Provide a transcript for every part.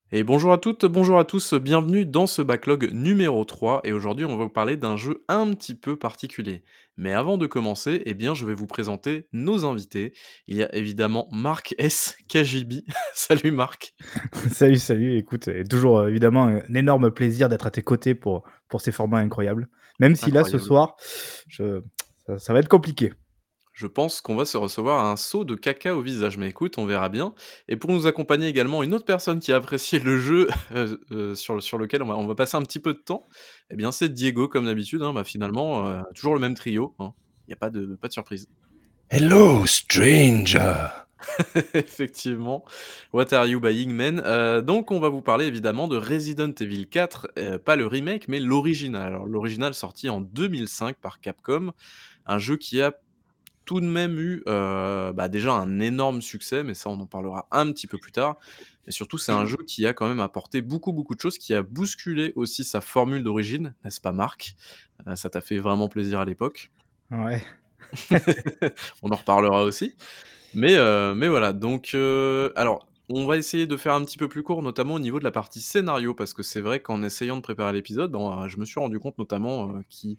Et bonjour à toutes, bonjour à tous, bienvenue dans ce backlog numéro 3. Et aujourd'hui on va vous parler d'un jeu un petit peu particulier. Mais avant de commencer, eh bien je vais vous présenter nos invités. Il y a évidemment Marc S. KGB. Salut Marc. Salut, salut, écoute, toujours évidemment un énorme plaisir d'être à tes côtés pour ces formats incroyables. Même si là, ce Incroyable. soir, je ça va être compliqué. Je pense qu'on va se recevoir un seau de caca au visage, mais écoute, on verra bien. Et pour nous accompagner également une autre personne qui a apprécié le jeu, sur lequel on va passer un petit peu de temps, eh bien c'est Diego comme d'habitude, hein, bah, finalement, toujours le même trio, hein. Il y a pas de surprise. Hello, stranger. Effectivement. What are you buying, man? Donc on va vous parler évidemment de Resident Evil 4, pas le remake, mais l'original. Alors l'original sorti en 2005 par Capcom, un jeu qui a tout de même eu, bah, déjà un énorme succès, mais ça on en parlera un petit peu plus tard. Et surtout c'est un jeu qui a quand même apporté beaucoup, beaucoup de choses, qui a bousculé aussi sa formule d'origine, n'est-ce pas Marc? Ça t'a fait vraiment plaisir à l'époque. Ouais. On en reparlera aussi. Mais voilà, donc alors, on va essayer de faire un petit peu plus court, notamment au niveau de la partie scénario, parce que c'est vrai qu'en essayant de préparer l'épisode, bon, je me suis rendu compte notamment,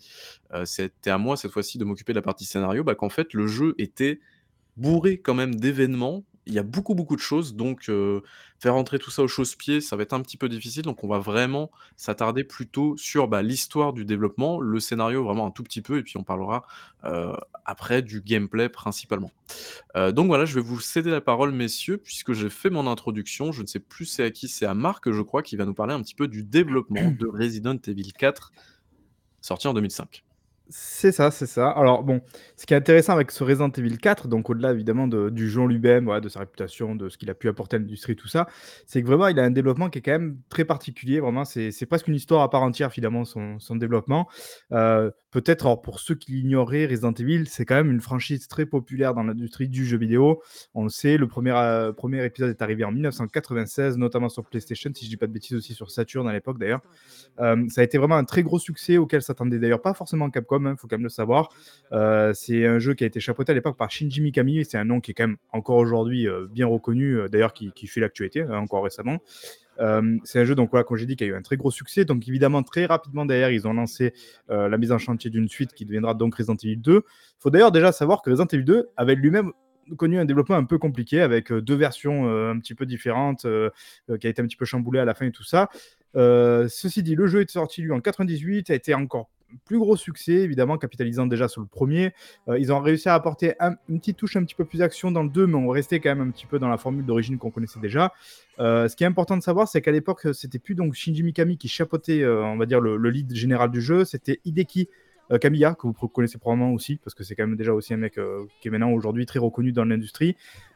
c'était à moi cette fois-ci de m'occuper de la partie scénario, bah, qu'en fait le jeu était bourré quand même d'événements. Il y a beaucoup, beaucoup de choses, donc faire rentrer tout ça au chausse-pied, ça va être un petit peu difficile. Donc on va vraiment s'attarder plutôt sur, bah, l'histoire du développement, le scénario vraiment un tout petit peu et puis on parlera, heu, après du gameplay principalement. Donc voilà, je vais vous céder la parole messieurs, puisque j'ai fait mon introduction. Je ne sais plus c'est à qui, c'est à Marc, je crois, qui va nous parler un petit peu du développement de Resident Evil 4, sorti en 2005. C'est ça, c'est ça. Alors bon, ce qui est intéressant avec ce Resident Evil 4, donc au-delà évidemment du jeu en lui-même, voilà, de sa réputation, de ce qu'il a pu apporter à l'industrie, tout ça, c'est que vraiment il a un développement qui est quand même très particulier. Vraiment, c'est presque une histoire à part entière finalement son développement. Peut-être, alors pour ceux qui l'ignoraient, Resident Evil, c'est quand même une franchise très populaire dans l'industrie du jeu vidéo. On le sait, le premier épisode est arrivé en 1996, notamment sur PlayStation, si je dis pas de bêtises aussi sur Saturn à l'époque d'ailleurs. Ça a été vraiment un très gros succès auquel s'attendait d'ailleurs pas forcément Capcom, il faut quand même le savoir. C'est un jeu qui a été chapeauté à l'époque par Shinji Mikami, c'est un nom qui est quand même encore aujourd'hui bien reconnu, d'ailleurs qui fait l'actualité encore récemment. C'est un jeu donc voilà, comme j'ai dit, qui a eu un très gros succès. Donc évidemment très rapidement derrière, ils ont lancé la mise en chantier d'une suite qui deviendra donc Resident Evil 2. Il faut d'ailleurs déjà savoir que Resident Evil 2 avait lui-même connu un développement un peu compliqué avec deux versions un petit peu différentes, qui a été un petit peu chamboulé à la fin et tout ça. Ceci dit, le jeu est sorti lui en 98, a été encore plus gros succès, évidemment, capitalisant déjà sur le premier. Ils ont réussi à apporter une petite touche un petit peu plus action dans le 2, mais on restait quand même un petit peu dans la formule d'origine qu'on connaissait déjà. Ce qui est important de savoir, c'est qu'à l'époque, c'était plus donc Shinji Mikami qui chapeautait, on va dire, le lead général du jeu, c'était Hideki Kamiya, que vous connaissez probablement aussi, parce que c'est quand même déjà aussi un mec qui est maintenant aujourd'hui très reconnu dans l'industrie.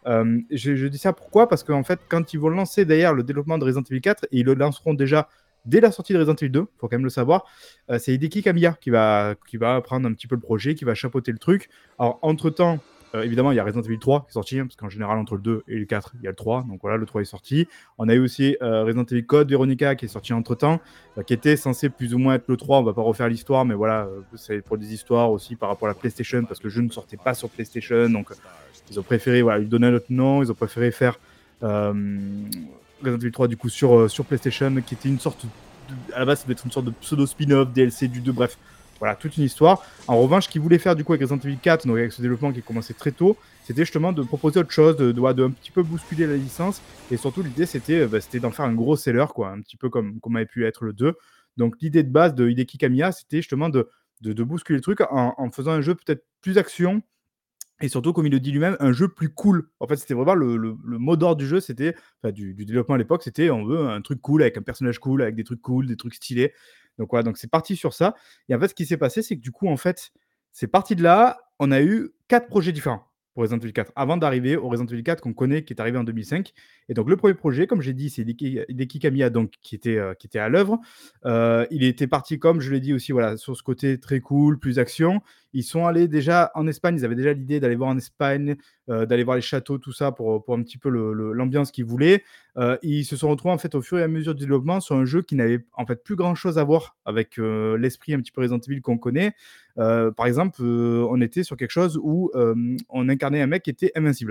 Je dis ça pourquoi? Parce qu'en fait, quand ils vont lancer d'ailleurs le développement de Resident Evil 4, et ils le lanceront déjà dès la sortie de Resident Evil 2, il faut quand même le savoir, c'est Hideki Kamiya qui va prendre un petit peu le projet, qui va chapeauter le truc. Alors, entre-temps, évidemment, il y a Resident Evil 3 qui est sorti, hein, parce qu'en général, entre le 2 et le 4, il y a le 3. Donc voilà, le 3 est sorti. On a eu aussi Resident Evil Code Veronica qui est sorti entre-temps, qui était censé plus ou moins être le 3. On va pas refaire l'histoire, mais voilà, c'est pour des histoires aussi par rapport à la PlayStation, parce que le jeu ne sortait pas sur PlayStation. Donc ils ont préféré voilà, lui donner un autre nom. Ils ont préféré faire euh, Resident Evil 3 du coup sur PlayStation, qui était une sorte à la base, ça devait être une sorte de pseudo spin-off, DLC du 2, bref. Voilà, toute une histoire. En revanche, ce qu'ils voulaient faire du coup avec Resident Evil 4, donc avec ce développement qui commençait très tôt, c'était justement de proposer autre chose, de un petit peu bousculer la licence. Et surtout, l'idée, c'était d'en faire un gros seller, quoi, un petit peu comme avait pu être le 2. Donc, l'idée de base de Hideki Kamiya, c'était justement de bousculer le truc en faisant un jeu peut-être plus action, et surtout, comme il le dit lui-même, un jeu plus cool. En fait, c'était vraiment le mot d'ordre du jeu, c'était, enfin, du développement à l'époque, c'était on veut un truc cool, avec un personnage cool, avec des trucs cool, des trucs stylés. Donc voilà, donc c'est parti sur ça. Et en fait, ce qui s'est passé, c'est que du coup, en fait, c'est parti de là, on a eu 4 projets différents pour Resident Evil 4, avant d'arriver au Resident Evil 4 qu'on connaît, qui est arrivé en 2005. Et donc, le premier projet, comme j'ai dit, c'est Hideki Kamiya, donc, qui était à l'œuvre. Il était parti, comme je l'ai dit aussi, voilà, sur ce côté très cool, plus action. Ils sont allés déjà en Espagne, ils avaient déjà l'idée d'aller voir en Espagne, d'aller voir les châteaux, tout ça, pour un petit peu l'ambiance qu'ils voulaient. Ils se sont retrouvés en fait au fur et à mesure du développement sur un jeu qui n'avait en fait plus grand chose à voir avec l'esprit un petit peu Resident Evil qu'on connaît. Par exemple, on était sur quelque chose où on incarnait un mec qui était invincible.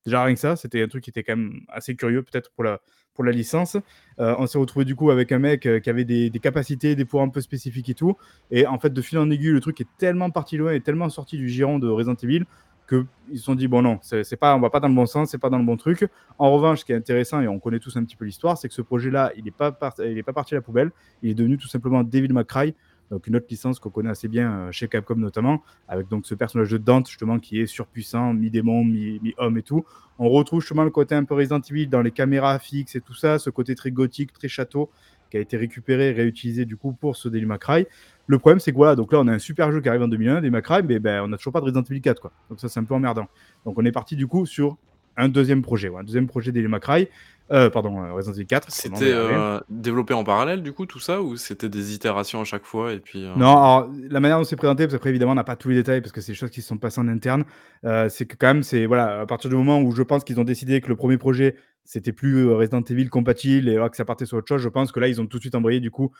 Déjà rien que ça, c'était un truc qui était quand même assez curieux peut-être pour la licence. On s'est retrouvé du coup avec un mec qui avait des capacités, des pouvoirs un peu spécifiques et tout. Et en fait, de fil en aiguille, le truc est tellement parti loin et tellement sorti du giron de Resident Evil qu'ils se sont dit, bon non, c'est pas, on va pas dans le bon sens, c'est pas dans le bon truc. En revanche, ce qui est intéressant, et on connaît tous un petit peu l'histoire, c'est que ce projet-là, il est pas parti à la poubelle, il est devenu tout simplement Devil May Cry, donc une autre licence qu'on connaît assez bien chez Capcom notamment, avec donc ce personnage de Dante justement qui est surpuissant, mi-démon, mi-homme et tout. On retrouve justement le côté un peu Resident Evil dans les caméras fixes et tout ça, ce côté très gothique, très château, qui a été récupéré et réutilisé du coup pour ce Devil May Cry. Le problème, c'est que voilà, donc là, on a un super jeu qui arrive en 2001, Devil May Cry, mais ben, on n'a toujours pas de Resident Evil 4, quoi. Donc ça, c'est un peu emmerdant. Donc on est parti du coup sur un deuxième projet, ouais, un deuxième projet Devil May Cry, Resident Evil 4. C'était, développé en parallèle du coup tout ça ou c'était des itérations à chaque fois et puis, Non, alors la manière dont c'est présenté, parce qu'après évidemment on n'a pas tous les détails parce que c'est des choses qui se sont passées en interne, c'est que quand même c'est voilà, à partir du moment où je pense qu'ils ont décidé que le premier projet c'était plus Resident Evil compatible et voilà, que ça partait sur autre chose, je pense que là ils ont tout de suite embrayé du coup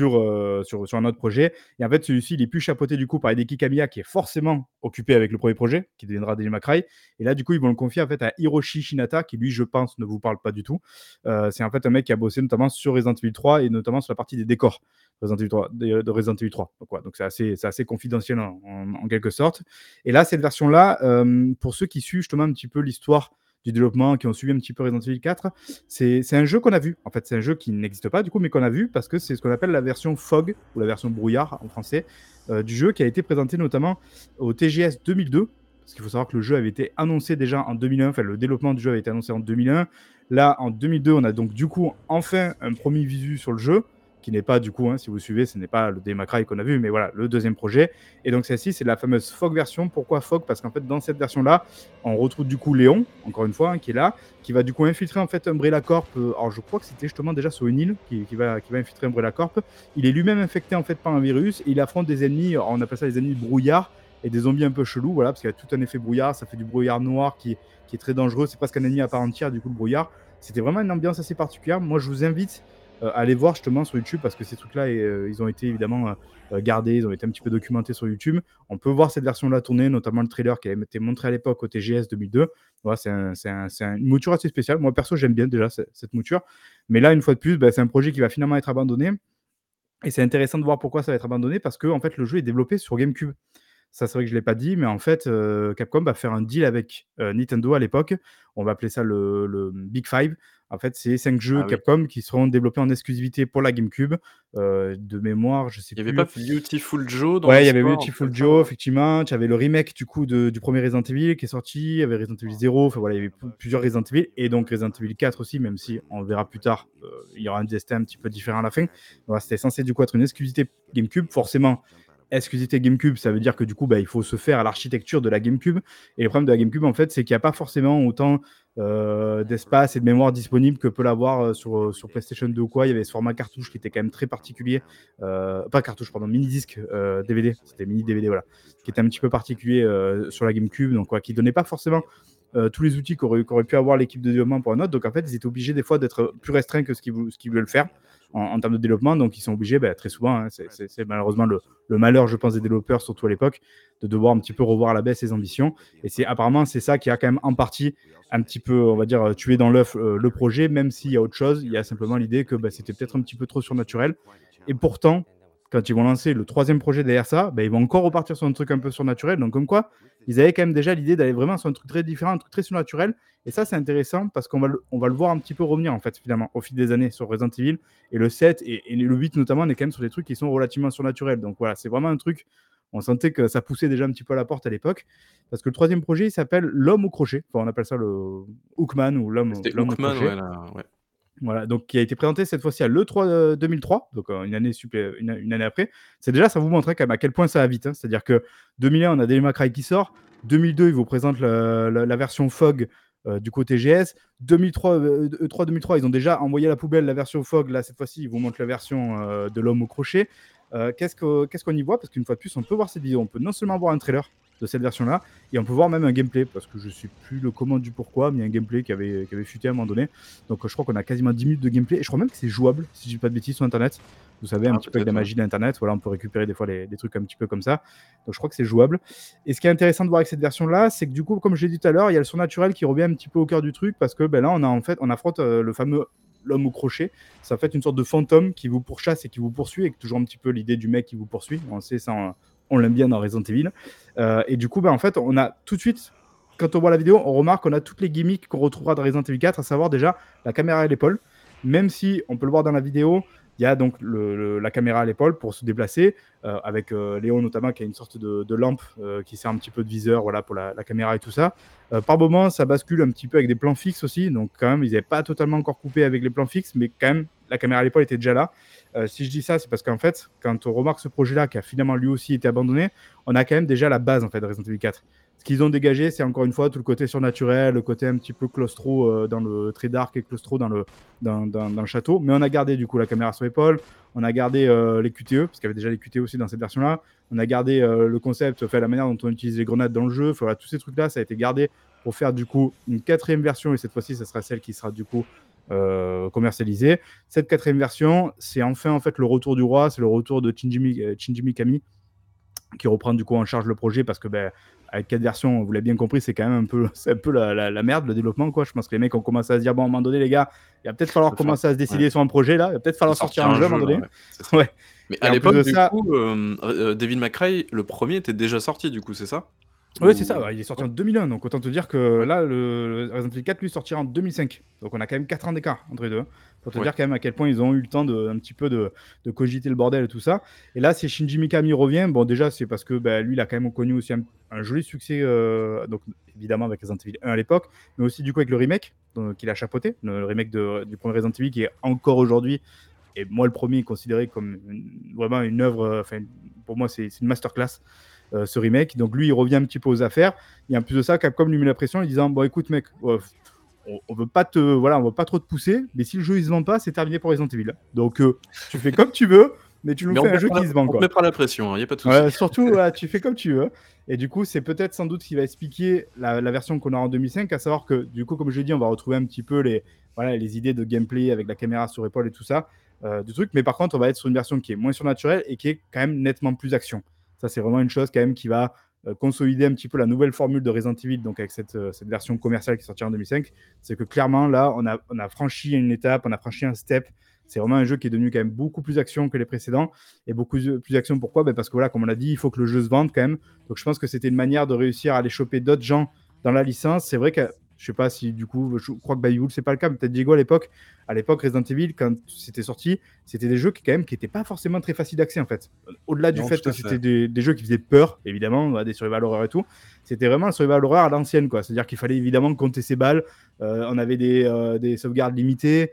sur un autre projet. Et en fait celui-ci il est plus chapeauté du coup par Hideki Kamiya qui est forcément occupé avec le premier projet qui deviendra Devil May Cry. Et là du coup ils vont le confier en fait à Hiroshi Shinata qui lui je pense ne vous parle pas du tout. C'est en fait un mec qui a bossé notamment sur Resident Evil 3 et notamment sur la partie des décors. Resident Evil 3, de Resident Evil 3. Donc c'est assez confidentiel en quelque sorte. Et là, cette version-là, pour ceux qui suivent justement un petit peu l'histoire du développement, qui ont suivi un petit peu Resident Evil 4, c'est un jeu qu'on a vu. En fait, c'est un jeu qui n'existe pas du coup, mais qu'on a vu parce que c'est ce qu'on appelle la version Fog, ou la version brouillard en français, du jeu qui a été présenté notamment au TGS 2002. Parce qu'il faut savoir que le jeu avait été annoncé déjà en 2001, enfin le développement du jeu avait été annoncé en 2001. Là, en 2002, on a donc du coup enfin un premier visu sur le jeu qui n'est pas du coup, hein, si vous suivez, ce n'est pas le Devil May Cry qu'on a vu, mais voilà, le deuxième projet. Et donc celle-ci, c'est la fameuse Fog version. Pourquoi Fog? Parce qu'en fait, dans cette version-là, on retrouve du coup Léon, encore une fois, hein, qui est là, qui va du coup infiltrer en fait Umbrella Corp. Alors je crois que c'était justement déjà sur une île qui va infiltrer Umbrella Corp. Il est lui-même infecté en fait par un virus et il affronte des ennemis, on appelle ça les ennemis brouillard et des zombies un peu chelous, voilà, parce qu'il y a tout un effet brouillard, ça fait du brouillard noir qui est très dangereux, c'est presque un ennemi à part entière du coup le brouillard. C'était vraiment une ambiance assez particulière. Moi je vous invite aller voir justement sur YouTube parce que ces trucs-là, ils ont été évidemment gardés, ils ont été un petit peu documentés sur YouTube. On peut voir cette version-là tourner, notamment le trailer qui a été montré à l'époque au TGS 2002. Voilà, c'est une mouture assez spéciale. Moi, perso, j'aime bien déjà cette mouture. Mais là, une fois de plus, c'est un projet qui va finalement être abandonné. Et c'est intéressant de voir pourquoi ça va être abandonné parce que en fait, le jeu est développé sur GameCube. Ça, c'est vrai que je ne l'ai pas dit, mais en fait, Capcom va faire un deal avec Nintendo à l'époque. On va appeler ça le Big Five. En fait, c'est 5 jeux ah oui. Capcom qui seront développés en exclusivité pour la GameCube. De mémoire, je sais Il y plus. avait pas Beautiful Joe dans Ouais, il y avait l'histoire, Beautiful comme ça, Joe, effectivement. Tu avais le remake du coup du premier Resident Evil qui est sorti. Il y avait Resident Evil 0. Enfin voilà, il y avait plusieurs Resident Evil et donc Resident Evil 4 aussi, même si on verra plus tard, il y aura un destin un petit peu différent à la fin. Voilà, c'était censé du coup être une exclusivité GameCube. Forcément, exclusivité GameCube, ça veut dire que du coup, il faut se faire à l'architecture de la GameCube. Et le problème de la GameCube, en fait, c'est qu'il n'y a pas forcément autant d'espace et de mémoire disponible que peut l'avoir sur PlayStation 2 ou quoi. Il y avait ce format cartouche qui était quand même très particulier. Pas cartouche, pardon, mini-disque DVD. C'était mini-DVD, voilà. Qui était un petit peu particulier sur la GameCube, donc quoi, qui donnait pas forcément tous les outils qu'aurait pu avoir l'équipe de développement pour un autre. Donc en fait, ils étaient obligés des fois d'être plus restreints que ce qu'ils veulent faire en termes de développement. Donc ils sont obligés, très souvent, hein, c'est malheureusement le malheur, je pense, des développeurs, surtout à l'époque, de devoir un petit peu revoir à la baisse ses ambitions. Et apparemment, c'est ça qui a quand même en partie un petit peu, on va dire, tué dans l'œuf le projet, même s'il y a autre chose. Il y a simplement l'idée que c'était peut-être un petit peu trop surnaturel. Et pourtant, quand ils vont lancer le troisième projet derrière ça, ils vont encore repartir sur un truc un peu surnaturel. Donc comme quoi, ils avaient quand même déjà l'idée d'aller vraiment sur un truc très différent, un truc très surnaturel. Et ça, c'est intéressant parce qu'on va le voir un petit peu revenir, en fait, finalement, au fil des années sur Resident Evil. Et le 7 et le 8, notamment, on est quand même sur des trucs qui sont relativement surnaturels. Donc voilà, c'est vraiment un truc, on sentait que ça poussait déjà un petit peu à la porte à l'époque. Parce que le troisième projet, il s'appelle L'Homme au crochet. Enfin, on appelle ça le Hookman ou l'homme C'était au Hookman, crochet. ouais, là, ouais. Voilà, donc qui a été présenté cette fois-ci à l'E3 2003, donc une année après. C'est déjà, ça vous montrait quand même à quel point ça va vite. Hein. C'est-à-dire que 2001, on a Devil May Cry qui sort. 2002, ils vous présentent la version Fog du côté GS. 2003, E3 2003, ils ont déjà envoyé à la poubelle la version Fog. Là, cette fois-ci, ils vous montrent la version de l'homme au crochet. Qu'est-ce qu'on y voit? Parce qu'une fois de plus, on peut voir cette vidéo. On peut non seulement voir un trailer, de cette version-là. Et on peut voir même un gameplay, parce que je sais plus le comment du pourquoi, mais il y a un gameplay qui avait fuité à un moment donné. Donc je crois qu'on a quasiment 10 minutes de gameplay. Et je crois même que c'est jouable, si je dis pas de bêtises, sur Internet. Vous savez, un Ah petit peu avec la peut-être, ouais. magie de l'Internet. Voilà, on peut récupérer des fois des trucs un petit peu comme ça. Donc je crois que c'est jouable. Et ce qui est intéressant de voir avec cette version-là, c'est que du coup, comme je l'ai dit tout à l'heure, il y a le surnaturel qui revient un petit peu au cœur du truc, parce que là, on affronte le fameux l'homme au crochet. C'est en fait une sorte de fantôme qui vous pourchasse et qui vous poursuit, avec toujours un petit peu l'idée du mec qui vous poursuit. On sait ça, on l'aime bien dans Resident Evil. Et du coup, en fait, on a tout de suite, quand on voit la vidéo, on remarque qu'on a toutes les gimmicks qu'on retrouvera dans Resident Evil 4, à savoir déjà la caméra à l'épaule. Même si on peut le voir dans la vidéo, il y a donc la caméra à l'épaule pour se déplacer, avec Léon notamment qui a une sorte de lampe qui sert un petit peu de viseur, voilà, pour la caméra et tout ça. Par moments, ça bascule un petit peu avec des plans fixes aussi, donc quand même, ils n'avaient pas totalement encore coupé avec les plans fixes, mais quand même, la caméra à l'épaule était déjà là. Si je dis ça, c'est parce qu'en fait, quand on remarque ce projet-là, qui a finalement lui aussi été abandonné, on a quand même déjà la base en fait de Resident Evil 4. Ce qu'ils ont dégagé, c'est encore une fois tout le côté surnaturel, le côté un petit peu claustro dans le très dark et claustro dans le château. Mais on a gardé du coup la caméra sur l'épaule, on a gardé les QTE, parce qu'il y avait déjà les QTE aussi dans cette version-là. On a gardé le concept, la manière dont on utilise les grenades dans le jeu. Voilà, tous ces trucs-là, ça a été gardé pour faire du coup une 4e version, et cette fois-ci, ça sera celle qui sera du coup commercialisée. Cette 4e version, c'est enfin en fait le retour du roi, c'est le retour de Shinji Mikami, qui reprend du coup en charge le projet, parce que avec 4 versions, vous l'avez bien compris, c'est quand même un peu la merde, le développement, quoi. Je pense que les mecs ont commencé à se dire, bon, à un moment donné, les gars, il va peut-être falloir commencer à se décider sur un projet là, il va peut-être falloir sortir un jeu à un moment donné. Ouais, c'est ça. Ouais. Mais Et à en plus l'époque, de du ça, coup, Devil May Cry, le premier était déjà sorti, du coup, c'est ça? ouais, c'est ça, Ou... ouais, il est sorti Ouais. en 2001, donc autant te dire que Ouais. là, le Resident Evil 4, lui, sortira en 2005. Donc on a quand même 4 ans d'écart entre les deux. Pour te Ouais. dire quand même à quel point ils ont eu le temps un petit peu de cogiter le bordel et tout ça. Et là, si Shinji Mikami revient, bon, déjà, c'est parce que lui, il a quand même connu aussi un joli succès, donc évidemment avec Resident Evil 1 à l'époque, mais aussi du coup avec le remake qu'il a chapeauté, le remake du premier Resident Evil, qui est encore aujourd'hui, et moi le premier, considéré comme vraiment une œuvre, pour moi, c'est une masterclass. Ce remake. Donc lui, il revient un petit peu aux affaires. Et en plus de ça, Capcom lui met la pression en lui disant, bon écoute mec, on veut pas on veut pas trop te pousser, mais si le jeu il se vend pas, c'est terminé pour Resident Evil. Donc tu fais comme tu veux, mais tu nous Mais fais un jeu qui se vend, on te quoi. mettra la pression, il n'y a pas de souci. Surtout, tu fais comme tu veux. Et du coup, c'est peut-être sans doute ce qui va expliquer la version qu'on a en 2005, à savoir que, du coup, comme je l'ai dit, on va retrouver un petit peu les idées de gameplay avec la caméra sur épaule et tout ça, du truc. Mais par contre, on va être sur une version qui est moins surnaturelle et qui est quand même nettement plus action. Ça, c'est vraiment une chose quand même qui va consolider un petit peu la nouvelle formule de Resident Evil, donc avec cette version commerciale qui sortira en 2005. C'est que clairement, là, on a franchi une étape, on a franchi un step. C'est vraiment un jeu qui est devenu quand même beaucoup plus action que les précédents. Et beaucoup plus action, pourquoi? Parce que voilà, comme on l'a dit, il faut que le jeu se vende quand même. Donc je pense que c'était une manière de réussir à aller choper d'autres gens dans la licence. C'est vrai que je sais pas si du coup, je crois que Bayou, c'est pas le cas, mais peut-être Diego à l'époque, Resident Evil, quand c'était sorti, c'était des jeux qui n'étaient pas forcément très faciles d'accès en fait. Au-delà du Non, fait tout que à c'était fait. des jeux qui faisaient peur, évidemment, des survival horror et tout, c'était vraiment un survival horror à l'ancienne, quoi. C'est-à-dire qu'il fallait évidemment compter ses balles, on avait des sauvegardes limitées,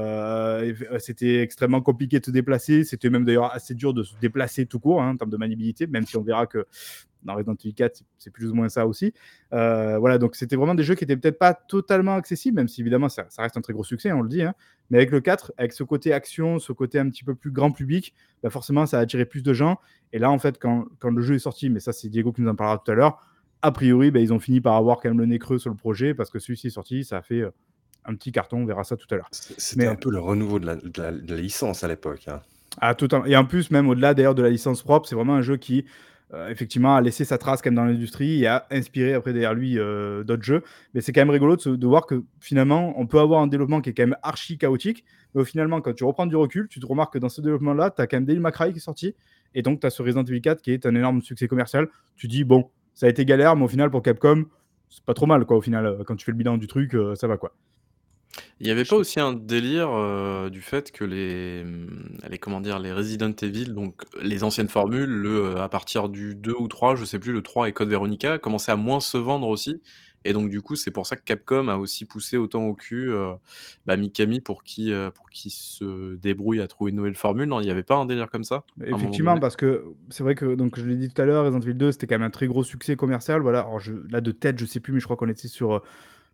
c'était extrêmement compliqué de se déplacer. C'était même d'ailleurs assez dur de se déplacer tout court, en termes de maniabilité, même si on verra que dans Resident Evil 4, c'est plus ou moins ça aussi. Voilà, donc c'était vraiment des jeux qui étaient peut-être pas totalement accessibles, même si évidemment ça reste un très gros succès, on le dit. Mais avec le 4, avec ce côté action, ce côté un petit peu plus grand public, forcément ça a attiré plus de gens. Et là, en fait, quand le jeu est sorti, mais ça c'est Diego qui nous en parlera tout à l'heure, a priori, ils ont fini par avoir quand même le nez creux sur le projet, parce que celui-ci est sorti, ça a fait un petit carton, on verra ça tout à l'heure. C'était Mais un peu le renouveau de la licence à l'époque, hein. et en plus, même au-delà d'ailleurs de la licence propre, c'est vraiment un jeu qui effectivement a laissé sa trace quand même dans l'industrie et a inspiré après derrière lui d'autres jeux. Mais c'est quand même rigolo de voir que finalement, on peut avoir un développement qui est quand même archi chaotique, mais finalement, quand tu reprends du recul, tu te remarques que dans ce développement-là, tu as quand même Devil May Cry qui est sorti, et donc tu as ce Resident Evil 4 qui est un énorme succès commercial. Tu dis, bon, ça a été galère, mais au final, pour Capcom, c'est pas trop mal, quoi. Au final, quand tu fais le bilan du truc, ça va, quoi. Il y avait pas aussi un délire, du fait que les comment dire? Les Resident Evil, donc les anciennes formules, à partir du 2 ou 3, je sais plus, le 3 et Code Veronica, commençaient à moins se vendre aussi, et donc du coup, c'est pour ça que Capcom a aussi poussé autant au cul, Mikami pour qu'il se débrouille à trouver une nouvelle formule, non? Il y avait pas un délire comme ça, à un moment Effectivement, donné? parce que c'est vrai que, donc je l'ai dit tout à l'heure, Resident Evil 2, c'était quand même un très gros succès commercial. Voilà, alors là de tête, je sais plus, mais je crois qu'on était sur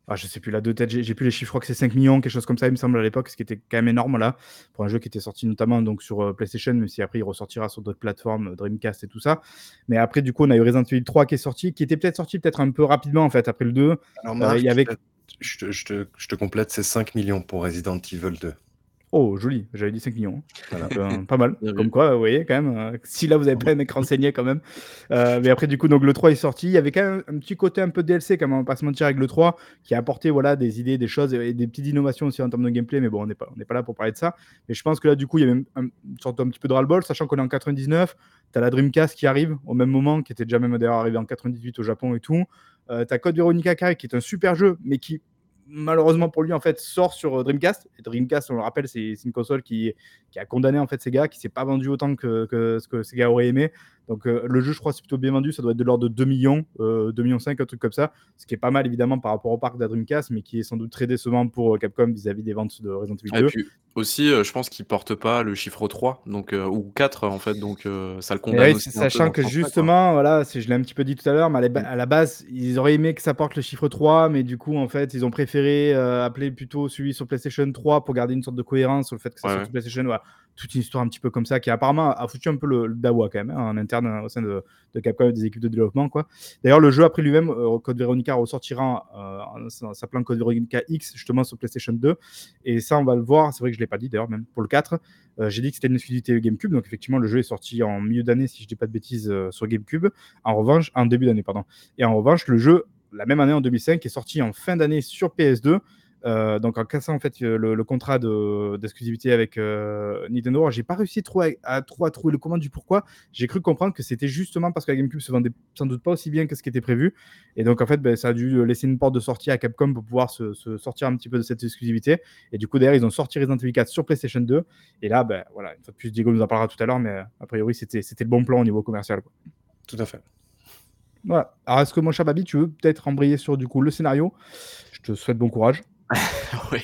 Ah, je sais plus, la 2 têtes, j'ai plus les chiffres, je crois que c'est 5 millions, quelque chose comme ça, il me semble, à l'époque, ce qui était quand même énorme, là, pour un jeu qui était sorti notamment donc sur PlayStation, même si après il ressortira sur d'autres plateformes, Dreamcast et tout ça. Mais après, du coup, on a eu Resident Evil 3 qui est sorti, qui était peut-être sorti peut-être un peu rapidement, en fait, après le 2. Alors Il y Marc, avait. je te complète, c'est 5 millions pour Resident Evil 2. Oh, joli, j'avais dit 5 millions. Voilà. Donc, pas mal. Bien Comme vu. quoi, vous voyez, quand même, si là vous avez pas un mec renseigné quand même. Mais après, du coup, donc le 3 est sorti. Il y avait quand même un petit côté un peu DLC, quand même, on va pas se mentir, avec le 3, qui a apporté voilà, des idées, des choses et des petites innovations aussi en termes de gameplay. Mais bon, on n'est pas là pour parler de ça. Mais je pense que là, du coup, il y a même une sorte d'un petit peu de ras-le-bol, sachant qu'on est en 99. Tu as la Dreamcast qui arrive au même moment, qui était déjà même d'ailleurs arrivé en 98 au Japon et tout. Tu as Code Veronica qui arrive, qui est un super jeu, mais qui malheureusement pour lui en fait sort sur Dreamcast. Et Dreamcast, on le rappelle, c'est une console qui a condamné en fait Sega, qui s'est pas vendu autant que ce que Sega aurait aimé. Donc le jeu, je crois, c'est plutôt bien vendu, ça doit être de l'ordre de 2 millions, 2 millions 5, un truc comme ça, ce qui est pas mal évidemment par rapport au parc de la Dreamcast, mais qui est sans doute très décevant pour Capcom vis-à-vis des ventes de Resident Evil Et 2. puis aussi, je pense qu'il porte pas le chiffre 3 donc ou 4 en fait, donc ça le Et condamne oui, aussi un peu sachant dans ce que sens-là, quoi. justement, voilà, je l'ai un petit peu dit tout à l'heure, mais Mmh. à la base, ils auraient aimé que ça porte le chiffre 3, mais du coup, en fait, ils ont préféré appeler plutôt celui sur PlayStation 3 pour garder une sorte de cohérence sur le fait que ça Ouais, sorte ouais. sur PlayStation. Voilà. Toute une histoire un petit peu comme ça qui apparemment a foutu un peu le dawa quand même, hein, en interne au sein de Capcom et des équipes de développement, quoi. D'ailleurs, le jeu après lui-même, Code Veronica ressortira en s'appelant Code Veronica X justement sur PlayStation 2. Et ça, on va le voir. C'est vrai que je l'ai pas dit d'ailleurs, même pour le 4. J'ai dit que c'était une exclusivité GameCube, donc effectivement le jeu est sorti en milieu d'année, si je dis pas de bêtises, sur GameCube. En revanche, en début d'année, pardon. Et en revanche, le jeu, la même année en 2005, est sorti en fin d'année sur PS2. Donc en cassant en fait le contrat d'exclusivité avec Nintendo. Alors, j'ai pas réussi trop à trouver le comment du pourquoi. J'ai cru comprendre que c'était justement parce que la GameCube se vendait sans doute pas aussi bien que ce qui était prévu. Et donc en fait, ça a dû laisser une porte de sortie à Capcom pour pouvoir se sortir un petit peu de cette exclusivité. Et du coup, d'ailleurs, ils ont sorti Resident Evil 4 sur PlayStation 2. Et là, voilà, une fois de plus, Diego nous en parlera tout à l'heure, mais a priori, c'était le bon plan au niveau commercial, quoi. Tout à fait. Voilà. Alors, est-ce que mon cher Babi, tu veux peut-être embrayer sur du coup le scénario? Je te souhaite bon courage. Oui,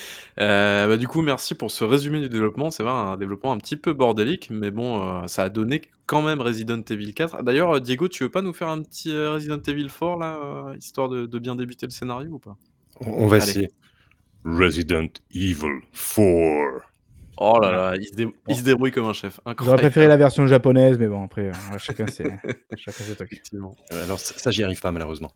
du coup, merci pour ce résumé du développement. C'est vrai, un développement un petit peu bordélique, mais bon, ça a donné quand même Resident Evil 4. D'ailleurs, Diego, tu veux pas nous faire un petit, Resident Evil 4 là, histoire de bien débuter le scénario ou pas? On va Allez. essayer. Resident Evil 4. Oh là Voilà. là, il Bon. se débrouille comme un chef, J'aurais préféré incroyable. la version japonaise, mais bon, après, voilà, chacun ses trucs. Effectivement. Alors ça, j'y arrive pas malheureusement.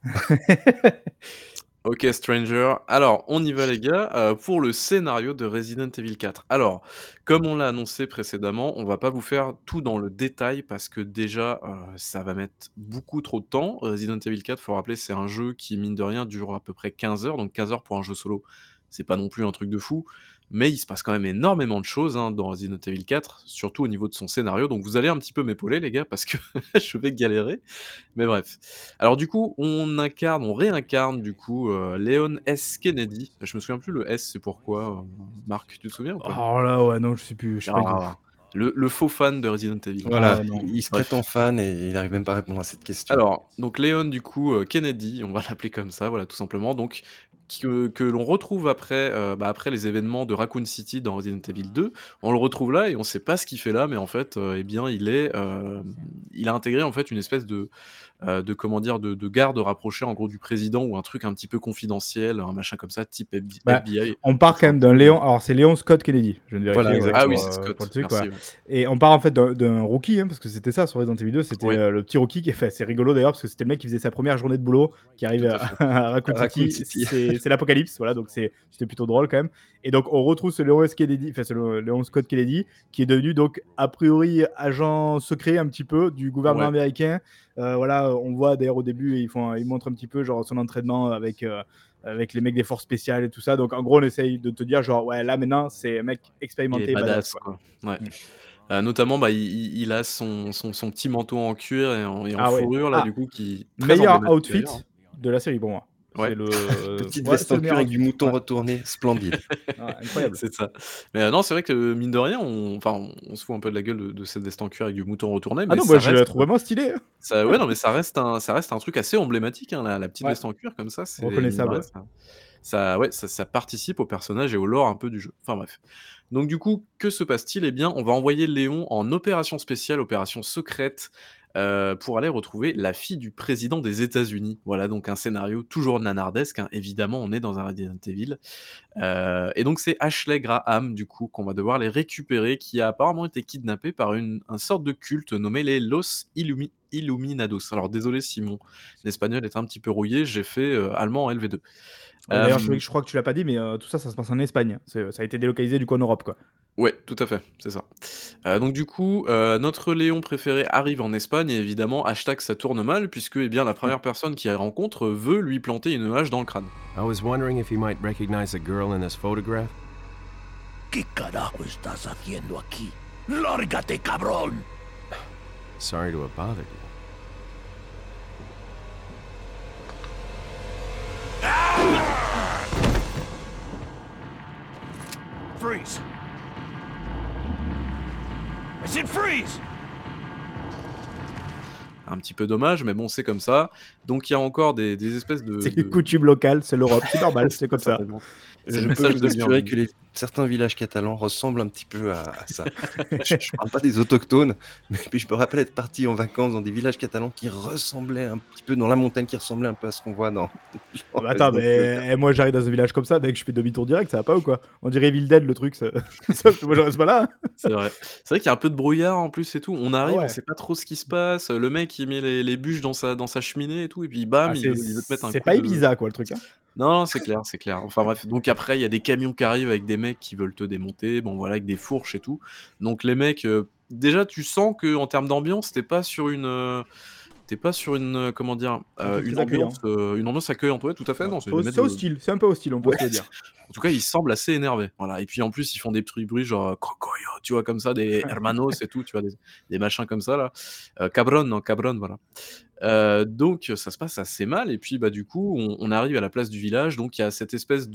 OK, Stranger. Alors, on y va les gars, pour le scénario de Resident Evil 4. Alors, comme on l'a annoncé précédemment, on va pas vous faire tout dans le détail parce que déjà, ça va mettre beaucoup trop de temps. Resident Evil 4, faut rappeler, c'est un jeu qui, mine de rien, dure à peu près 15 heures, donc 15 heures pour un jeu solo, c'est pas non plus un truc de fou. Mais il se passe quand même énormément de choses, hein, dans Resident Evil 4, surtout au niveau de son scénario, donc vous allez un petit peu m'épauler les gars parce que je vais galérer. Mais bref. Alors du coup, on réincarne du coup, Leon S. Kennedy. Je me souviens plus le S, c'est pourquoi, Marc, tu te souviens ou pas? Oh là, ouais, non, je sais pas du tout. Ah, le faux fan de Resident Evil. Voilà, Ah non. il se Bref. prétend fan et il arrive même pas à répondre à cette question. Alors, donc Leon du coup, Kennedy, on va l'appeler comme ça, voilà, tout simplement, donc que l'on retrouve après, après les événements de Raccoon City dans Resident Evil 2. On le retrouve là et on sait pas ce qu'il fait là, mais en fait, eh bien il a intégré en fait une espèce de comment dire? De garde rapprochée en gros du président ou un truc un petit peu confidentiel, un machin comme ça, type Bah, FBI. on part Donc quand même d'un Léon. Alors, c'est Léon Scott Kennedy. Je viens de Voilà, vérifier, voilà, ah oui, exactement. c'est pour le Scott, truc, merci, voilà. ouais. Et on part en fait d'un rookie, hein, parce que c'était ça sur Resident Evil 2. C'était Oui, le petit rookie qui fait. C'est rigolo d'ailleurs, parce que c'était le mec qui faisait sa première journée de boulot, qui arrive tout à fait. à Raccoon Raccoon City. City. C'est l'apocalypse, voilà. Donc, c'était plutôt drôle quand même. Et donc, on retrouve ce Léon S. Kennedy, enfin, ce Léon Scott Kennedy, qui est devenu donc, a priori, agent secret un petit peu du gouvernement Ouais. américain. Voilà, on voit d'ailleurs au début, ils montrent un petit peu genre son entraînement avec les mecs des forces spéciales et tout ça. Donc en gros, on essaye de te dire genre ouais, là maintenant, c'est un mec Il est expérimenté, badass, badass, quoi. quoi. Ouais. Mm. Notamment, il a son petit manteau en cuir et en Ah ouais. fourrure là, Ah, du coup, qui très meilleur emblématique outfit d'ailleurs, hein. de la série pour moi. Ouais. Petite Ouais, veste c'est en le cuir meilleur avec du outfit. mouton Ouais. retourné, splendide. Ouais, incroyable. C'est ça. Mais non, c'est vrai que mine de rien, on se fout un peu de la gueule de cette veste en cuir avec du mouton retourné, Ah mais non, moi ça je la reste trouve vraiment stylée, hein. ça ouais, non, mais ça reste un truc assez emblématique, hein, la petite Ouais, veste en cuir comme ça, c'est mine de reconnaissable, rien, ouais. ça participe au personnage et au lore un peu du jeu. Enfin bref. Donc du coup, que se passe-t-il? Eh bien, on va envoyer Léon en opération spéciale, opération secrète, pour aller retrouver la fille du président des États-Unis. Voilà, donc un scénario toujours nanardesque, hein. Évidemment, on est dans un Resident Evil. Et donc c'est Ashley Graham, du coup, qu'on va devoir les récupérer, qui a apparemment été kidnappée par un sorte de culte nommé les Los Illuminados. Alors désolé si mon espagnol est un petit peu rouillé, j'ai fait allemand en LV2. Ouais, d'ailleurs, je crois que tu l'as pas dit, mais tout ça, ça se passe en Espagne. Ça a été délocalisé du coup en Europe, quoi. Ouais, tout à fait, c'est ça. Donc du coup, notre Léon préféré arrive en Espagne et évidemment, hashtag ça tourne mal puisque, eh bien, la première personne qu'il rencontre veut lui planter une hache dans le crâne. I was wondering if you might recognize a girl in this photograph. ¿Qué carajo estás haciendo aquí? ¡Lárgate, cabrón! Sorry to have bothered you. Freeze! I said freeze! Un petit peu dommage, mais bon, c'est comme ça. Donc il y a encore des espèces C'est une coutume locale, c'est l'Europe, c'est normal, c'est comme ça. Certainement. C'est Je le peux message vous de assurer bienvenue. que certains villages catalans ressemblent un petit peu à ça. Je parle pas des autochtones, mais puis je me rappelle être parti en vacances dans des villages catalans qui ressemblaient un petit peu, dans la montagne, qui ressemblaient un peu à ce qu'on voit dans... Ah bah attends, mais moi j'arrive dans un village comme ça, mec, je fais demi-tour direct, ça va pas ou quoi? On dirait Evil Dead le truc, ça... moi je reste pas là, hein. C'est vrai. C'est vrai qu'il y a un peu de brouillard en plus et tout. On arrive, ouais. on sait pas trop ce qui se passe. Le mec, il met les bûches dans sa cheminée et tout, et puis bam, Ah, il veut te mettre un c'est coup pas de. Ibiza quoi le truc, hein. Non, c'est clair, c'est clair. Enfin bref, donc après, il y a des camions qui arrivent avec des mecs qui veulent te démonter, bon voilà, avec des fourches et tout. Donc les mecs, déjà, tu sens que en termes d'ambiance, t'es pas sur une, comment dire, Un truc très accueillant. une ambiance accueillante. Ouais, tout à fait. Ouais. Non, c'est C'est hostile, c'est un peu hostile, on peut Ouais, se le dire. en tout cas, ils semblent assez énervés. Voilà. Et puis en plus, ils font des petits bruits genre Cocoyo, tu vois, comme ça, des hermanos et tout, tu vois, des machins comme ça là. Cabron, non, cabron, voilà. Donc ça se passe assez mal et puis, bah, du coup, on arrive à la place du village, donc il y a cette espèce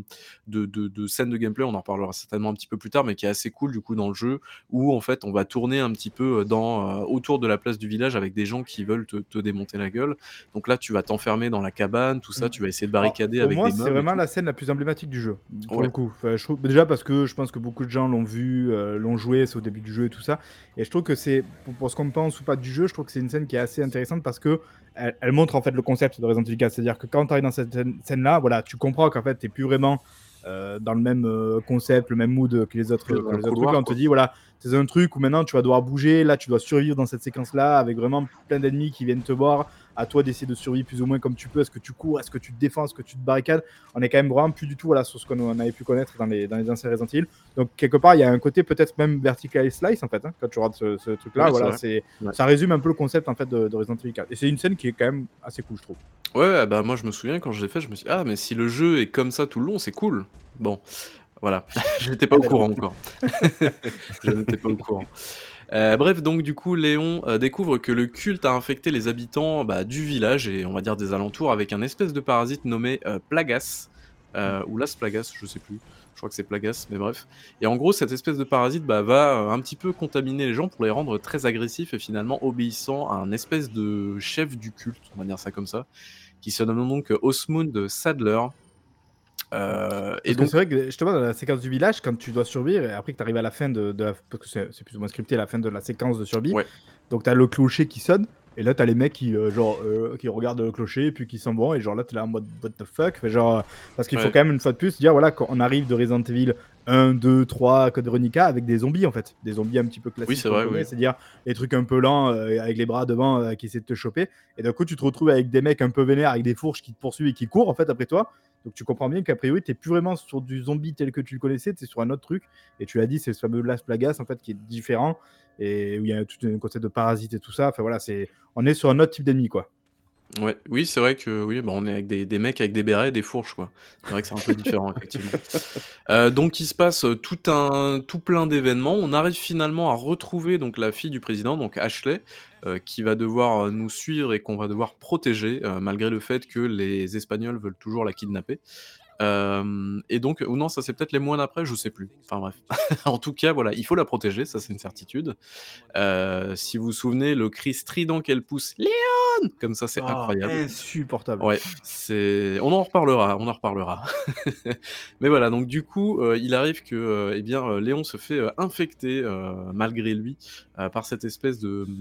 de scène de gameplay, on en reparlera certainement un petit peu plus tard, mais qui est assez cool du coup dans le jeu, où en fait on va tourner un petit peu autour de la place du village avec des gens qui veulent te démonter la gueule. Donc là, tu vas t'enfermer dans la cabane, tout ça, tu vas essayer de barricader Pour avec moi, des c'est meubles et vraiment tout. la scène la plus emblématique du jeu, pour Ouais. le coup. Enfin, je trouve, déjà parce que je pense que beaucoup de gens l'ont vu, l'ont joué, c'est au début du jeu et tout ça. Et je trouve que c'est, pour ce qu'on pense ou pas du jeu, je trouve que c'est une scène qui est assez intéressante parce que elle montre en fait le concept de Resident Evil 4. C'est-à-dire que quand tu arrives dans cette scène-là, voilà, tu comprends qu'en fait, tu n'es plus vraiment dans le même concept, le même mood que les autres, Plus dans un trucs. couloir, Là, on te quoi. dit, voilà, c'est un truc où maintenant tu vas devoir bouger, là, tu dois survivre dans cette séquence-là avec vraiment plein d'ennemis qui viennent te voir. À toi d'essayer de survivre plus ou moins comme tu peux. Est-ce que tu cours, est-ce que tu te défends, est-ce que tu te barricades? On est quand même vraiment plus du tout voilà, sur ce qu'on avait pu connaître dans les anciens Resident Evil. Donc quelque part, il y a un côté peut-être même vertical slice en fait, hein, quand tu regardes ce truc-là. Ouais, Voilà, c'est vrai. Ouais. ça résume un peu le concept en fait de Resident Evil 4. Et c'est une scène qui est quand même assez cool, je trouve. Ouais, bah moi je me souviens quand je l'ai fait, je me suis dit, ah, mais si le jeu est comme ça tout le long, c'est cool. Bon, voilà, je n'étais pas au courant encore. Je n'étais pas au courant. Bref, donc du coup, Léon découvre que le culte a infecté les habitants du village et on va dire des alentours avec un espèce de parasite nommé Plagas, ou Las Plagas, je sais plus. Je crois que c'est Plagas, mais bref. Et en gros, cette espèce de parasite va un petit peu contaminer les gens pour les rendre très agressifs et finalement obéissants à un espèce de chef du culte, on va dire ça comme ça, qui se nomme donc Osmund Sadler. Et Parce que donc, c'est vrai que justement dans la séquence du village, quand tu dois survivre et après que tu arrives à la fin parce que c'est plus ou moins scripté, la fin de la séquence de survie, ouais, donc tu as le clocher qui sonne et là tu as les mecs qui qui regardent le clocher et puis qui s'en vont et genre là tu es là en mode what the fuck. Enfin, genre, parce qu'il faut ouais, quand même une fois de plus dire voilà qu'on arrive de Resident Evil 1, 2, 3, Code Veronica avec des zombies en fait, des zombies un petit peu oui, classiques c'est qu'on vrai, connaît, oui. c'est-à-dire les trucs un peu lents avec les bras devant qui essaient de te choper et d'un coup tu te retrouves avec des mecs un peu vénères avec des fourches qui te poursuivent et qui courent en fait après toi. Donc tu comprends bien qu'a priori, tu n'es plus vraiment sur du zombie tel que tu le connaissais, tu es sur un autre truc. Et tu l'as dit, c'est ce fameux Las Plagas en fait, qui est différent et où il y a tout un concept de parasite et tout ça. Enfin voilà, on est sur un autre type d'ennemi quoi. Ouais, oui, c'est vrai que oui, on est avec des mecs avec des bérets, des fourches, quoi. C'est vrai que c'est un peu différent, effectivement. Donc il se passe tout plein d'événements. On arrive finalement à retrouver donc la fille du président, donc Ashley, qui va devoir nous suivre et qu'on va devoir protéger, malgré le fait que les Espagnols veulent toujours la kidnapper. Et donc, ou non, ça c'est peut-être les mois d'après, je sais plus. Enfin bref. En tout cas, voilà, il faut la protéger, ça c'est une certitude. Si vous vous souvenez, le cri strident qu'elle pousse, Léon! Comme ça, c'est Oh, incroyable. insupportable. Ouais, on en reparlera, on en reparlera. Mais voilà, donc du coup, il arrive que, eh bien, Léon se fait, infecter, malgré lui, par cette espèce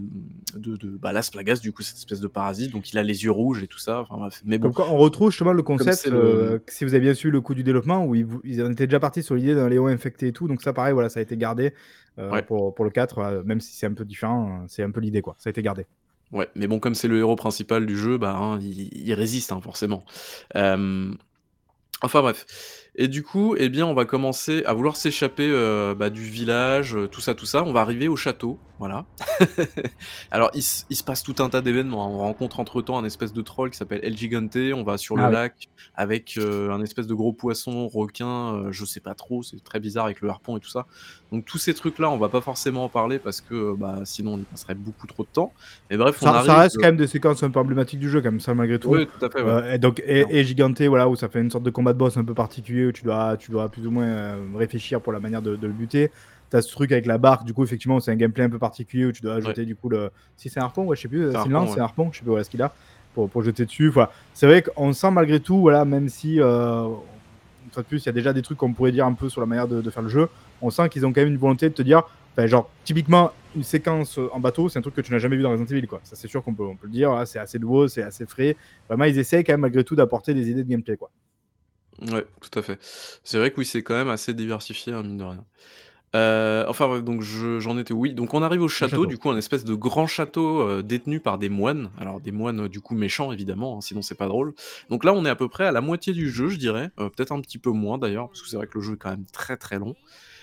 de Las Plagas, du coup, cette espèce de parasite. Donc il a les yeux rouges et tout ça, enfin bref. Mais bon, Comme quoi, on retrouve justement le comme c'est concept, le si vous avez bien suivi le coup du développement, où ils en étaient déjà partis sur l'idée d'un Léon infecté et tout, donc ça pareil, voilà, ça a été gardé ouais. pour le 4, même si c'est un peu différent, c'est un peu l'idée, quoi. Ça a été gardé. Ouais, mais bon, comme c'est le héros principal du jeu, bah, hein, il résiste, hein, forcément. Hem, enfin bref. Et du coup, eh bien, on va commencer à vouloir s'échapper, du village, tout ça. On va arriver au château, voilà. Alors il se passe tout un tas d'événements, hein. On rencontre entre-temps un espèce de troll qui s'appelle El Gigante, on va sur le Ah oui. lac avec, un espèce de gros poisson, requin, je sais pas trop, c'est très bizarre avec le harpon et tout ça. Donc tous ces trucs-là, on va pas forcément en parler parce que, sinon on y passerait beaucoup trop de temps. Mais bref, on Ça arrive, reste quand même des séquences un peu emblématiques du jeu, quand même, ça malgré tout. oui, tout à fait, ouais. Et donc, Clairement. et Giganté, voilà, où ça fait une sorte de combat de boss un peu particulier, où tu dois plus ou moins réfléchir pour la manière de le buter. T'as ce truc avec la barque, du coup, effectivement, c'est un gameplay un peu particulier où tu dois Ouais, jeter du coup le. Si c'est un harpon, ouais, je sais plus, c'est un c'est une harpon, lance, c'est ouais. un harpon, je sais plus voilà ce qu'il a, pour jeter dessus. Voilà. C'est vrai qu'on sent malgré tout, voilà, même si, une fois de plus, il y a déjà des trucs qu'on pourrait dire un peu sur la manière de faire le jeu, on sent qu'ils ont quand même une volonté de te dire, enfin, genre, typiquement, une séquence en bateau, c'est un truc que tu n'as jamais vu dans Resident Evil, quoi. Ça, c'est sûr on peut le dire, voilà, c'est assez nouveau, c'est assez frais. Vraiment, ils essaient quand même malgré tout d'apporter des idées de gameplay, quoi. Ouais, tout à fait. C'est vrai que oui, c'est quand même assez diversifié, hein, mine de rien. Enfin bref, donc j'en étais où? Oui, donc on arrive au Un château, château. du coup, un espèce de grand château, détenu par des moines. Alors des moines, du coup, méchants évidemment, hein, sinon c'est pas drôle. Donc là, on est à peu près à la moitié du jeu, je dirais, peut-être un petit peu moins d'ailleurs, parce que c'est vrai que le jeu est quand même très, très long.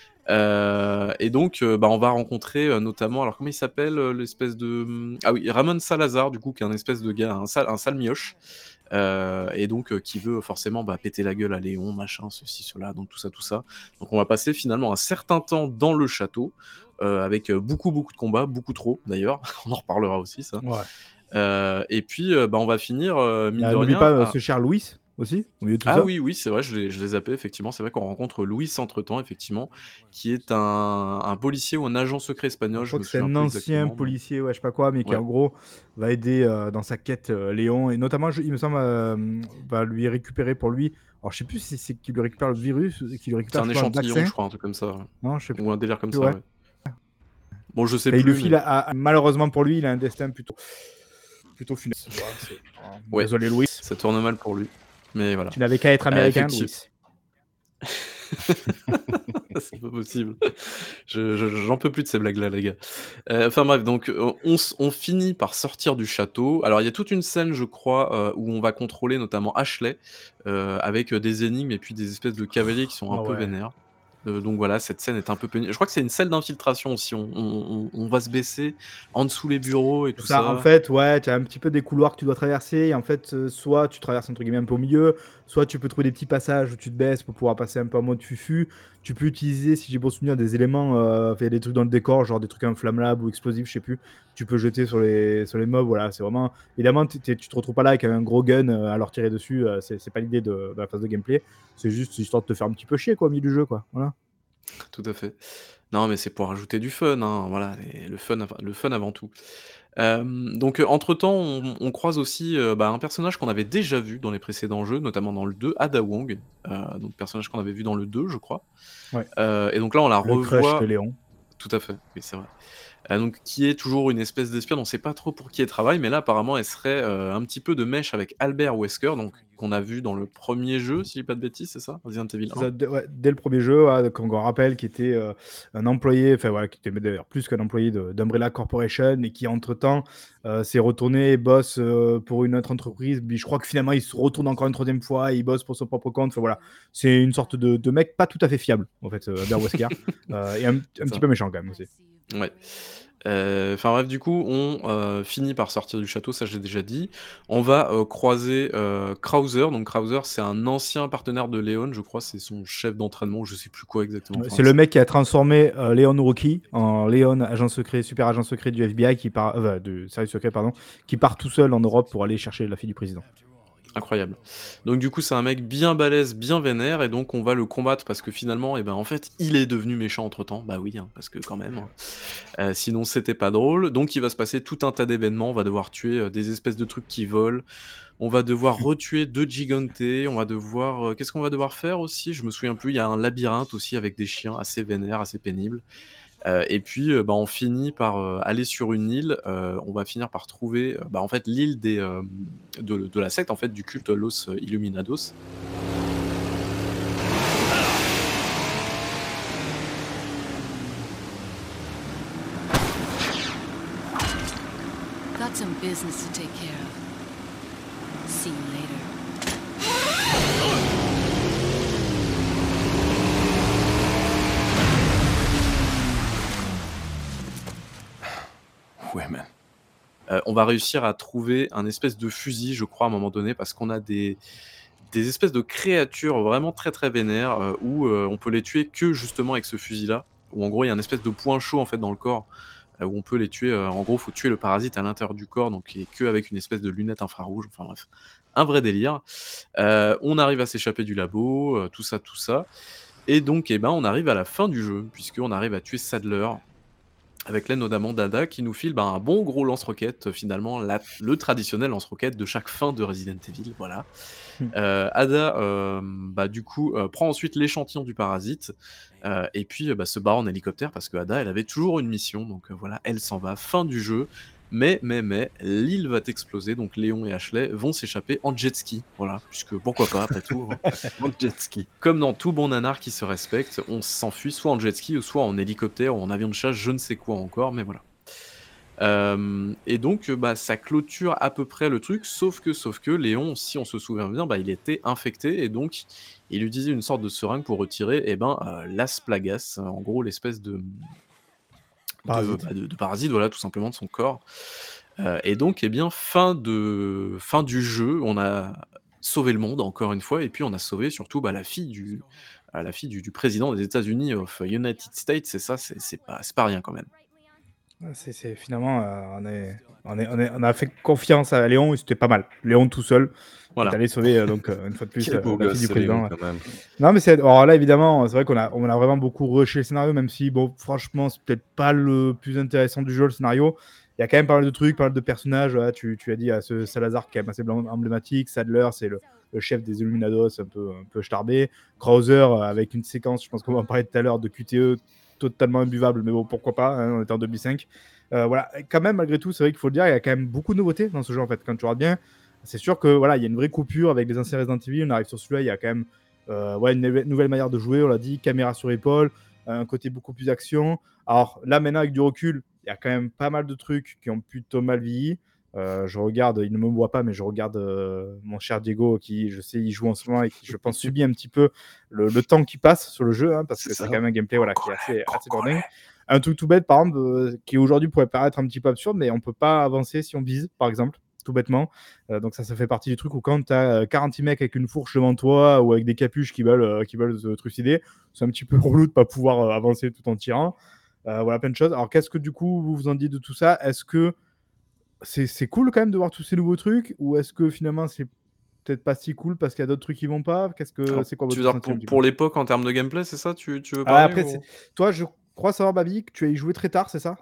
Et donc, on va rencontrer, notamment alors comment il s'appelle, l'espèce de, ah oui, Ramon Salazar, du coup, qui est un espèce de gars, un sale mioche. Et donc qui veut forcément péter la gueule à Léon, machin, ceci, cela, donc tout ça, tout ça. Donc on va passer finalement un certain temps dans le château, avec beaucoup, beaucoup de combats, beaucoup trop d'ailleurs, on en reparlera aussi ça. Ouais. Et puis on va finir, mine de N'oublie rien, pas ce cher Louis aussi, au milieu de tout ah ça. oui, oui, c'est vrai, je l'ai zappé effectivement, c'est vrai qu'on rencontre Louis entre-temps effectivement, qui est un policier ou un agent secret Je espagnol, je crois me que c'est souviens un plus ancien exactement, mais policier, ouais, je sais pas quoi, mais qui ouais. en gros va aider dans sa quête Léon, et notamment, il me semble, va lui récupérer pour lui. Alors, je sais plus si c'est qu'il lui récupère le virus, qu'il lui C'est récupère, un je crois, un échantillon, vaccin. je crois, un truc comme ça, ouais. Non, je sais Ou un délire comme plus, ça, ouais. ouais. Bon, je sais Et il le plus, file mais malheureusement pour lui, il a un destin plutôt funeste. Voilà, ouais, désolé, Louis. ça tourne mal pour lui. Mais voilà. Tu n'avais qu'à être américain, Effective Louis. c'est pas possible. J'en peux plus de ces blagues-là, les gars. Enfin bref, donc on finit par sortir du château. Alors il y a toute une scène, je crois, où on va contrôler notamment Ashley, avec, des énigmes et puis des espèces de cavaliers qui sont un Ah peu ouais. vénères. Donc voilà, cette scène est un peu pénible. Je crois que c'est une scène d'infiltration aussi. On va se baisser en dessous les bureaux et tout Ça, en ça. fait, ouais, tu as un petit peu des couloirs que tu dois traverser. Et en fait, soit tu traverses entre guillemets un peu au milieu, soit tu peux trouver des petits passages où tu te baisses pour pouvoir passer un peu en mode fufu. Tu peux utiliser, si j'ai bon souvenir, des éléments, enfin, des trucs dans le décor, genre des trucs inflammables ou explosifs, je sais plus. Tu peux jeter sur les mobs. Voilà, c'est vraiment. Évidemment, tu te retrouves pas là avec un gros gun à leur tirer dessus. C'est pas l'idée de la phase de gameplay. C'est juste histoire de te faire un petit peu chier, quoi, au milieu du jeu, quoi. Voilà. Tout à fait. Non, mais c'est pour ajouter du fun, hein, voilà, et le fun avant tout. Donc, entre-temps, on croise aussi, un personnage qu'on avait déjà vu dans les précédents jeux, notamment dans le 2, Ada Wong, donc personnage qu'on avait vu dans le 2, je crois. Ouais. Et donc là, on la Le crush de revoit Léon. tout à fait, oui, c'est vrai. Donc qui est toujours une espèce d'espionne, on sait pas trop pour qui elle travaille, mais là apparemment elle serait, un petit peu de mèche avec Albert Wesker, donc qu'on a vu dans le premier jeu, si je dis pas de bêtises, c'est ça? Resident Evil C'est 1? ça, ouais, dès le premier jeu, ouais, qu'on rappelle, qui était un employé, enfin voilà, qui était d'ailleurs plus qu'un employé d'Umbrella Corporation, et qui entre-temps s'est retourné et bosse pour une autre entreprise. Puis je crois que finalement il se retourne encore une troisième fois et il bosse pour son propre compte. Enfin voilà, c'est une sorte de mec pas tout à fait fiable en fait, Albert Wesker, et un C'est petit ça. peu méchant quand même aussi. Ouais. Enfin bref, du coup, on, finit par sortir du château, ça je l'ai déjà dit. On va, croiser, Krauser. Donc Krauser, c'est un ancien partenaire de Leon, je crois, c'est son chef d'entraînement, je sais plus quoi exactement. Enfin, C'est le mec qui a transformé Léon Rookie en Léon, agent secret, super agent secret du FBI, du service secret, pardon, qui part tout seul en Europe pour aller chercher la fille du président. Incroyable. Donc du coup, c'est un mec bien balèze, bien vénère et donc on va le combattre parce que finalement, en fait, il est devenu méchant entre-temps. Bah oui, hein, parce que quand même, hein, sinon c'était pas drôle. Donc il va se passer tout un tas d'événements. On va devoir tuer, des espèces de trucs qui volent. On va devoir retuer 2 gigantes. On va devoir, qu'est-ce qu'on va devoir faire aussi? Je me souviens plus. Il y a un labyrinthe aussi avec des chiens assez vénères, assez pénibles. Et puis, on finit par, aller sur une île, on va finir par trouver, en fait, l'île de la secte, en fait, du culte Los Illuminados. Got some business to take care of. See you later. Women. On va réussir à trouver un espèce de fusil, je crois, à un moment donné, parce qu'on a des espèces de créatures vraiment très, très vénères, où, on peut les tuer que justement avec ce fusil-là, où en gros, il y a un espèce de point chaud, en fait, dans le corps, où on peut les tuer, en gros, faut tuer le parasite à l'intérieur du corps, donc et qu'avec une espèce de lunette infrarouge, enfin bref, un vrai délire. On arrive à s'échapper du labo, tout ça, et donc on arrive à la fin du jeu, puisqu'on arrive à tuer Sadler, avec l'aide notamment d'Ada qui nous file un bon gros lance-roquette, finalement, le traditionnel lance-roquette de chaque fin de Resident Evil, voilà. Ada, du coup, prend ensuite l'échantillon du parasite, et puis, se barre en hélicoptère parce que Ada, elle avait toujours une mission, donc voilà, elle s'en va. Fin du jeu, mais, l'île va exploser, donc Léon et Ashley vont s'échapper en jet ski, voilà, puisque pourquoi pas, après tout, hein. Mon jet ski. Comme dans tout bon nanar qui se respecte, on s'enfuit soit en jet ski ou soit en hélicoptère ou en avion de chasse, je ne sais quoi encore, mais voilà. Et donc, ça clôture à peu près le truc, sauf que Léon, si on se souvient bien, il était infecté et donc il utilisait une sorte de seringue pour retirer, Las Plagas, en gros l'espèce de Parasite. de parasite, voilà, tout simplement de son corps. Et donc, fin du jeu, on a sauvé le monde encore une fois et puis on a sauvé surtout, la fille du président des États-Unis of United States et ça, c'est pas rien quand même. Ouais, c'est finalement, on a fait confiance à Léon et c'était pas mal. Léon tout seul est Voilà. allé sauver, une fois de plus, Quel beau la gosse, fille du ce Léon, président, ouais. quand même. Non, mais alors là, évidemment, c'est vrai on a vraiment beaucoup rushé le scénario, même si, bon, franchement, c'est peut-être pas le plus intéressant du jeu, le scénario. Il y a quand même pas mal de trucs, pas mal de personnages. Voilà, tu as dit, il y a ce Salazar qui est quand même assez emblématique. Sadler, c'est le chef des Illuminados, un peu starbé. Krauser, avec une séquence, je pense qu'on va en parler tout à l'heure, de QTE totalement imbuvable, mais bon, pourquoi pas, hein, on était en 2005. Voilà, quand même, malgré tout, c'est vrai qu'il faut le dire, il y a quand même beaucoup de nouveautés dans ce jeu, en fait. Quand tu regardes bien, c'est sûr que voilà, il y a une vraie coupure avec les anciens Resident Evil. On arrive sur celui-là, il y a quand même une nouvelle manière de jouer, on l'a dit, caméra sur épaule, un côté beaucoup plus action. Alors là, maintenant, avec du recul, il y a quand même pas mal de trucs qui ont plutôt mal vieilli. Je regarde, il ne me voit pas, mais je regarde mon cher Diego qui, je sais, il joue en ce moment et qui, je pense, subit un petit peu le temps qui passe sur le jeu, hein, parce que c'est quand même un gameplay qui est assez lourdingue. Un truc tout bête, par exemple, qui aujourd'hui pourrait paraître un petit peu absurde, mais on peut pas avancer si on vise, par exemple, tout bêtement. Donc ça fait partie du truc où quand tu as 40 mecs avec une fourche devant toi ou avec des capuches qui veulent se trucider, c'est un petit peu relou de pas pouvoir avancer tout en tirant. Voilà, plein de choses. Alors qu'est-ce que du coup vous en dites de tout ça? Est-ce que c'est cool quand même de voir tous ces nouveaux trucs, ou est-ce que finalement c'est peut-être pas si cool parce qu'il y a d'autres trucs qui vont pas? Alors, C'est quoi tu votre veux dire ressenti un petit peu? pour l'époque en termes de gameplay, c'est ça tu veux parler Après, ou? toi, je crois savoir, Babi, que tu as y joué très tard, c'est ça?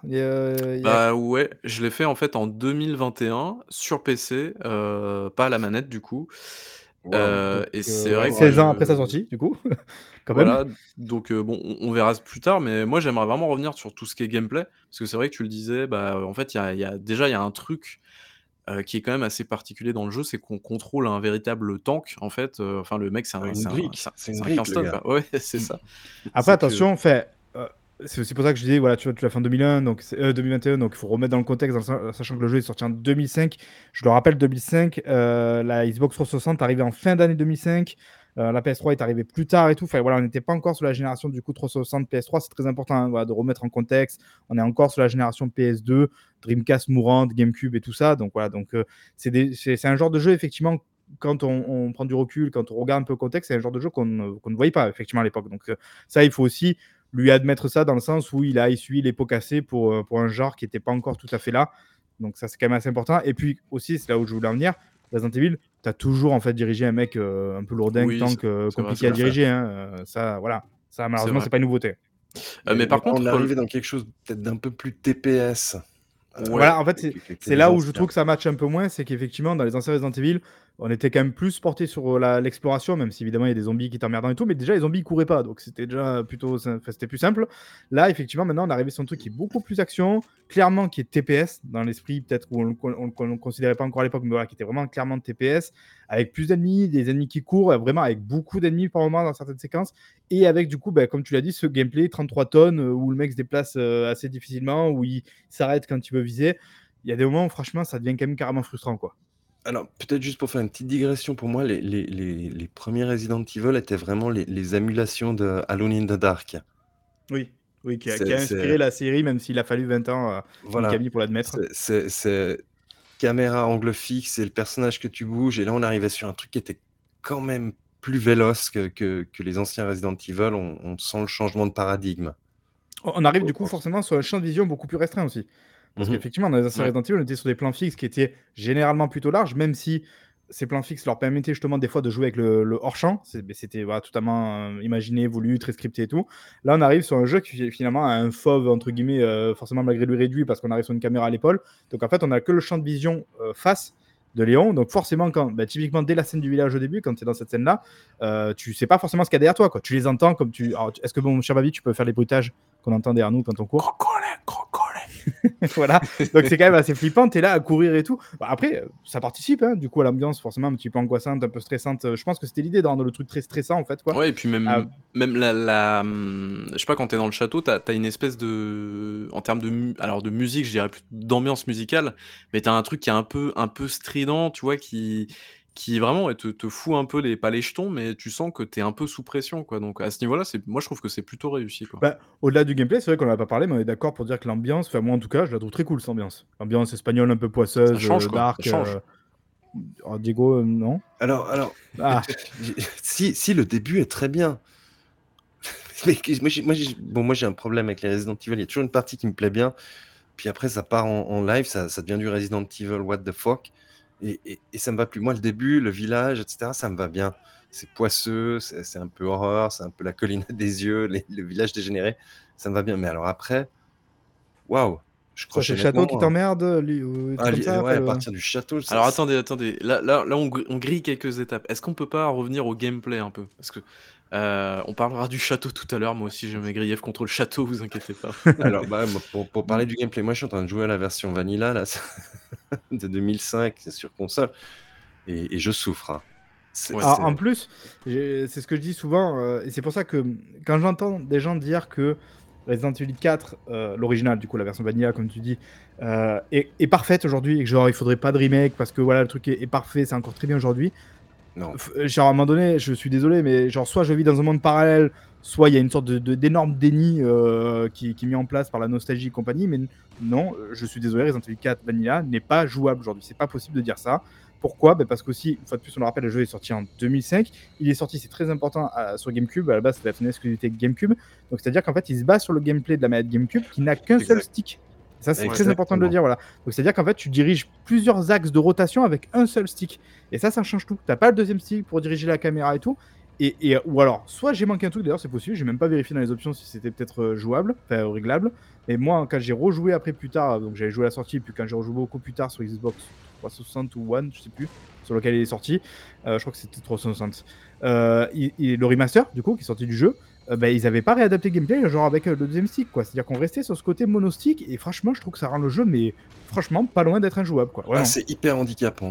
Ouais, je l'ai fait en fait en 2021 sur PC, pas à la manette du coup, Waouh. et c'est vrai 16 ans après sa que sortie, du coup, quand même. voilà, donc bon, on verra plus tard, mais moi j'aimerais vraiment revenir sur tout ce qui est gameplay, parce que c'est vrai que tu le disais, en fait il y a un truc, qui est quand même assez particulier dans le jeu, c'est qu'on contrôle un véritable tank en fait, enfin le mec Une brique, c'est une c'est un brique, le Kingston gars. quoi. Ouais, c'est ça. Après, C'est que attention, c'est aussi pour ça que je disais, voilà, tu vois, tu l'as fait en 2001, donc 2021, donc il faut remettre dans le contexte, sachant que le jeu est sorti en 2005. Je le rappelle, 2005, la Xbox 360 est arrivée en fin d'année 2005. La PS3 est arrivée plus tard et tout. Enfin, voilà, on n'était pas encore sur la génération du coup 360 PS3. C'est très important, hein, voilà, de remettre en contexte. On est encore sur la génération PS2, Dreamcast mourante, GameCube et tout ça. Donc voilà, c'est un genre de jeu, effectivement, quand on prend du recul, quand on regarde un peu le contexte, c'est un genre de jeu qu'on ne voyait pas effectivement à l'époque. Donc ça, il faut aussi lui admettre ça, dans le sens où il a essuyé les pots cassés pour un genre qui n'était pas encore tout à fait là. Donc ça, c'est quand même assez important. Et puis aussi, c'est là où je voulais en venir, Resident Evil, tu as toujours en fait dirigé un mec un peu lourdingue, Oui, tank, c'est vrai, compliqué c'est à vrai. diriger. Ça, voilà. Ça, C'est malheureusement, vrai. c'est pas une nouveauté. Mais Mais par là, on est contre, arrivé dans quelque chose peut-être d'un peu plus TPS ouais, Voilà, en fait, que c'est les là où je anciens. trouve que ça match un peu moins, c'est qu'effectivement, dans les anciens Resident Evil, on était quand même plus porté sur l'exploration, même si évidemment il y a des zombies qui t'emmerdent et tout, mais déjà les zombies ils couraient pas, donc c'était déjà plutôt, enfin, c'était plus simple. Là, effectivement, maintenant on est arrivé sur un truc qui est beaucoup plus action, clairement qui est TPS dans l'esprit, peut-être où on le considérait pas encore à l'époque, mais voilà, qui était vraiment clairement de TPS, avec plus d'ennemis, des ennemis qui courent, vraiment avec beaucoup d'ennemis par moment dans certaines séquences, et avec du coup, comme tu l'as dit, ce gameplay 33 tonnes où le mec se déplace assez difficilement, où il s'arrête quand il veut viser. Il y a des moments où franchement ça devient quand même carrément frustrant, quoi. Alors, peut-être juste pour faire une petite digression, pour moi, les premiers Resident Evil étaient vraiment les émulations de Alone in the Dark. Oui, oui, qui a C'est inspiré la série, même s'il a fallu 20 ans à voilà, Mikami pour l'admettre. c'est caméra angle fixe et le personnage que tu bouges et là, on arrivait sur un truc qui était quand même plus véloce que les anciens Resident Evil. On sent le changement de paradigme. On arrive du coup forcément sur un champ de vision beaucoup plus restreint aussi. Parce Mmh mh. qu'effectivement, dans les anciens Ouais. Resident Evil, on était sur des plans fixes qui étaient généralement plutôt larges, même si ces plans fixes leur permettaient justement des fois de jouer avec le hors-champ. C'était voilà, totalement imaginé, voulu, très scripté et tout. Là, on arrive sur un jeu qui finalement a un fauve, entre guillemets, forcément malgré lui réduit, parce qu'on arrive sur une caméra à l'épaule. Donc en fait, on a que le champ de vision face de Léon. Donc forcément, typiquement dès la scène du village au début, quand tu es dans cette scène-là, tu sais pas forcément ce qu'il y a derrière toi, quoi. Tu les entends comme tu. Alors, est-ce que, mon cher Babi, tu peux faire les bruitages qu'on entend derrière nous quand on court? Voilà, donc c'est quand même assez flippant, t'es là à courir et tout. Après, ça participe, hein, du coup, à l'ambiance, forcément, un petit peu angoissante, un peu stressante. Je pense que c'était l'idée de rendre le truc très stressant, en fait, quoi. Ouais, et puis Ah, même je sais pas, quand t'es dans le château, t'as une espèce de, en termes alors de musique, je dirais plus d'ambiance musicale, mais t'as un truc qui est un peu strident, tu vois, qui vraiment ouais, te fout un peu pas les jetons, mais tu sens que t'es un peu sous pression, quoi. Donc à ce niveau-là, moi je trouve que c'est plutôt réussi, quoi. Au-delà du gameplay, c'est vrai qu'on en a pas parlé, mais on est d'accord pour dire que l'ambiance, enfin, moi en tout cas, je la trouve très cool, cette ambiance. Ambiance espagnole un peu Ça poisseuse, change, quoi. dark. Ça change. Diego, non? Alors, Ah, si le début est très bien. Mais moi j'ai un problème avec les Resident Evil. Il y a toujours une partie qui me plaît bien, puis après ça part en live, ça devient du Resident Evil what the fuck, et ça me va plus. Moi, le début, le village, etc., ça me va bien. C'est poisseux, c'est un peu horreur, c'est un peu la colline des yeux, le village dégénéré, ça me va bien. Mais alors après, waouh, je ça, c'est crochais le château nettement. qui t'emmerde, ou des trucs comme ça, Ouais, enfin, à partir du château. Alors attendez, là on grille quelques étapes. Est-ce qu'on peut pas revenir au gameplay un peu? Parce que on parlera du château tout à l'heure, moi aussi j'ai mes griefs contre le château, vous inquiétez pas. Alors, moi, pour parler du gameplay, moi je suis en train de jouer à la version vanilla là, de 2005, c'est sur console, et je souffre, hein. Ouais. Alors, en plus, c'est ce que je dis souvent, et c'est pour ça que quand j'entends des gens dire que Resident Evil 4, l'original, du coup, la version vanilla, comme tu dis, est parfaite aujourd'hui, et que genre il faudrait pas de remake parce que voilà, le truc est parfait, c'est encore très bien aujourd'hui. Non. Genre à un moment donné, je suis désolé, mais genre soit je vis dans un monde parallèle, soit il y a une sorte d'énorme déni qui est mis en place par la nostalgie et compagnie, mais non, je suis désolé, Resident Evil 4 Vanilla n'est pas jouable aujourd'hui. C'est pas possible de dire ça. Pourquoi? Parce qu'aussi, une fois de plus, on le rappelle, le jeu est sorti en 2005. Il est sorti, c'est très important, sur GameCube. À la base, c'était une exclusivité GameCube. Donc, c'est-à-dire qu'en fait, il se base sur le gameplay de la manette GameCube qui n'a qu'un seul Exact. stick. Ça, c'est très Exactement. important de le dire. Voilà. Donc, c'est-à-dire qu'en fait, tu diriges plusieurs axes de rotation avec un seul stick. Et ça change tout. T'as pas le deuxième stick pour diriger la caméra et tout. Ou alors, soit j'ai manqué un truc, d'ailleurs, c'est possible. J'ai même pas vérifié dans les options si c'était peut-être jouable, enfin réglable. Mais moi, quand j'ai rejoué après plus tard, donc j'avais joué à la sortie, puis quand j'ai rejoué beaucoup plus tard sur Xbox 360 ou One, je sais plus, sur lequel il est sorti, je crois que c'était 360. Le remaster, du coup, qui est sorti du jeu, ils avaient pas réadapté le gameplay, genre avec le deuxième stick, quoi. C'est-à-dire qu'on restait sur ce côté monostick, et franchement, je trouve que ça rend le jeu, mais franchement, pas loin d'être injouable, quoi. Vraiment. C'est hyper handicapant.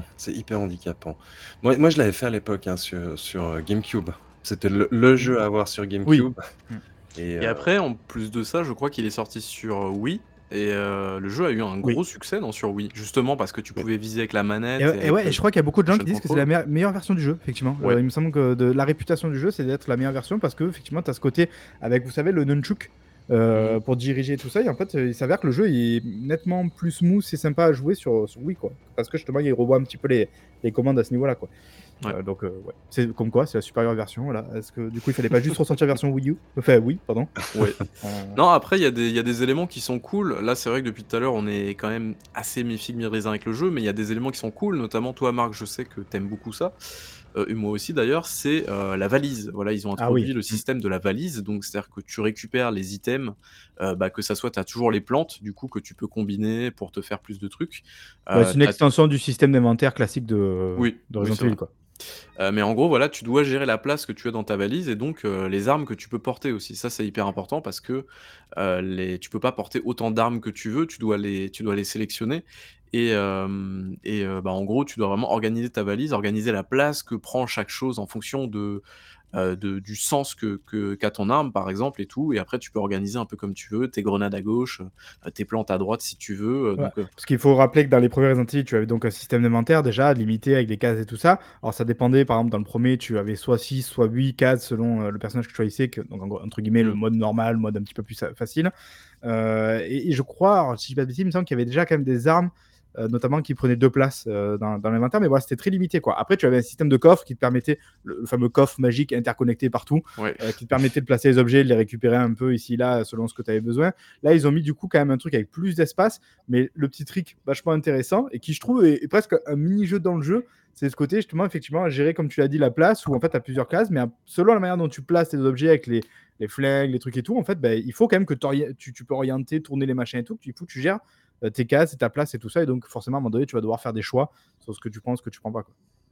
Moi, je l'avais fait à l'époque, hein, sur GameCube. C'était le jeu à avoir sur GameCube. Oui. Et après, en plus de ça, je crois qu'il est sorti sur Wii. Et le jeu a eu un gros succès sur Wii, justement parce que tu pouvais viser avec la manette. Et je crois qu'il y a beaucoup de gens qui disent que c'est la contrôle. meilleure version du jeu, effectivement. Ouais. Il me semble que la réputation du jeu, c'est d'être la meilleure version parce que, effectivement, tu as ce côté avec, vous savez, le nunchuk. Mmh. pour diriger tout ça et en fait, il s'avère que le jeu est nettement plus smooth et sympa à jouer sur Wii, quoi. Parce que justement, il revoit un petit peu les commandes à ce niveau-là, quoi. Ouais. Donc ouais, c'est comme quoi, c'est la supérieure version, voilà. Est-ce que du coup, il fallait pas juste ressortir version Wii U? Enfin, oui, pardon. Ouais. Heu, Non, après, il y a des éléments qui sont cool. Là, c'est vrai que depuis tout à l'heure, on est quand même assez mi-figue, avec le jeu, mais il y a des éléments qui sont cool, notamment toi, Marc, je sais que t'aimes beaucoup ça, et moi aussi d'ailleurs, c'est, la valise. Voilà, ils ont ah oui. introduit le Mmh. système de la valise, donc c'est-à-dire que tu récupères les items, bah, que ça soit tu as toujours les plantes, du coup, que tu peux combiner pour te faire plus de trucs. Ouais, c'est une Tu extension du système d'inventaire classique Oui, de oui, Resident c'est Evil, vrai. quoi. Mais en gros, voilà, tu dois gérer la place que tu as dans ta valise et donc les armes que tu peux porter aussi. Ça, c'est hyper important parce que, tu peux pas porter autant d'armes que tu veux, tu dois les sélectionner bah, en gros, tu dois vraiment organiser ta valise, organiser la place que prend chaque chose en fonction du sens qu'a ton arme, par exemple et tout et après tu peux organiser un peu comme tu veux, tes grenades à gauche, tes plantes à droite si tu veux, Ouais, parce qu'il faut rappeler que dans les premiers Resident Evil, tu avais donc un système d'inventaire déjà limité avec des cases et tout ça. Alors ça dépendait, par exemple, dans le premier, tu avais soit 6, soit 8 cases selon le personnage que tu choisissais, donc en gros, entre guillemets, le mmh, mode normal, le mode un petit peu plus facile. Et je crois, alors, si je dis pas de bêtises, il me semble qu'il y avait déjà quand même des armes, notamment qui prenaient 2 places dans l'inventaire, mais voilà, c'était très limité, quoi. Après, tu avais un système de coffre qui te permettait, le fameux coffre magique interconnecté partout, ouais. qui te permettait de placer les objets, de les récupérer un peu ici, là, selon ce que tu avais besoin. Là, ils ont mis du coup quand même un truc avec plus d'espace, mais le petit trick vachement intéressant et qui, je trouve, est presque un mini-jeu dans le jeu, c'est ce côté justement, effectivement, à gérer, comme tu l'as dit, la place où en fait, tu as plusieurs cases, mais selon la manière dont tu places tes objets avec les flingues, les trucs et tout, en fait, il faut quand même que tu peux orienter, tourner les machins et tout, il faut que tu gères tes cases et ta place et tout ça, et donc forcément, à un moment donné, tu vas devoir faire des choix sur ce que tu prends, ce que tu prends pas, quoi.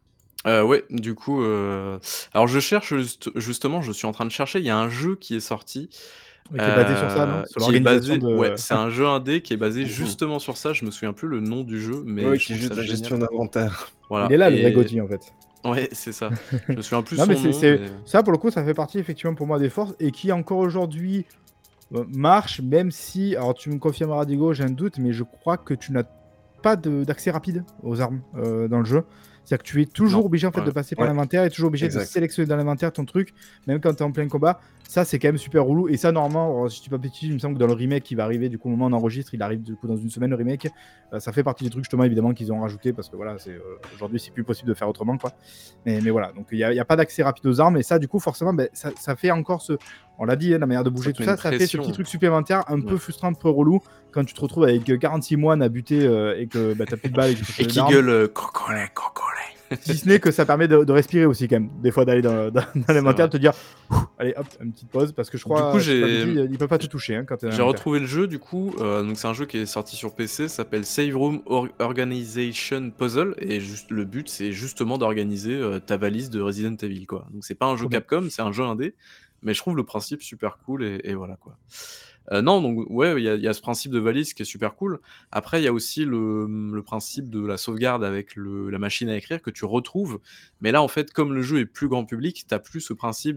Ouais, du coup, alors je cherche justement, je suis en train de chercher, il y a un jeu qui est sorti, Et qui est basé sur ça, non? Sur qui est l'organisation basé ouais, de c'est un jeu indé qui est basé Mmh. justement sur ça, je me souviens plus le nom du jeu, mais Ouais, je qui est trouve juste ça la génial. gestion d'inventaire. il Voilà est là le vrai et GOTY, en fait. ouais, c'est ça. Je me souviens plus Non, mais son c'est nom, c'est mais ça, pour le coup, ça fait partie effectivement pour moi des forces et qui encore aujourd'hui marche, même si, alors tu me confirmeras Diego, j'ai un doute, mais je crois que tu n'as pas d'accès rapide aux armes dans le jeu. C'est-à-dire que tu es toujours non, obligé en fait de ouais. passer par Ouais, l'inventaire et toujours obligé de exact. sélectionner dans l'inventaire ton truc, même quand tu es en plein combat. Ça, c'est quand même super relou. Et ça, normalement, alors, si je dis pas de bêtises, il me semble que dans le remake qui va arriver, du coup, au moment où on enregistre, il arrive du coup dans une semaine le remake. Ça fait partie des trucs justement évidemment qu'ils ont rajouté parce que voilà, aujourd'hui c'est plus possible de faire autrement, quoi. Mais voilà, donc il y a pas d'accès rapide aux armes et ça, du coup, forcément, ça fait encore on l'a dit, hein, la manière de Ça bouger, te tout met une ça, ça fait ce petit pression. truc supplémentaire un peu Ouais. frustrant, un peu relou quand tu te retrouves avec 46 moines à buter et que t'as plus de balles et que tu peux Et changer qui d'arme. gueule, Voilà. cocolet, cocolet. Si ce n'est que ça permet de respirer aussi quand même, des fois d'aller dans C'est l'inventaire, vrai. de te dire allez hop, une petite pause parce que je Du coup, crois, si je dis pas de bêtises, ils peuvent pas te toucher hein, quand tu es dans j'ai l'inventaire. retrouvé le jeu du coup, donc c'est un jeu qui est sorti sur PC, ça s'appelle Save Room Organization Puzzle et juste le but, c'est justement d'organiser, ta valise de Resident Evil, quoi. Donc c'est pas un jeu Trop bien. Capcom, c'est un jeu indé, mais je trouve le principe super cool et voilà, quoi. Non, donc ouais, il y a ce principe de valise qui est super cool. Après, il y a aussi le principe de la sauvegarde avec la machine à écrire que tu retrouves. Mais là, en fait, comme le jeu est plus grand public, tu plus ce principe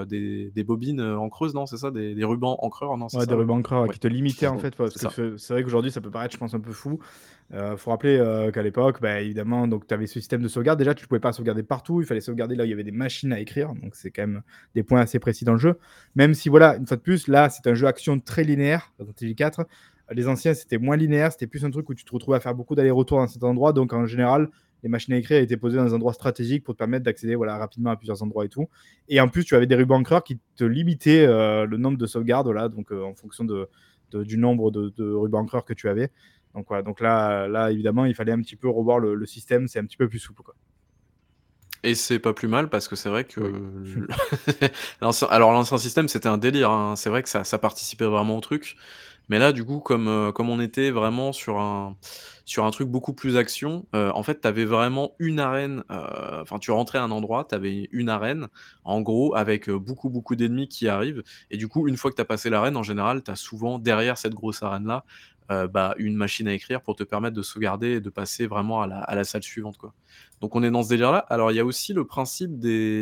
des bobines, encreuses, non, c'est ça? Des rubans encreurs, non, c'est Ouais, des ça, rubans encreurs Ouais, qui te limitaient en fait, parce c'est que ça. c'est vrai qu'aujourd'hui ça peut paraître, je pense, un peu fou. Faut rappeler, qu'à l'époque, évidemment, donc tu avais ce système de sauvegarde. Déjà, tu pouvais pas sauvegarder partout, il fallait sauvegarder là où il y avait des machines à écrire, donc c'est quand même des points assez précis dans le jeu. Même si voilà, une fois de plus, là, c'est un jeu action très linéaire, Resident Evil 4. Les anciens, c'était moins linéaire, c'était plus un truc où tu te retrouvais à faire beaucoup d'allers-retours dans cet endroit, donc en général, les machines à écrire étaient posées dans un endroit stratégique pour te permettre d'accéder, voilà, rapidement à plusieurs endroits et tout. Et en plus, tu avais des rubans encreurs qui te limitaient le nombre de sauvegardes, voilà, donc en fonction du nombre de rubans encreurs que tu avais. Donc voilà, donc là évidemment, il fallait un petit peu revoir le système, c'est un petit peu plus souple, quoi. Et c'est pas plus mal parce que c'est vrai que Oui. l'ancien système, c'était un délire, hein. C'est vrai que ça participait vraiment au truc. Mais là, du coup, comme on était vraiment sur un truc beaucoup plus action, en fait, tu avais vraiment une arène, enfin, tu rentrais à un endroit, tu avais une arène, en gros, avec, beaucoup, beaucoup d'ennemis qui arrivent et du coup, une fois que tu as passé l'arène, en général, tu as souvent derrière cette grosse arène-là, bah, une machine à écrire pour te permettre de sauvegarder et de passer vraiment à la salle suivante, quoi. Donc on est dans ce délire-là. Alors il y a aussi le principe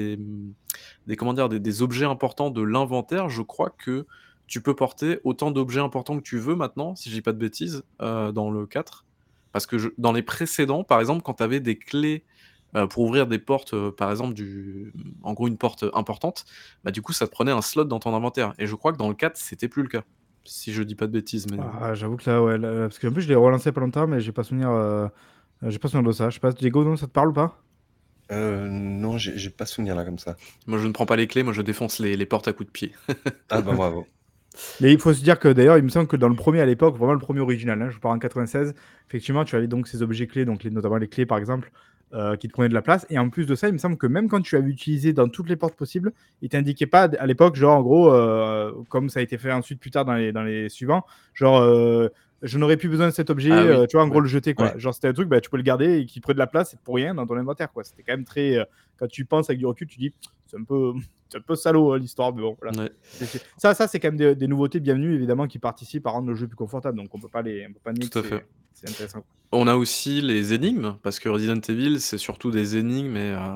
des comment dire? Des objets importants de l'inventaire. Je crois que tu peux porter autant d'objets importants que tu veux maintenant, si je dis pas de bêtises, dans le 4. Parce que dans les précédents, par exemple, quand tu avais des clés, pour ouvrir des portes, par exemple en gros une porte importante, bah, du coup ça te prenait un slot dans ton inventaire et je crois que dans le 4, c'était plus le cas. si je dis pas de bêtises, mais Ah, j'avoue que là, ouais, là, parce qu'en plus, je l'ai relancé il y a pas longtemps, mais j'ai pas souvenir de ça. Je sais pas, Diego, non, ça te parle ou pas? Non, j'ai pas souvenir là comme ça. moi je ne prends pas les clés, moi je défonce les portes à coups de pied. Ah bah bravo. Mais il faut se dire que d'ailleurs, il me semble que dans le premier à l'époque, vraiment le premier original, hein, je pars en 96, effectivement, tu avais donc ces objets clés, donc notamment les clés par exemple, qui te prenaient de la place. Et en plus de ça, il me semble que même quand tu avais utilisé dans toutes les portes possibles, il t'indiquait pas à l'époque, genre en gros, comme ça a été fait ensuite plus tard dans les suivants, genre je n'aurais plus besoin de cet objet, Ah oui, tu vois, en gros ouais. le jeter quoi. Ouais. Genre c'était un truc, bah, tu peux le garder et qui prenait de la place pour rien dans ton inventaire quoi. C'était quand même très. Quand tu y penses avec du recul, tu dis, c'est un peu, c'est un peu salaud l'histoire, mais bon, voilà. Ouais. Ça, c'est quand même des nouveautés bienvenues, évidemment, qui participent à rendre le jeu plus confortable. Donc, on peut pas nier que Tout à fait. c'est intéressant. On a aussi les énigmes, parce que Resident Evil, c'est surtout des énigmes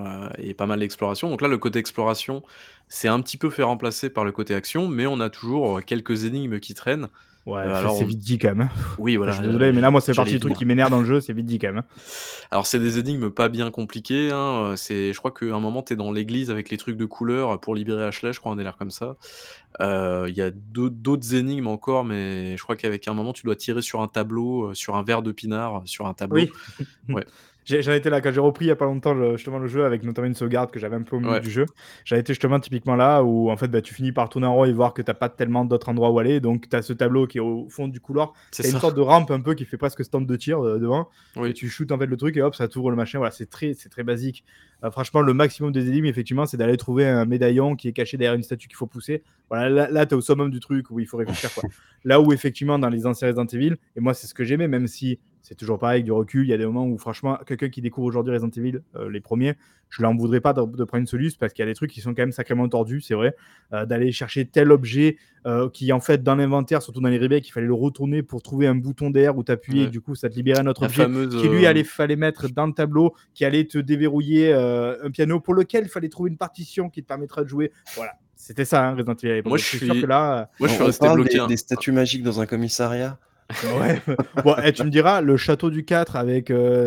et pas mal d'exploration. Donc là, le côté exploration, c'est un petit peu fait remplacer par le côté action, mais on a toujours quelques énigmes qui traînent. Ouais, Alors, c'est vite dit quand même, hein. oui, Enfin, voilà, je suis désolé, mais là, moi, c'est j'allais partie y du truc venir. qui m'énerve dans le jeu, c'est vite dit quand même, hein. Alors, c'est des énigmes pas bien compliquées, hein, je crois qu'à un moment, tu es dans l'église avec les trucs de couleur pour libérer Ashley, je crois, un délire comme ça. Il y a d'autres énigmes encore, mais je crois qu'avec un moment, tu dois tirer sur un tableau, sur un verre de pinard, sur un tableau. Oui. Ouais. J'en étais là quand j'ai repris il y a pas longtemps justement le jeu avec notamment une sauvegarde que j'avais un peu au milieu Ouais. du jeu. J'avais été justement typiquement là où en fait bah, tu finis par tourner en rond et voir que t'as pas tellement d'autres endroits où aller. Donc tu as ce tableau qui est au fond du couloir. C'est T'as une ça. sorte de rampe un peu qui fait presque stand de tir devant. Et Oui. tu shootes en fait le truc et hop ça t'ouvre le machin. Voilà, c'est très basique. Franchement, le maximum des énigmes, effectivement, c'est d'aller trouver un médaillon qui est caché derrière une statue qu'il faut pousser. Voilà, là t'es au summum du truc où il faut réfléchir quoi. Là où effectivement dans les anciens Resident Evil, et moi c'est ce que j'aimais, même si c'est toujours pareil, avec du recul, il y a des moments où franchement, quelqu'un qui découvre aujourd'hui Resident Evil, les premiers, je l'en voudrais pas de prendre une soluce parce qu'il y a des trucs qui sont quand même sacrément tordus, c'est vrai. D'aller chercher tel objet qui en fait dans l'inventaire, surtout dans les remakes, il fallait le retourner pour trouver un bouton d'air où t'appuyais et Ouais. du coup ça te libérait un autre La objet fameuse, qui lui fallait mettre dans le tableau, qui allait te déverrouiller un piano pour lequel il fallait trouver une partition qui te permettra de jouer. Voilà, c'était ça, hein, Resident Evil à l'époque. Moi, Donc, je c'est sûr que suis là, moi, je suis On resté parle bloqué, des statues magiques dans un commissariat. ouais. Bon, tu me diras, le château du 4 avec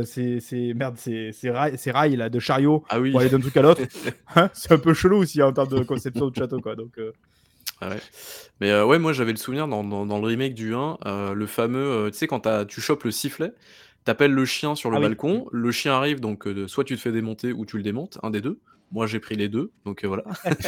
ces rails là, de chariot Ah oui. pour aller d'un truc à l'autre, hein, c'est un peu chelou aussi en termes de conception de château. Quoi, donc, Ah ouais. Mais ouais, moi, j'avais le souvenir dans le remake du 1, le fameux, tu sais, quand tu chopes le sifflet, t'appelles le chien sur le Ah oui. balcon, le chien arrive, donc soit tu te fais démonter ou tu le démontes, un des 2. Moi, j'ai pris les 2, donc voilà.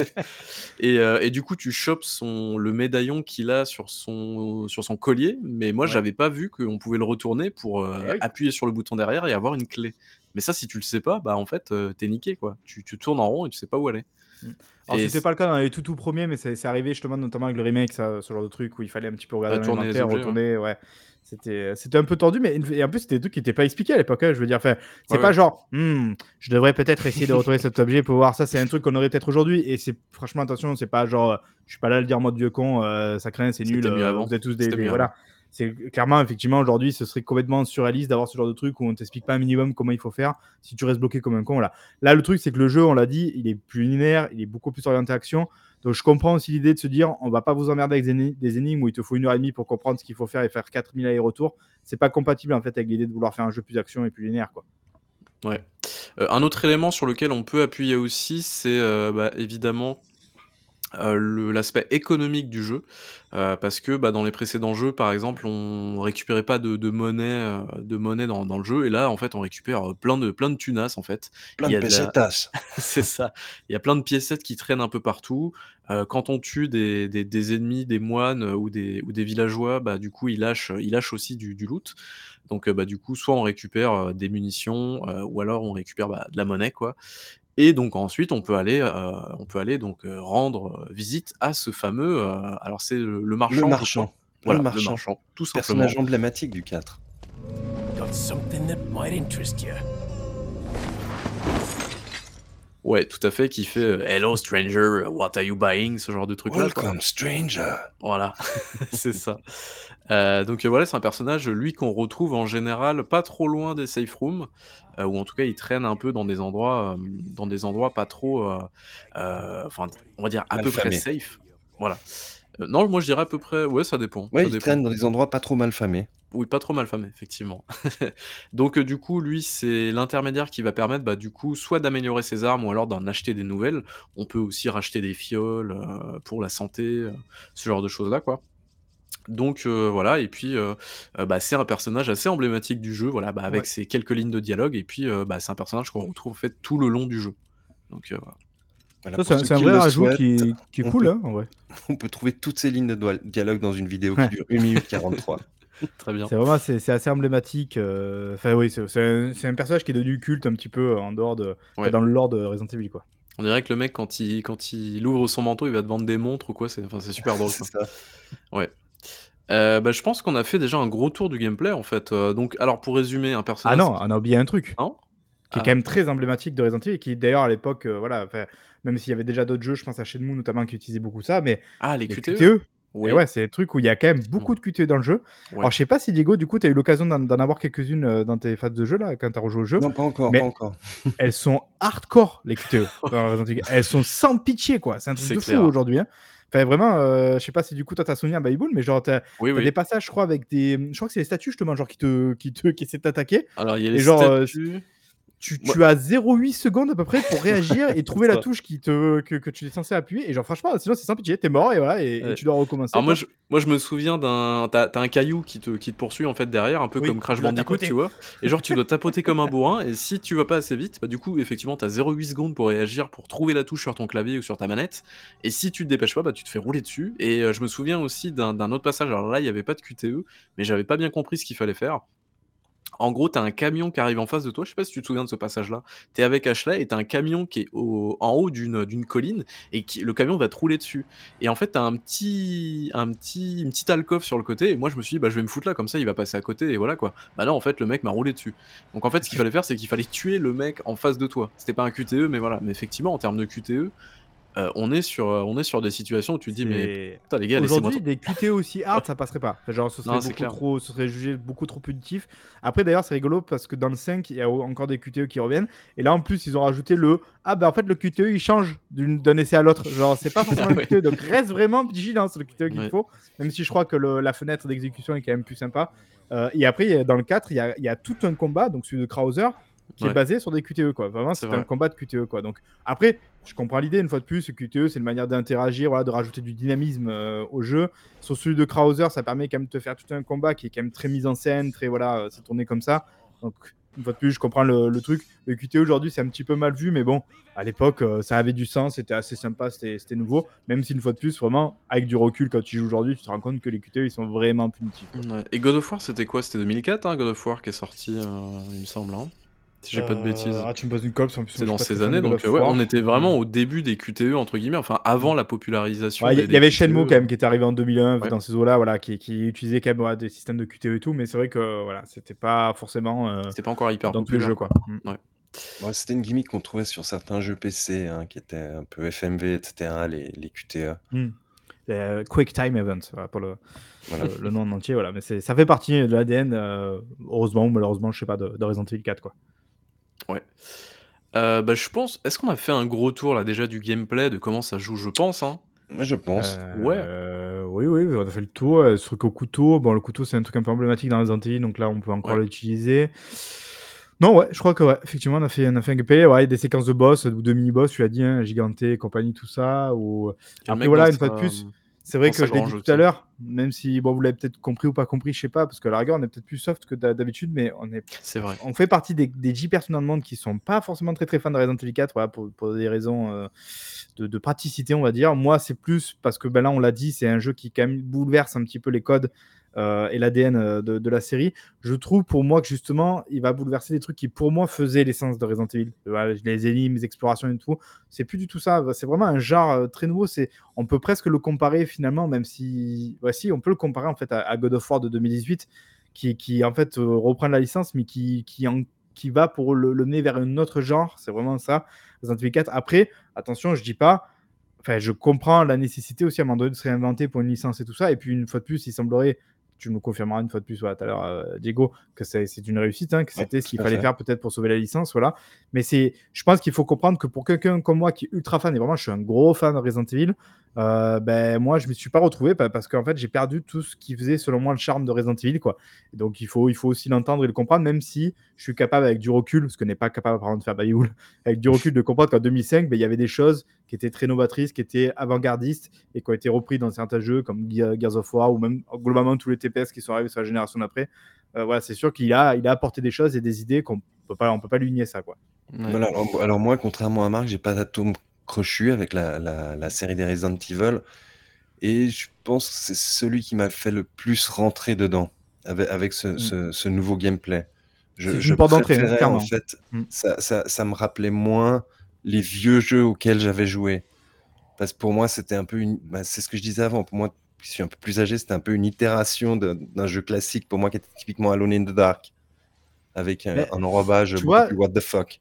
Et du coup, tu chopes le médaillon qu'il a sur son collier, mais moi, Ouais. j'avais pas vu qu'on pouvait le retourner pour, Eh oui. appuyer sur le bouton derrière et avoir une clé. Mais ça, si tu le sais pas, bah, en fait, tu niqué, quoi. Tu tournes en rond et tu sais pas où aller. Alors, Et c'était pas le cas dans les tout premiers, mais c'est arrivé justement notamment avec le remake, ça, ce genre de truc où il fallait un petit peu regarder bah, dans tourner les l'inventaire, objets, ouais. retourner. Ouais. C'était un peu tordu, mais et en plus, c'était des trucs qui n'étaient pas expliqués à l'époque. Hein, je veux dire, enfin, c'est Ouais, pas ouais. genre, je devrais peut-être essayer de retrouver cet objet pour voir ça. C'est un truc qu'on aurait peut-être aujourd'hui. Et c'est franchement, attention, c'est pas genre, je suis pas là à le dire en mode vieux con, ça craint, c'est nul, C'était mieux avant. vous êtes tous C'était mieux voilà. avant. C'est clairement, effectivement, aujourd'hui, ce serait complètement surréaliste d'avoir ce genre de truc où on t'explique pas un minimum comment il faut faire si tu restes bloqué comme un con. Voilà. Là, le truc, c'est que le jeu, on l'a dit, il est plus linéaire, il est beaucoup plus orienté action. Donc, je comprends aussi l'idée de se dire, on va pas vous emmerder avec des énigmes où il te faut 1h30 pour comprendre ce qu'il faut faire et faire 4000 allers-retours. C'est pas compatible en fait avec l'idée de vouloir faire un jeu plus action et plus linéaire, quoi. Ouais. Un autre élément sur lequel on peut appuyer aussi, c'est, bah, évidemment, l'aspect économique du jeu, parce que, bah, dans les précédents jeux, par exemple, on récupérait pas de monnaie dans le jeu et là, en fait, on récupère, plein de tunasses, en fait. Plein Il y de a de la pesetas. c'est ça. Il y a plein de piécettes qui traînent un peu partout. Quand on tue des ennemis, des moines, ou des villageois, bah, du coup, ils lâchent aussi du loot. Donc, bah, du coup, soit on récupère, des munitions, ou alors on récupère, bah, de la monnaie, quoi. Et donc ensuite, on peut aller donc, rendre, visite à ce fameux, alors c'est le marchand, Le je marchand. crois. Voilà, Le le marchand. marchand, tout simplement. Personnage emblématique du 4. Got something that might interest you. Ouais, tout à fait, qui fait, «Hello stranger, what are you buying?» ce genre de truc-là, quoi. Welcome, stranger. Voilà, c'est ça. Donc, voilà, c'est un personnage, lui, qu'on retrouve en général pas trop loin des safe rooms, ou en tout cas, il traîne un peu dans des endroits pas trop, enfin, on va dire à peu près Malfamé. safe. Voilà. Non, moi je dirais à peu près, ouais, ça dépend, Ouais, ça il dépend. traîne dans des endroits pas trop mal famés. Oui, pas trop mal famé, effectivement. Donc, du coup, lui, c'est l'intermédiaire qui va permettre, bah, du coup, soit d'améliorer ses armes ou alors d'en acheter des nouvelles. On peut aussi racheter des fioles, pour la santé, ce genre de choses-là, quoi. Donc voilà et puis, bah, c'est un personnage assez emblématique du jeu, voilà, bah, avec Ouais. ses quelques lignes de dialogue et puis, bah, c'est un personnage qu'on retrouve en fait tout le long du jeu. Donc voilà. Voilà, Ça, pour ceux c'est un qui vrai le rajout souhaitent, qui est on cool, peut hein, en vrai. on peut trouver toutes ces lignes de dialogue dans une vidéo qui Ouais. dure 1 minute 43. Très bien. C'est vraiment c'est assez emblématique, enfin oui, c'est un personnage qui est devenu culte un petit peu en dehors de enfin Ouais. dans le lore de Resident Evil, quoi. On dirait que le mec quand il ouvre son manteau, il va te vendre des montres ou quoi, c'est super drôle, C'est quoi. ça. Ouais. Bah, je pense qu'on a fait déjà un gros tour du gameplay en fait, donc alors pour résumer, un Ah personnage non, on a oublié un truc non? qui est Ah quand même très emblématique de Resident Evil et qui d'ailleurs à l'époque, voilà, enfin, même s'il y avait déjà d'autres jeux, je pense à Shenmue notamment qui utilisait beaucoup ça, mais les les QTE? QTE et Oui. ouais, c'est des trucs où il y a quand même Mmh. beaucoup de QTE dans le jeu. Ouais. Alors je sais pas si Diego, du coup, tu as eu l'occasion d'en avoir quelques-unes, dans tes phases de jeu là, quand tu as rejoué au jeu, Non, pas encore, pas mais encore. elles sont hardcore les QTE dans Resident Evil. Elles sont sans pitié, quoi. C'est un truc C'est de fou clair. aujourd'hui, hein. Enfin vraiment, je sais pas si du coup toi tu as souvenir Baby Bull, mais genre tu Oui, as des oui. passages je crois avec des je crois que c'est les statues justement genre qui essaient de t'attaquer Alors il y a les et genre, statues. tu Moi tu as 0,8 secondes à peu près pour réagir et trouver C'est la ça. touche que tu es censé appuyer et genre franchement sinon c'est sans pitié, tu es mort et voilà et Ouais. tu dois recommencer Alors moi quoi. je moi je me souviens t'as un caillou qui te poursuit en fait derrière, un peu Oui, comme Crash tu dois Bandicoot, tu tapoter. vois? Et genre tu dois tapoter comme un bourrin et si tu vas pas assez vite, bah, du coup effectivement tu as 0,8 secondes pour réagir, pour trouver la touche sur ton clavier ou sur ta manette et si tu te dépêches pas, bah, tu te fais rouler dessus et je me souviens aussi d'un autre passage, alors là il y avait pas de QTE, mais j'avais pas bien compris ce qu'il fallait faire. En gros, tu as un camion qui arrive en face de toi, je sais pas si tu te souviens de ce passage-là? Tu es avec Ashley et tu as un camion qui est en haut d'une colline et le camion va te rouler dessus et en fait, tu as une petite alcôve sur le côté et moi je me suis dit: «Bah, je vais me foutre là, comme ça il va passer à côté et voilà quoi». Bah non, en fait, le mec m'a roulé dessus. Donc en fait, ce qu'il fallait faire, c'est qu'il fallait tuer le mec en face de toi. C'était pas un QTE, mais voilà. Mais effectivement, en termes de QTE, on est sur des situations où tu te dis: «Mais C'est putain les gars, laissez-moi aujourd'hui des QTE aussi hard, ça passerait pas. Enfin, genre non, c'est clair. ce serait jugé beaucoup trop punitif. Après d'ailleurs, c'est rigolo parce que dans le 5, il y a encore des QTE qui reviennent et là en plus, ils ont rajouté le ah bah en fait le QTE il change d'un essai à l'autre. Genre c'est pas forcément Ah le ouais. QTE donc reste vraiment vigilant sur le QTE qu'il Ouais, faut, même si je crois que la fenêtre d'exécution est quand même plus sympa. Et après dans le 4, il y a tout un combat donc celui de Krauser qui est ouais, basé sur des QTE quoi. Vraiment, c'est c'est un vrai. combat de QTE quoi. Donc après, je comprends l'idée une fois de plus, le QTE c'est une manière d'interagir, voilà, de rajouter du dynamisme au jeu. Sur celui de Krauser, ça permet quand même de te faire tout un combat qui est quand même très mis en scène, très voilà, c'est tourné comme ça. Donc une fois de plus, je comprends le truc. Le QTE aujourd'hui, c'est un petit peu mal vu, mais bon, à l'époque, ça avait du sens, c'était assez sympa, c'était nouveau. Même si une fois de plus, vraiment, avec du recul, quand tu joues aujourd'hui, tu te rends compte que les QTE, ils sont vraiment punitifs, quoi. Ouais et God of War, c'était quoi? C'était 2004, hein, God of War qui est sorti, il me semble, hein? Si j'ai pas de bêtises. Tu me poses une colle, en plus, C'est moi, je dans suis pas très ces fan de années God donc of ouais, on War. était vraiment au début des QTE entre guillemets, enfin avant la popularisation Ouais, il des y avait QTE, Shenmue quand même qui était arrivé en 2001 ouais, dans ces eaux-là, voilà, qui utilisait quand même ouais, des systèmes de QTE et tout, mais c'est vrai que voilà, c'était pas forcément c'était pas encore hyper dans tous les populaire, jeux, quoi. quoi. Ouais. Ouais, c'était une gimmick qu'on trouvait sur certains jeux PC, hein, qui étaient un peu FMV, et cetera, les QTE. Quick Time Event, voilà, pour Voilà. le nom en entier, voilà, mais ça fait partie de l'ADN, heureusement ou malheureusement, je sais pas, de Resident Evil 4, quoi. Ouais. Bah, je pense est-ce qu'on a fait un gros tour là déjà du gameplay, de comment ça joue? Je pense, hein? Moi, je pense. Ouais, Oui, oui, on a fait le tour. Ce truc au couteau, bon, le couteau, c'est un truc un peu emblématique dans Resident Evil, donc là, on peut encore ouais. l'utiliser. Non, ouais, je crois que ouais, effectivement, on a fait un gameplay, ouais, des séquences de boss ou de mini-boss, tu l'as dit, hein, Giganté et compagnie, tout ça. Ou... Et le Après, mec dans voilà, une fois de sa plus, c'est vrai dans que sa je l'ai dit grange tout à aussi. l'heure, même si bon, vous l'avez peut-être compris ou pas compris, je sais pas, parce que à la rigueur, on est peut-être plus soft que d'habitude, mais C'est vrai. on fait partie des 10 personnes dans le monde qui sont pas forcément très très fans de Resident Evil 4, voilà, pour des raisons de praticité, on va dire. Moi, c'est plus parce que ben là, on l'a dit, c'est un jeu qui quand même bouleverse un petit peu les codes et l'ADN de la série. Je trouve pour moi que justement, il va bouleverser des trucs qui pour moi faisaient l'essence de Resident Evil. Voilà, les énigmes, les explorations et tout. C'est plus du tout ça. C'est vraiment un genre très nouveau. On peut presque le comparer finalement, même si, si, on peut le comparer en fait à God of War de 2018, qui en fait reprend la licence, mais qui va pour le mener vers un autre genre. C'est vraiment ça, Resident Evil 4. Après, attention, je dis pas. Enfin, je comprends la nécessité aussi à un moment donné de se réinventer pour une licence et tout ça. Et puis, une fois de plus, il semblerait, tu me confirmeras une fois de plus voilà, tout à l'heure, Diego, que c'est une réussite, hein, que Ouais, c'était ce tout qu'il à fallait fait. faire peut-être pour sauver la licence. Voilà. Mais je pense qu'il faut comprendre que pour quelqu'un comme moi qui est ultra fan, et vraiment, je suis un gros fan de Resident Evil, ben, moi, je ne m'y suis pas retrouvé parce qu'en fait, j'ai perdu tout ce qui faisait, selon moi, le charme de Resident Evil. Quoi. Et donc, il faut aussi l'entendre et le comprendre, même si je suis capable, avec du recul, ce que n'est pas capable apparemment de faire Bayoul, avec du recul, de comprendre qu'en 2005, ben, il y avait des choses qui étaient très novatrices, qui étaient avant-gardistes et qui ont été repris dans certains jeux comme Gears of War ou même globalement tous les TPS qui sont arrivés sur la génération d'après. Voilà, c'est sûr qu'il a apporté des choses et des idées qu'on peut pas lui nier ça, quoi. Ouais. Voilà, alors moi, contrairement à Marc, j'ai pas d'atome crochu avec la série des Resident Evil. Et je pense que c'est celui qui m'a fait le plus rentrer dedans avec ce nouveau gameplay. C'est Je une porte d'entrée, hein, préférais, en clairement. fait, Mm. ça me rappelait moins les vieux jeux auxquels j'avais joué. Parce que pour moi, c'était un peu c'est ce que je disais avant. Pour moi, je suis un peu plus âgé, c'était un peu une itération d'un jeu classique, pour moi, qui était typiquement Alone in the Dark, avec un Mais, enrobage tu beaucoup vois, plus what the fuck.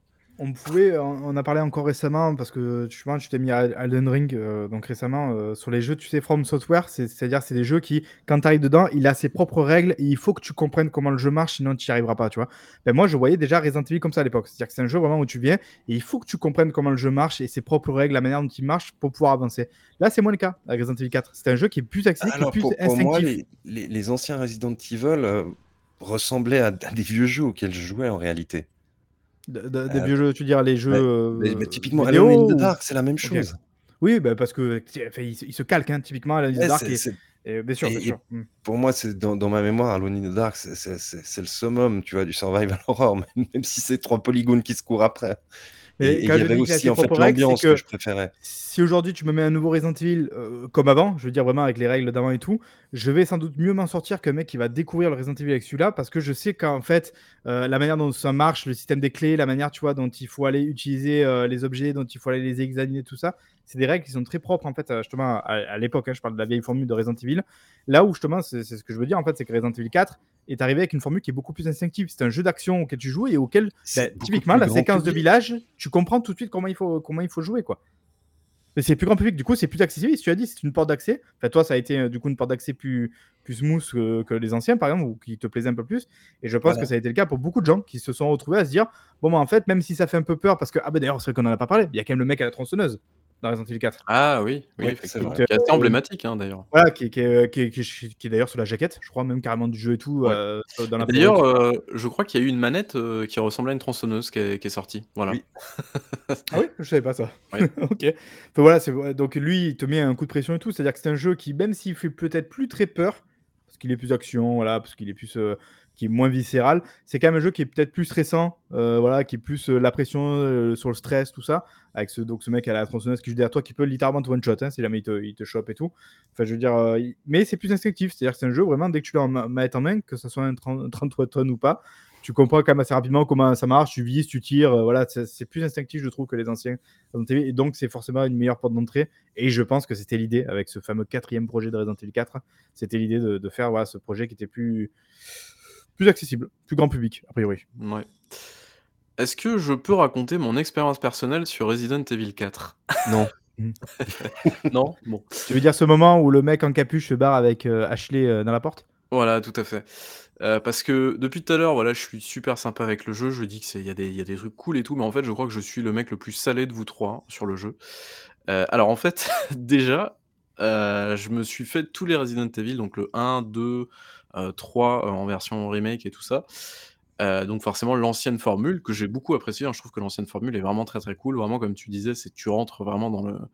on a parlé encore récemment parce que tu vois, tu t'es mis à Elden Ring donc récemment sur les jeux, tu sais, From Software, c'est-à-dire c'est des jeux qui, quand tu arrives dedans, il a ses propres règles et il faut que tu comprennes comment le jeu marche, sinon tu n'y arriveras pas, tu vois. Ben moi, je voyais déjà Resident Evil comme ça à l'époque, c'est-à-dire que c'est un jeu vraiment où tu viens et il faut que tu comprennes comment le jeu marche et ses propres règles, la manière dont il marche pour pouvoir avancer. Là, c'est moins le cas avec Resident Evil 4. C'est un jeu qui est plus accessible, qui est Alors, plus pour moi, instinctif. les anciens Resident Evil ressemblaient à des vieux jeux auxquels je jouais en réalité. Des vieux jeux, tu veux dire les jeux Mais typiquement, vidéo Alone in the ou... Dark, c'est la même Ok. chose. Oui, bah parce que enfin, il se calque hein, typiquement à la liste Ouais, Dark et bien sûr, bien et sûr. Mm. pour moi, c'est dans ma mémoire, Alone in the Dark, c'est le summum, tu vois, du survival horror, même si c'est 3 polygones qui se courent après. Mais Et il quand y je avait dis qu'il a aussi ses en fait propres règles, c'est l'ambiance que que je préférais. si aujourd'hui tu me mets un nouveau Resident Evil comme avant, je veux dire vraiment avec les règles d'avant et tout, je vais sans doute mieux m'en sortir qu'un mec qui va découvrir le Resident Evil avec celui-là parce que je sais qu'en fait la manière dont ça marche, le système des clés, la manière tu vois dont il faut aller utiliser les objets, dont il faut aller les examiner, tout ça, c'est des règles qui sont très propres en fait justement à l'époque. Hein, je parle de la vieille formule de Resident Evil. Là où justement c'est ce que je veux dire en fait, c'est que Resident Evil 4 est arrivé avec une formule qui est beaucoup plus instinctive. C'est un jeu d'action auquel tu joues et auquel C'est beaucoup typiquement plus la grand séquence de public. village, tu comprends tout de suite comment il faut jouer quoi. Mais c'est plus grand public, du coup, c'est plus accessible. Si tu as dit, c'est une porte d'accès. Enfin, toi, ça a été du coup une porte d'accès plus smooth que les anciens, par exemple, ou qui te plaisaient un peu plus. Et je pense que Voilà. ça a été le cas pour beaucoup de gens qui se sont retrouvés à se dire bon, bah, en fait, même si ça fait un peu peur, parce que, ah, bah d'ailleurs, c'est vrai qu'on en a pas parlé, il y a quand même le mec à la tronçonneuse dans Resident Evil 4. Ah oui, oui, Ouais, c'est effectivement. vrai. Qui est assez emblématique, hein, d'ailleurs. Voilà, qui est d'ailleurs sur la jaquette, je crois, même carrément du jeu et tout, Ouais. dans Et la d'ailleurs, fourrure. je crois qu'il y a eu une manette qui ressemblait à une tronçonneuse qui est sortie. Voilà. Oui. Ah oui, je savais pas ça. Ouais. Ok. Enfin, voilà, donc lui, il te met un coup de pression et tout. C'est-à-dire que c'est un jeu qui, même s'il fait peut-être plus très peur, parce qu'il est plus action, voilà, parce qu'il est plus, qui est moins viscéral, c'est quand même un jeu qui est peut-être plus stressant, voilà, qui est plus la pression sur le stress, tout ça, avec ce mec à la tronçonneuse qui joue derrière toi, qui peut littéralement te one shot, hein, si jamais il te chope et tout. Enfin, je veux dire, mais c'est plus instinctif. C'est-à-dire que c'est un jeu vraiment dès que tu l'as en manette en main, que ce soit un 33 tonnes ou pas. Tu comprends quand même assez rapidement comment ça marche, tu vises, tu tires, voilà, c'est plus instinctif, je trouve, que les anciens Resident Evil, et donc c'est forcément une meilleure porte d'entrée, et je pense que c'était l'idée, avec ce fameux 4e projet de Resident Evil 4, c'était l'idée de faire voilà, ce projet qui était plus accessible, plus grand public, a priori. Ouais. Est-ce que je peux raconter mon expérience personnelle sur Resident Evil 4? Non. Non? Bon. Tu veux dire ce moment où le mec en capuche se barre avec Ashley dans la porte? Voilà, tout à fait. Parce que depuis tout à l'heure, voilà, je suis super sympa avec le jeu, je dis qu'il y a des trucs cool et tout, mais en fait, je crois que je suis le mec le plus salé de vous 3 sur le jeu. Alors en fait, déjà, je me suis fait tous les Resident Evil, donc le 1, 2, 3, en version remake et tout ça. Donc forcément l'ancienne formule que j'ai beaucoup appréciée, hein. Je trouve que l'ancienne formule est vraiment très, très cool. Vraiment comme tu disais, c'est tu rentres vraiment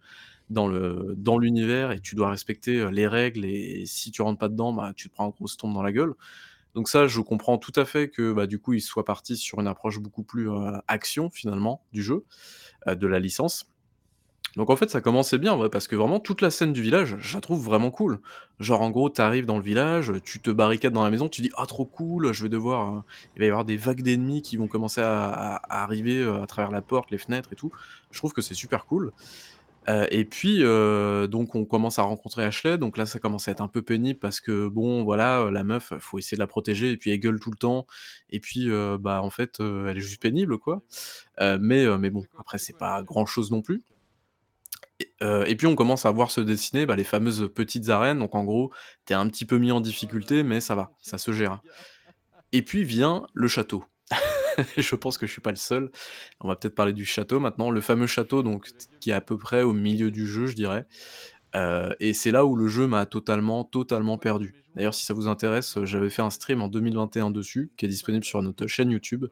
dans l'univers et tu dois respecter, les règles et si tu rentres pas dedans, bah, tu te prends une grosse tombe dans la gueule. Donc ça, je comprends tout à fait que, bah, du coup, ils soient partis sur une approche beaucoup plus, action finalement du jeu, de la licence. Donc en fait, ça commençait bien, ouais, parce que vraiment toute la scène du village, je la trouve vraiment cool. Genre en gros, tu arrives dans le village, tu te barricades dans la maison, tu dis: «Ah trop cool, je vais devoir, il va y avoir des vagues d'ennemis qui vont commencer à arriver, à travers la porte, les fenêtres et tout». Je trouve que c'est super cool. Et puis, donc on commence à rencontrer Ashley, donc là ça commence à être un peu pénible parce que bon voilà, la meuf, faut essayer de la protéger et puis elle gueule tout le temps et puis, bah, en fait, elle est juste pénible quoi. Mais bon, après c'est pas grand chose non plus. Et puis on commence à voir se dessiner, bah, les fameuses petites arènes, donc en gros, tu es un petit peu mis en difficulté, mais ça va, ça se gère. Et puis vient le château. Je pense que je suis pas le seul. On va peut-être parler du château maintenant. Le fameux château donc qui est à peu près au milieu du jeu, je dirais. Et c'est là où le jeu m'a totalement perdu. D'ailleurs, si ça vous intéresse, j'avais fait un stream en 2021 dessus, qui est disponible sur notre chaîne YouTube.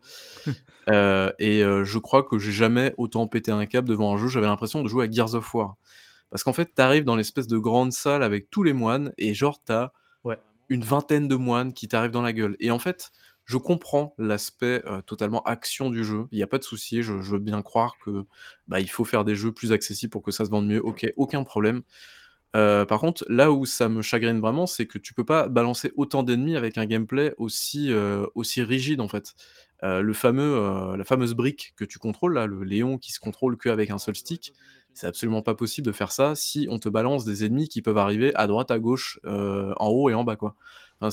Je crois que j'ai jamais autant pété un câble devant un jeu. J'avais l'impression de jouer à Gears of War. Parce qu'en fait, t'arrives dans l'espèce de grande salle avec tous les moines et genre tu Ouais. une vingtaine de moines qui t'arrivent dans la gueule. Et en fait, je comprends l'aspect, totalement action du jeu. Il y a pas de souci, je veux bien croire que, bah, il faut faire des jeux plus accessibles pour que ça se vende mieux. OK, aucun problème. Par contre, là où ça me chagrine vraiment, c'est que tu peux pas balancer autant d'ennemis avec un gameplay aussi rigide, en fait. La fameuse brique que tu contrôles là, le Léon qui se contrôle qu'avec un seul stick, c'est absolument pas possible de faire ça si on te balance des ennemis qui peuvent arriver à droite, à gauche, en haut et en bas, quoi. Enfin,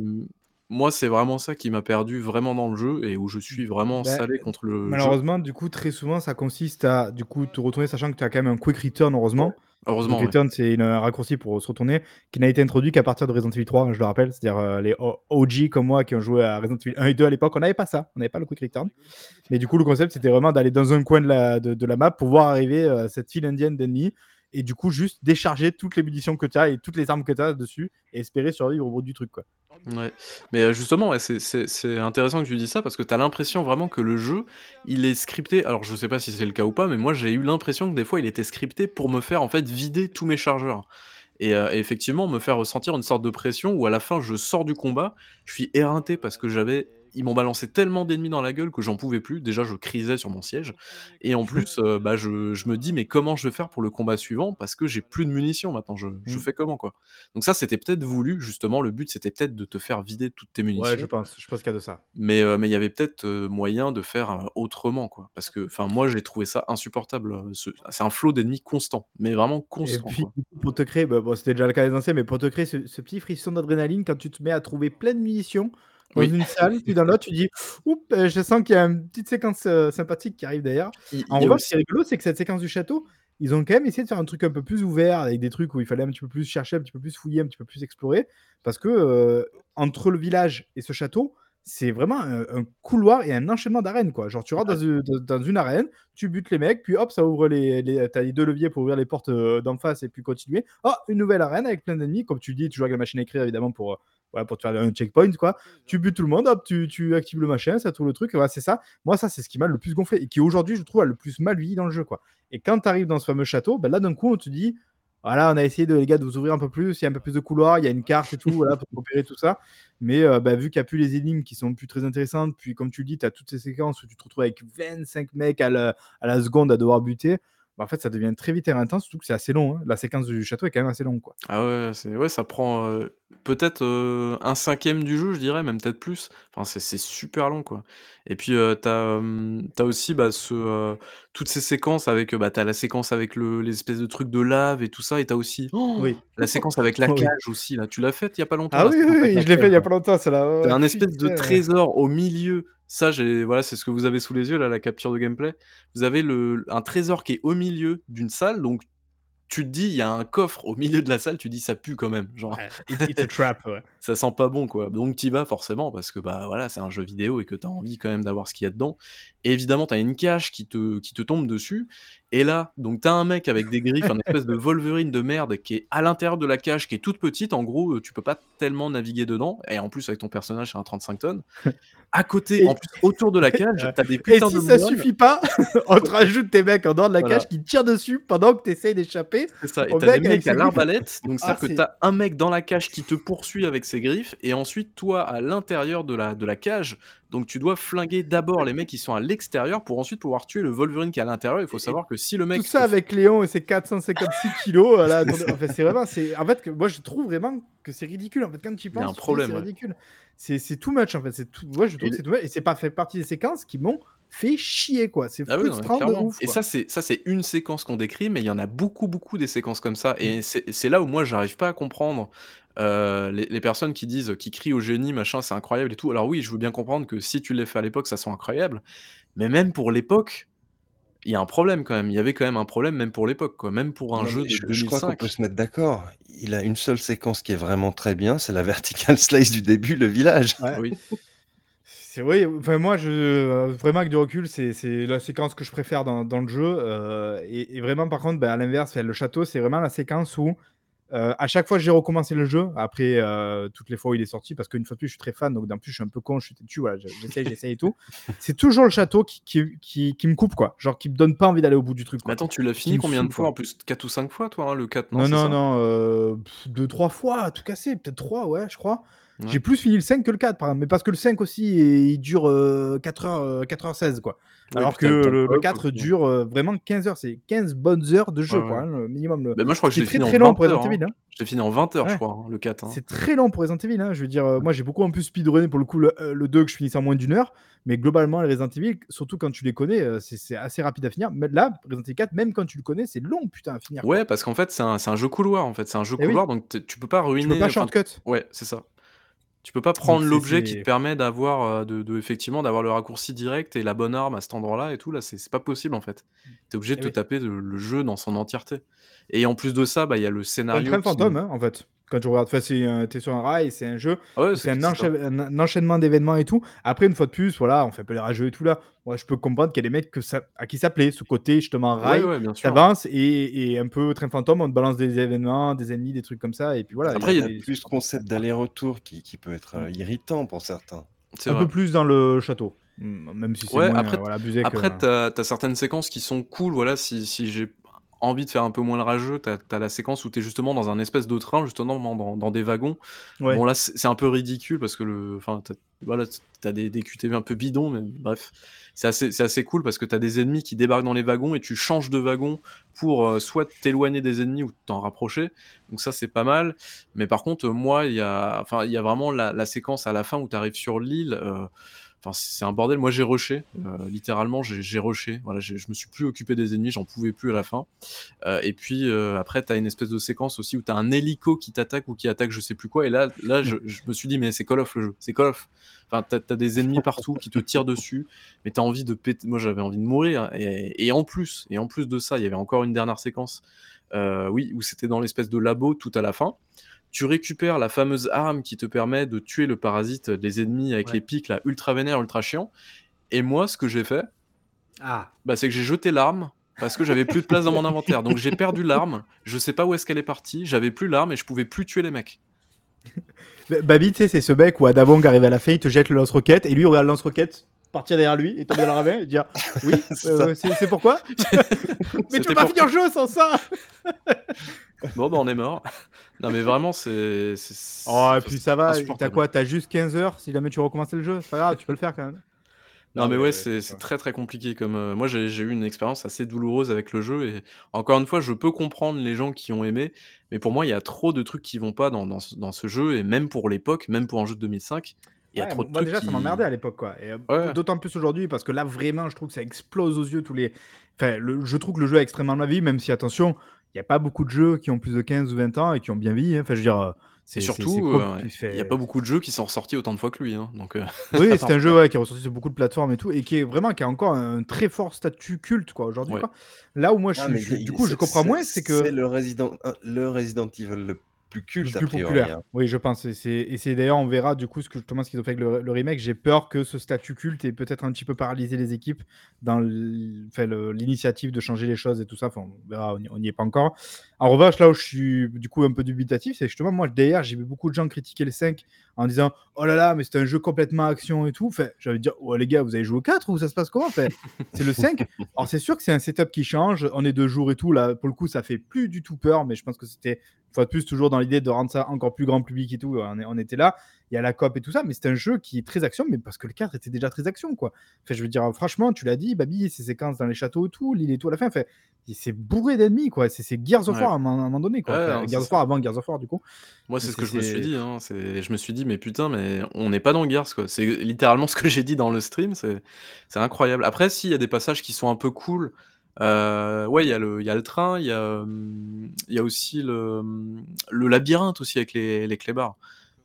moi, c'est vraiment ça qui m'a perdu vraiment dans le jeu et où je suis vraiment Bah, salé contre le jeu. malheureusement, du coup, très souvent, ça consiste à, du coup, te retourner, sachant que tu as quand même un quick return, heureusement. Quick Heureusement, ouais. return, c'est un raccourci pour se retourner, qui n'a été introduit qu'à partir de Resident Evil 3, je le rappelle. C'est-à-dire les OG comme moi qui ont joué à Resident Evil 1 et 2 à l'époque, on n'avait pas ça, on n'avait pas le quick return. Mais du coup, le concept, c'était vraiment d'aller dans un coin de la map pour voir arriver cette file indienne d'ennemis et du coup, juste décharger toutes les munitions que tu as et toutes les armes que tu as dessus et espérer survivre au bout du truc, quoi. Ouais, mais justement, ouais, c'est intéressant que tu dis ça parce que tu as l'impression vraiment que le jeu, il est scripté. Alors je sais pas si c'est le cas ou pas, mais moi j'ai eu l'impression que des fois il était scripté pour me faire en fait vider tous mes chargeurs et effectivement me faire ressentir une sorte de pression où à la fin je sors du combat, je suis éreinté parce que ils m'ont balancé tellement d'ennemis dans la gueule que j'en pouvais plus. Déjà je crisais sur mon siège et en plus, bah, je me dis: «Mais comment je vais faire pour le combat suivant? Parce que j'ai plus de munitions maintenant, je Mm. fais comment, quoi?» Donc ça, c'était peut-être voulu justement, le but c'était peut-être de te faire vider toutes tes Ouais, munitions, je pense qu'il y a de ça. mais il y avait peut-être, moyen de faire, autrement, quoi. Parce que enfin moi j'ai trouvé ça insupportable, c'est un flot d'ennemis constant, mais vraiment Et constant, puis, quoi. du coup, pour te créer, bah, bon, c'était déjà le cas des anciens, mais pour te créer ce petit frisson d'adrénaline quand tu te mets à trouver plein de munitions dans Oui, une salle, puis dans l'autre, tu dis: «Oups, je sens qu'il y a une petite séquence, sympathique qui arrive derrière». En il y a revanche, ce qui aussi est rigolo, c'est que cette séquence du château, ils ont quand même essayé de faire un truc un peu plus ouvert, avec des trucs où il fallait un petit peu plus chercher, un petit peu plus fouiller, un petit peu plus explorer. Parce que, entre le village et ce château, c'est vraiment un couloir et un enchaînement d'arènes, quoi. Genre, tu rentres ouais, dans une arène, tu butes les mecs, puis hop, ça ouvre tu as les 2 leviers pour ouvrir les portes, d'en face et puis continuer. Oh, une nouvelle arène avec plein d'ennemis. Comme tu dis, tu joues avec la machine à écrire évidemment pour, voilà, pour te faire un checkpoint, quoi. Tu butes tout le monde, hop, tu actives le machin, ça tourne le truc, et voilà, c'est ça. Moi, ça, c'est ce qui m'a le plus gonflé et qui aujourd'hui, je trouve, a le plus mal vieilli dans le jeu, quoi. Et quand tu arrives dans ce fameux château, ben là, d'un coup, on te dit: «Voilà, on a essayé les gars, de vous ouvrir un peu plus, il y a un peu plus de couloirs, il y a une carte et tout, voilà, pour repérer tout ça». Mais bah, vu qu'il n'y a plus les énigmes qui sont plus très intéressantes, puis comme tu le dis, tu as toutes ces séquences où tu te retrouves avec 25 mecs à la seconde à devoir buter, bah, en fait, ça devient très vite éreintant, surtout que c'est assez long, hein. La séquence du château est quand même assez longue, quoi. ah ouais, ça prend, peut-être, 1/5 du jeu, je dirais, même peut-être plus. Enfin, c'est super long, quoi et puis, tu aussi, bah, toutes ces séquences avec, bah, tu la séquence avec l'espèce de truc de lave et tout ça et tu aussi Oui. la séquence avec la Oui. cage aussi, là. Tu l'as faite il y a pas longtemps, Ah la oui, oui, séquence avec oui, la je l'ai fait cage, il y a là? pas longtemps, celle-là. Ouais, Tu ouais. un espèce de Putain. trésor au milieu. Ça, voilà, c'est ce que vous avez sous les yeux, là, la capture de gameplay. Vous avez un trésor qui est au milieu d'une salle, donc tu te dis: «Il y a un coffre au milieu de la salle», tu dis: «Ça pue quand même», genre Ouais, it's a trap, ouais. ça sent pas bon, quoi. Donc tu y vas forcément parce que, bah, voilà, c'est un jeu vidéo et que tu as envie quand même d'avoir ce qu'il y a dedans et évidemment, tu as une cage qui te tombe dessus et là, donc tu as un mec avec des griffes, un espèce de Wolverine de merde qui est à l'intérieur de la cage, qui est toute petite. En gros, tu peux pas tellement naviguer dedans et en plus avec ton personnage, c'est un 35 tonnes. À côté, en Et plus, autour de la cage, tu as des et putains de si ça moines. suffit pas, on te rajoute tes mecs en dehors de la Voilà. cage qui tirent dessus pendant que tu essayes d'échapper C'est ça et au tu des mec avec mecs à ses griffes. l'arbalète, donc Ah, c'est-à-dire que tu c'est as un mec dans la cage qui te poursuit avec ses griffes et ensuite toi à l'intérieur de la cage, donc tu dois flinguer d'abord les mecs qui sont à l'extérieur pour ensuite pouvoir tuer le Wolverine qui est à l'intérieur. Il faut et savoir que si le tout mec ça te f avec Léon et ses 456 kilos, là, enfin, c'est vraiment, en fait, que moi, je trouve vraiment que c'est ridicule. En fait, quand tu y il y a un penses, tu te dis: «C'est problème, ouais ridicule». C'est too much, en fait, c'est tout, moi, je trouve et que c'est too much et c'est pas fait partie des séquences qui m'ont fait chier, quoi. C'est ah oui, non, mais frustrant de clairement ouf, et quoi. ça c'est une séquence qu'on décrit, mais il y en a beaucoup, beaucoup des séquences comme ça et c'est là où moi j'arrive pas à comprendre, les personnes qui disent qui crient au génie, machin, c'est incroyable et tout. Alors oui, je veux bien comprendre que si tu l'as fait à l'époque, ça soit incroyable, mais même pour l'époque, il y a un problème quand même. Il y avait quand même un problème même pour l'époque, quoi. Même pour un Non, mais jeu de je crois qu'on peut 2005. se mettre d'accord. Il a une seule séquence qui est vraiment très bien, c'est la vertical slice du début, le village. Ouais. Oui. C'est oui, enfin moi vraiment avec du recul, c'est la séquence que je préfère dans le jeu, et vraiment par contre, à l'inverse, le château, c'est vraiment la séquence où, à chaque fois que j'ai recommencé le jeu, après, toutes les fois où il est sorti, parce qu'une fois de plus, je suis très fan, donc en plus, je suis un peu con, je suis têtu, voilà, j'essaye et tout. C'est toujours le château qui me coupe, quoi. Genre qui me donne pas envie d'aller au bout du truc, Mais quoi. attends, tu l'as Qui fini me combien de saoule, fois quoi. en plus? 4 ou 5 fois toi, hein, le 4, non, Non, c'est non, ça? non, 2-3 fois à tout casser, peut-être 3, ouais, je crois. J'ai Ouais. plus fini le 5 que le 4 par exemple, mais parce que le 5 aussi, il dure, 4 heures, 4h16 quoi. Oui, Alors puis que tu as le le coop 4 aussi. dure, vraiment 15 heures, c'est 15 bonnes heures de Ouais, jeu ouais. quoi, hein, le minimum, Bah, moi je crois ce que qui je est l'ai très, fini en très long 20 pour heures, Resident hein. Evil, hein. Je l'ai fini en 20 heures, je Ouais, crois, hein, le 4, hein. c'est très long pour Resident Evil, hein. Je veux dire, moi j'ai beaucoup en plus speedrunné pour le coup le 2 que je finissais en moins d'1 heure, mais globalement les Resident Evil, surtout quand tu les connais, c'est assez rapide à finir. Mais là, Resident Evil 4, même quand tu le connais, c'est long putain à finir quoi. Ouais, parce qu'en fait, c'est un jeu couloir, en fait. C'est un jeu Et oui, couloir, donc tu peux pas tu peux ruiner, pas enfin shortcut. ouais, c'est ça. Tu peux pas Donc prendre l'objet qui te c'est permet d'avoir, de effectivement d'avoir le raccourci direct et la bonne arme à cet endroit-là et tout, là, c'est pas possible, en fait. Tu es obligé de et te oui. taper le jeu dans son entièreté et en plus de ça, bah, il y a le C'est un scénario train fantôme, qui hein, en fait. Quand tu regardes, enfin, tu sur un rail, c'est un jeu ah ouais, où c'est un, c'est ça. un enchaînement d'événements et tout. Après, une fois de plus, voilà, on fait un peu les rageux et tout là. Moi, je peux comprendre qu'il y a des mecs à qui ça plaît, ce côté justement Ouais, rail, ouais, bien sûr. t'avances et un peu train fantôme, on te balance des événements, des ennemis, des trucs comme ça. Et puis voilà, Après, il y a T'as c'est plus ce concept d'aller-retour qui peut être Mm. irritant pour certains. c'est Un vrai. peu plus dans le château. Même si c'est Ouais, moins après voilà, abusé que. après tu as certaines séquences qui sont cool, voilà, si j'ai envie de faire un peu moins le rageux, tu as la séquence où tu es justement dans un espèce de train, justement dans des wagons. Ouais. Bon là, c'est un peu ridicule parce que enfin, voilà, tu as des QTV un peu bidons, mais bref. C'est assez cool parce que tu as des ennemis qui débarquent dans les wagons et tu changes de wagon pour, soit t'éloigner des ennemis ou t'en rapprocher. Donc ça, c'est pas mal. Mais par contre, moi, il y a vraiment la séquence à la fin où tu arrives sur l'île, enfin, c'est un bordel. Moi, j'ai rushé, littéralement, j'ai rushé. Voilà, je me suis plus occupé des ennemis, j'en pouvais plus à la fin. Et puis, après, tu as une espèce de séquence aussi où tu as un hélico qui t'attaque ou qui attaque je sais plus quoi. Et là, je me suis dit, mais c'est Call of le jeu, c'est Call of. Enfin, tu as des ennemis partout qui te tirent dessus, mais tu as envie de péter. Moi, j'avais envie de mourir. Et en plus de ça, il y avait encore une dernière séquence, oui, où c'était dans l'espèce de labo tout à la fin. Tu récupères la fameuse arme qui te permet de tuer le parasite des ennemis avec les Ouais. pics là, ultra vénères, ultra chiants. Et moi, ce que j'ai fait, Ah. bah, c'est que j'ai jeté l'arme parce que j'avais plus de place dans mon inventaire. Donc j'ai perdu l'arme, je sais pas où est-ce qu'elle est partie, j'avais plus l'arme et je pouvais plus tuer les mecs. Babi, tu sais, c'est ce mec où Adabong arrive à la fin, il te jette le lance-roquette et lui, on regarde le lance-roquette partir derrière lui et tomber dans la ravin et dire oui, C'est ça. c'est pourquoi. Mais tu C'était peux pas pour finir le jeu sans ça. Bon, bah, on est mort. Non, mais vraiment, Oh, et enfin, puis c'est ça va, t'as insupportable. quoi? T'as juste 15 heures si jamais tu recommences le jeu. C'est pas grave, tu peux le faire quand même. Non, Non, mais mais ouais, ouais. c'est très, très compliqué comme, moi, j'ai eu une expérience assez douloureuse avec le jeu et encore une fois, je peux comprendre les gens qui ont aimé, mais pour moi, il y a trop de trucs qui vont pas dans ce jeu et même pour l'époque, même pour un jeu de 2005, il y a Ouais, trop de moi trucs déjà, ça m'emmerdait qui à l'époque, quoi. Et ouais, d'autant plus aujourd'hui, parce que là, vraiment, je trouve que ça explose aux yeux tous les. Enfin, je trouve que le jeu a extrêmement ma vie, même si, attention, il n'y a pas beaucoup de jeux qui ont plus de 15 ou 20 ans et qui ont bien vieilli, hein. Enfin, je veux dire, et c'est surtout, quoi il y a pas beaucoup de jeux qui sont ressortis autant de fois que lui, hein, donc Oui, à c'est part un jeu ça. ouais, qui est ressorti sur beaucoup de plateformes et tout, et qui a encore un très fort statut culte quoi aujourd'hui Ouais. quoi. Là où moi Ah, mais du coup je comprends moins, c'est c'est que le Resident Evil le plus le culte a plus priori, populaire. hein. Oui, je pense. Et c'est d'ailleurs, on verra du coup justement ce qu'ils ont fait avec le remake. J'ai peur que ce statut culte ait peut-être un petit peu paralysé les équipes dans l'initiative de changer les choses et tout ça. Enfin, on verra, on n'y est pas encore. En revanche, là où je suis du coup un peu dubitatif, c'est que justement, moi, d'ailleurs, j'ai vu beaucoup de gens critiquer le 5 en disant oh là là, mais c'est un jeu complètement action et tout. Enfin, j'avais dire, oh les gars, vous avez joué au 4 ou ça se passe comment? Enfin, c'est le 5. Alors, c'est sûr que c'est un setup qui change. On est 2 jours et tout. Là, pour le coup, ça fait plus du tout peur, mais je pense que c'était une fois de plus, toujours dans l'idée de rendre ça encore plus grand public et tout, on était là. Il y a la COP et tout ça, mais c'est un jeu qui est très action, mais parce que le 4 était déjà très action, quoi. Enfin, je veux dire, franchement, tu l'as dit, Babi, ces séquences dans les châteaux et tout, l'île et tout à la fin, enfin, c'est bourré d'ennemis, quoi. C'est Gears of Ouais. War à un moment donné, quoi. Ouais, Enfin, non, c'est Gears of ça. War avant Gears of War, du coup. Moi, Mais c'est ce que je me suis dit, hein, je me suis dit: «Mais putain, mais on n'est pas dans Gears, quoi». C'est littéralement ce que j'ai dit dans le stream, c'est incroyable. Après, si, il y a des passages qui sont un peu cool. Ouais, il y a le train, il y a aussi le labyrinthe aussi avec les clébards.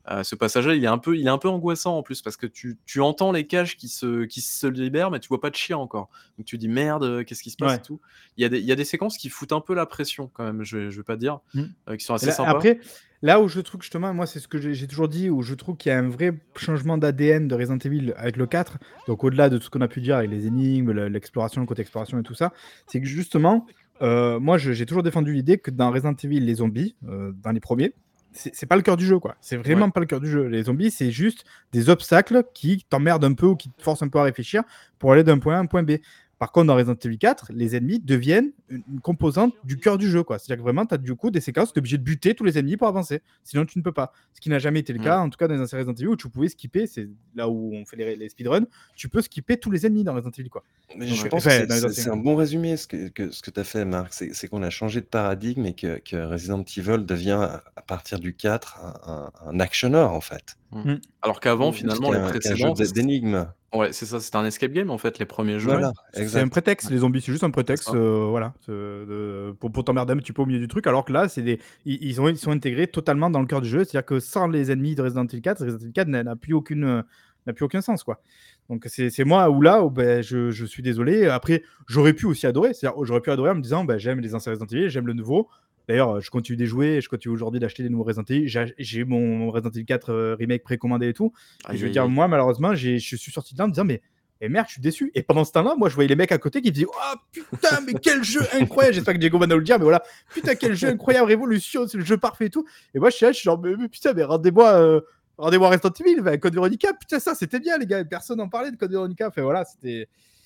Ce passage-là, il est un peu angoissant en plus parce que tu entends les cages qui se libèrent, mais tu vois pas de chien encore. Donc tu dis: «Merde, qu'est-ce qui se passe?» et Ouais. tout. Il y a des séquences qui foutent un peu la pression quand même, je vais pas dire, Mmh. qui sont Et assez là, sympas. après, là où je trouve justement, moi, c'est ce que j'ai toujours dit, où je trouve qu'il y a un vrai changement d'ADN de Resident Evil avec le 4. Donc, au-delà de tout ce qu'on a pu dire avec les énigmes, l'exploration, le côté exploration et tout ça, c'est que justement, moi, j'ai toujours défendu l'idée que dans Resident Evil, les zombies, dans les premiers, c'est pas le cœur du jeu, quoi. C'est Ouais. vraiment pas le cœur du jeu. Les zombies, c'est juste des obstacles qui t'emmerdent un peu ou qui te forcent un peu à réfléchir pour aller d'un point A à un point B. Par contre, dans Resident Evil 4, les ennemis deviennent une composante du cœur du jeu, quoi. C'est-à-dire que vraiment, tu as du coup des séquences où tu es obligé de buter tous les ennemis pour avancer. Sinon, tu ne peux pas. Ce qui n'a jamais été le cas, en tout cas dans les anciens Resident Evil, où tu pouvais skipper, c'est là où on fait les speedruns, tu peux skipper tous les ennemis dans Resident Evil, quoi. Mais Donc, je pense que enfin, dans les c'est anciens. un bon résumé ce que tu as fait, Marc. C'est qu'on a changé de paradigme et que Resident Evil devient, à partir du 4, un actionneur, en fait. Mm. Alors qu'avant, Plus finalement, les qu'un jeu précédents, d'énigmes. ouais, c'est ça, c'était un escape game en fait, les premiers jeux. Voilà, C'est un exact. prétexte, les zombies, c'est juste un C'est prétexte, ça. voilà, pour t'emmerder un petit peu au milieu du truc, alors que là, ils sont intégrés totalement dans le cœur du jeu, c'est-à-dire que sans les ennemis de Resident Evil 4, Resident Evil 4 n'a plus aucun sens, quoi. Donc c'est moi où ben, je suis désolé. Après, j'aurais pu aussi adorer, c'est-à-dire j'aurais pu adorer en me disant, ben, j'aime les anciens Resident Evil, j'aime le nouveau. D'ailleurs, je continue de jouer, et je continue aujourd'hui d'acheter des nouveaux Resident Evil. J'ai mon Resident Evil 4 remake précommandé et tout. Et je veux Aïe, dire, aïe. moi, malheureusement, je suis sorti de là en me disant, mais merde, je suis déçu. Et pendant ce temps-là, moi, je voyais les mecs à côté qui me disaient, oh putain, mais quel jeu incroyable. J'espère que Diego va nous le dire, mais voilà, putain, quel jeu incroyable, Révolution, c'est le jeu parfait et tout. Et moi, je suis là, je suis genre, mais putain, mais rendez-moi Resident Evil, Code Veronica, putain, ça, c'était bien, les gars. Personne n'en parlait de Code Veronica. Enfin, voilà, c'était.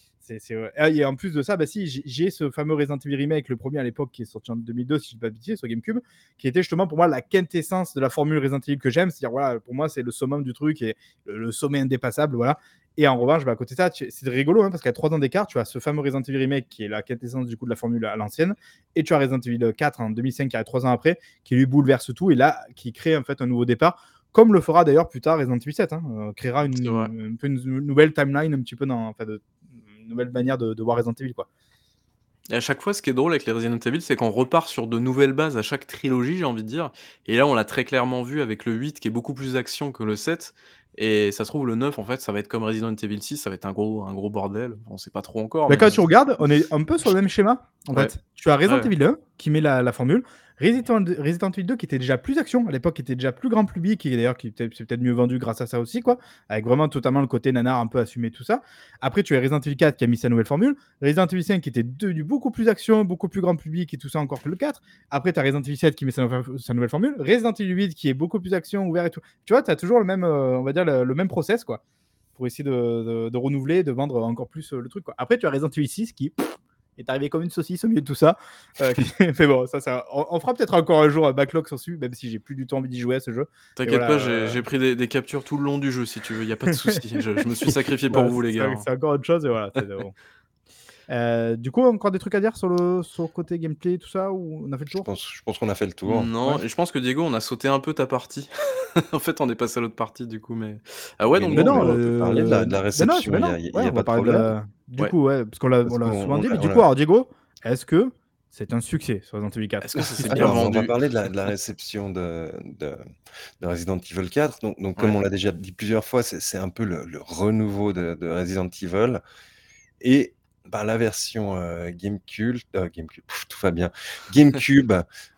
Et en plus de ça, bah si, j'ai ce fameux Resident Evil Remake, le premier à l'époque, qui est sorti en 2002, si je ne dis pas de bêtises, sur GameCube, qui était justement pour moi la quintessence de la formule Resident Evil que j'aime. C'est-à-dire, voilà, pour moi, c'est le summum du truc et le sommet indépassable, voilà. Et en revanche, bah, à côté de ça, c'est rigolo, hein, parce qu'à 3 ans d'écart, tu as ce fameux Resident Evil Remake qui est la quintessence du coup de la formule à l'ancienne, et tu as Resident Evil 4 en 2005, qui arrive 3 ans après, qui lui bouleverse tout, et là, qui crée en fait un nouveau départ, comme le fera d'ailleurs plus tard Resident Evil 7, hein, créera C'est vrai. un peu une nouvelle timeline, un petit peu une nouvelle manière de voir Resident Evil, quoi. Et à chaque fois, ce qui est drôle avec les Resident Evil, c'est qu'on repart sur de nouvelles bases à chaque trilogie, j'ai envie de dire. Et là, on l'a très clairement vu avec le 8 qui est beaucoup plus action que le 7. Et ça se trouve, le 9, en fait, ça va être comme Resident Evil 6, ça va être un gros bordel. On sait pas trop encore, Mais mais quand tu regardes, on est un peu sur le même schéma, en ouais. fait. Tu as Resident Ouais. Evil 1 qui met la formule, Resident Evil 2 qui était déjà plus action, à l'époque qui était déjà plus grand public, et d'ailleurs c'est peut-être mieux vendu grâce à ça aussi, quoi, avec vraiment totalement le côté nanar un peu assumé, tout ça. Après, tu as Resident Evil 4 qui a mis sa nouvelle formule, Resident Evil 5 qui était devenu beaucoup plus action, beaucoup plus grand public et tout ça encore que le 4. Après, tu as Resident Evil 7 qui met sa nouvelle formule, Resident Evil 8 qui est beaucoup plus action, ouvert et tout. Tu vois, tu as toujours le même, on va dire, le même process, quoi, pour essayer de renouveler, de vendre encore plus le truc, quoi. Après, tu as Resident Evil 6 qui est arrivé comme une saucisse au milieu de tout ça. Mais bon, on fera peut-être encore un jour un backlog sur dessus, même si j'ai plus du tout envie d'y jouer à ce jeu. T'inquiète voilà, pas, j'ai pris des captures tout le long du jeu, si tu veux, y a pas de souci. Je me suis sacrifié pour Voilà, vous, les gars. c'est encore autre chose, et voilà. Bon. Du coup, encore des trucs à dire sur le côté gameplay, tout ça, ou on a fait le tour? Je pense qu'on a fait le tour. Non, Ouais. et je pense que Diego, on a sauté un peu ta partie. En fait, on est passé à l'autre partie, du coup, mais ah ouais, Mais donc Mais non, non, mais on peut parler de la mais non, réception, mais il non. y Ouais, a on pas va de parler problème. du Ouais. coup, ouais, parce qu'on l'a Parce souvent dit. Mais du on coup, a alors, Diego, est-ce que c'est un succès sur Resident Evil 4? est-ce que ça s'est bien Alors, on va vendu? parler de la réception de Resident Evil 4. Donc comme Ouais. on l'a déjà dit plusieurs fois, c'est un peu le renouveau de Resident Evil. Et bah, la version GameCube, tout va bien. GameCube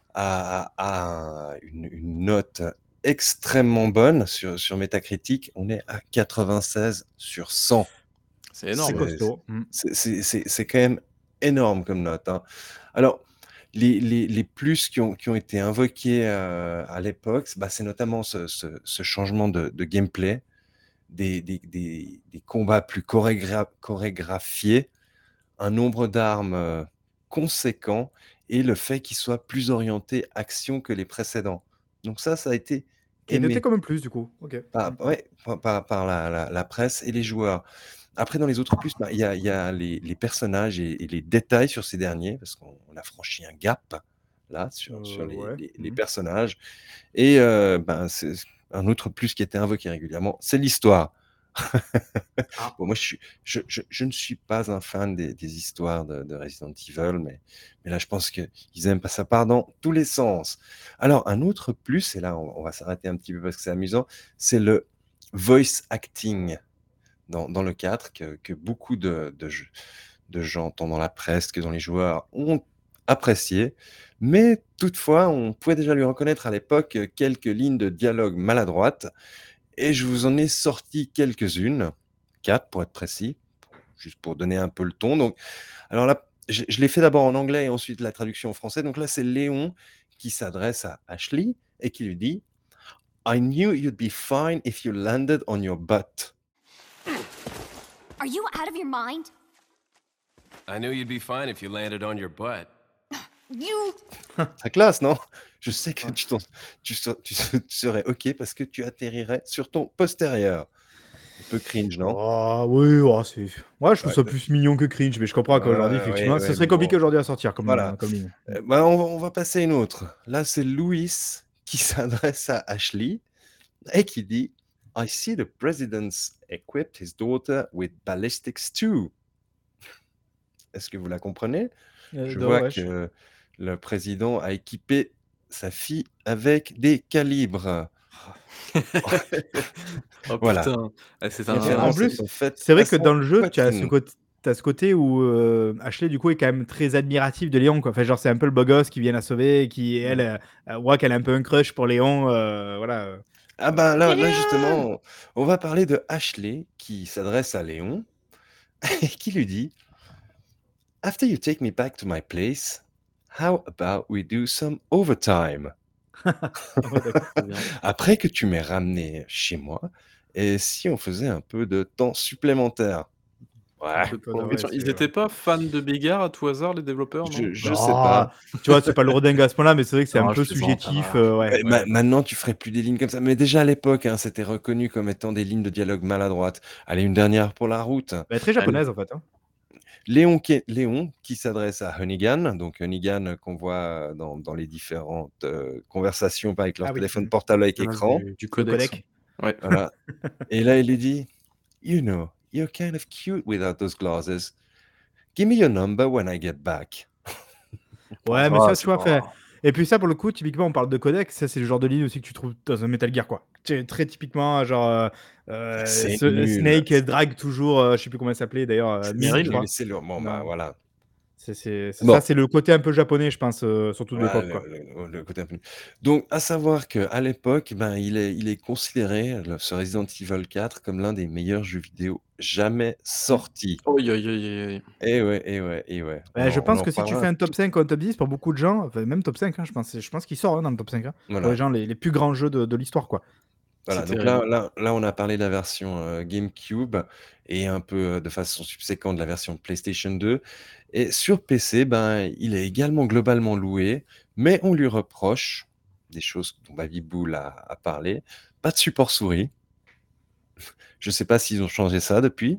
a une note extrêmement bonne sur Metacritic. On est à 96 sur 100. C'est C'est énorme. costaud. C'est quand même énorme comme note, hein. Alors, les plus qui ont été invoqués à l'époque, bah, c'est notamment ce changement de gameplay, des combats plus chorégraphiés, un nombre d'armes conséquent, et le fait qu'ils soient plus orientés action que les précédents. Donc ça a été Qui est noté aimé comme un plus, du coup. Ok. par la presse et les joueurs. Après, dans les autres plus, bah, il y a les personnages et les détails sur ces derniers, parce qu'on a franchi un gap là sur Ouais. les personnages. Et ben, c'est un autre plus qui était invoqué régulièrement, c'est l'histoire. Ah. Bon, moi, je ne suis pas un fan des histoires de Resident Evil, mais là, je pense qu'ils aiment pas ça part dans tous les sens. Alors, un autre plus, et là, on va s'arrêter un petit peu parce que c'est amusant, c'est le voice acting dans le 4 que beaucoup de gens, tant dans la presse que dans les joueurs, ont apprécié. Mais toutefois, on pouvait déjà lui reconnaître à l'époque quelques lignes de dialogue maladroites, et je vous en ai sorti quelques-unes, 4 pour être précis, juste pour donner un peu le ton. Donc, alors là, je l'ai fait d'abord en anglais et ensuite la traduction en français. Donc là, c'est Léon qui s'adresse à Ashley et qui lui dit I knew you'd be fine if you landed on your butt. Are you out of your mind? I knew you'd be fine if you landed on your butt. You. Très classe, non? Je sais que tu serais OK parce que tu atterrirais sur ton postérieur. Un peu cringe, non? Oh, oui, oh, c'est... Ouais, je trouve Ouais, ça plus mignon que cringe, mais je comprends qu'aujourd'hui, effectivement, ce ouais, serait mais bon. compliqué aujourd'hui à sortir comme, Voilà. comme ligne. Bah, on va passer à une autre. Là, c'est Louis qui s'adresse à Ashley et qui dit I see the president's equipped his daughter with ballistics too. Est-ce que vous la comprenez? Je vois Wesh. que le président a équipé sa fille avec des calibres. Oh Voilà. putain, ah, c'est Mais un en Référence plus, étant faite c'est vrai à que sa dans le jeu, tu as ce poitrine. côté, t'as ce côté où Ashley, du coup, est quand même très admiratif de Léon, quoi. Enfin, genre, c'est un peu le beau gosse qui vient la sauver et qui, elle, voit qu'elle a un peu un crush pour Léon. Voilà. Ah ben là justement, on va parler de Ashley qui s'adresse à Léon et qui lui dit After you take me back to my place, how about we do some overtime? Ouais, d'accord. Très bien. Après que tu m'aies ramené chez moi, et si on faisait un peu de temps supplémentaire? Un Ouais, peu de Prolongation. ouais, Ils c'est... étaient pas fans de Bigard à tout hasard, les développeurs, non? je sais Ah, pas. tu vois, c'est pas lourdingue à ce point-là, mais c'est vrai que c'est un Non, je peu plaisante, ça subjectif. va. Ouais, Ouais, ouais. maintenant, tu ferais plus des lignes comme ça. Mais déjà à l'époque, hein, c'était reconnu comme étant des lignes de dialogue maladroites. Allez, une dernière pour la route. Bah, très japonaise, en fait. Hein. Léon qui s'adresse à Hunnigan, donc Hunnigan qu'on voit dans les différentes conversations avec leur Ah oui. téléphone portable avec Ah, écran. du Le codex. codec. Ouais. Voilà. Et là, il lui dit You know, you're kind of cute without those glasses. Give me your number when I get back. Ouais, mais Ah, ça, tu c'est vois, fait... pas... Et puis ça, pour le coup, typiquement, on parle de codec, ça, c'est le genre de ligne aussi que tu trouves dans un Metal Gear, quoi. C'est très typiquement, genre, C'est nul. Snake drague toujours, je sais plus comment elle s'appelait, d'ailleurs, C'est Mine, je Meryl, crois. c'est lourd. Bon, bah Non. voilà. C'est Bon. ça, c'est le côté un peu japonais, je pense, surtout de Voilà, l'époque, quoi. le côté un peu. Donc, à savoir qu'à l'époque, ben, il est considéré, ce Resident Evil 4, comme l'un des meilleurs jeux vidéo jamais sortis. Oi, oi, oi, oi, oi. Et ouais, et ouais, et ouais. Bah, je On pense en que si tu reparlera fais un tout. top 5 ou un top 10, pour beaucoup de gens, enfin, même top 5, hein, je pense qu'il sort hein, dans le top 5, hein, pour Voilà. les gens, les plus grands jeux de l'histoire, quoi. Voilà, C'est donc terrible. là, on a parlé de la version GameCube et un peu de façon subséquente de la version PlayStation 2. Et sur PC, ben, il est également globalement loué, mais on lui reproche des choses dont Babyboul a parlé. Pas de support souris. Je sais pas s'ils ont changé ça depuis.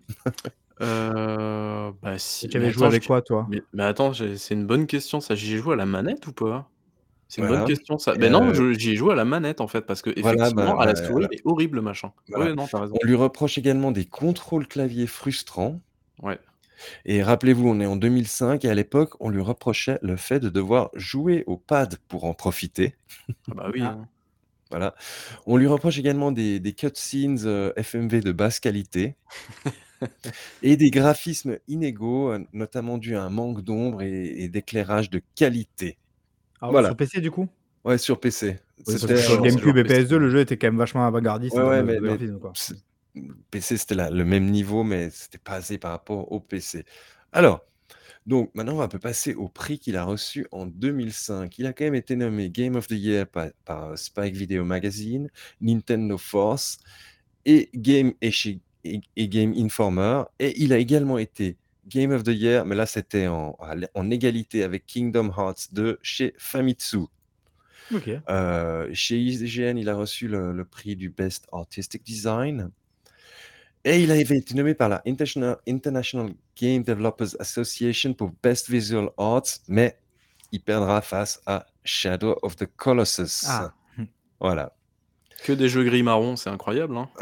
Bah si, Tu mais avais joué attends, avec quoi, toi? mais attends, c'est une bonne question ça. J'y ai joué à la manette ou pas? C'est une bonne Voilà. question ça. Et Ben non, j'y ai joué à la manette en fait, parce voilà, qu'effectivement, à la souris, il est horrible le machin. voilà. Ouais, non, tu as raison. On lui reproche également des contrôles clavier frustrants. Ouais. Et rappelez-vous, on est en 2005 et à l'époque, on lui reprochait le fait de devoir jouer au pad pour en profiter. Ah bah oui, Ah. hein. Voilà. On lui reproche également des cutscenes FMV de basse qualité et des graphismes inégaux, notamment dû à un manque d'ombre et d'éclairage de qualité. Ah, Voilà. sur PC, du coup? Ouais, sur PC. Oui, parce C'était que sur chiant, le ces GameCube joueurs et PC. PS2, le jeu était quand même vachement avant-gardiste ouais, en ouais, termes de mais graphisme, quoi. PC, c'était le même niveau, mais c'était pas assez par rapport au PC. Alors, donc maintenant, on va un peu passer au prix qu'il a reçu en 2005. Il a quand même été nommé Game of the Year par Spike Video Magazine, Nintendo Force et Game Informer. Et il a également été Game of the Year, mais là, c'était en égalité avec Kingdom Hearts 2 chez Famitsu. Ok. Chez IGN, il a reçu le prix du Best Artistic Design. Et il avait été nommé par la International Game Developers Association pour Best Visual Arts, mais il perdra face à Shadow of the Colossus. Ah. Voilà. Que des jeux gris-marron, c'est incroyable, hein.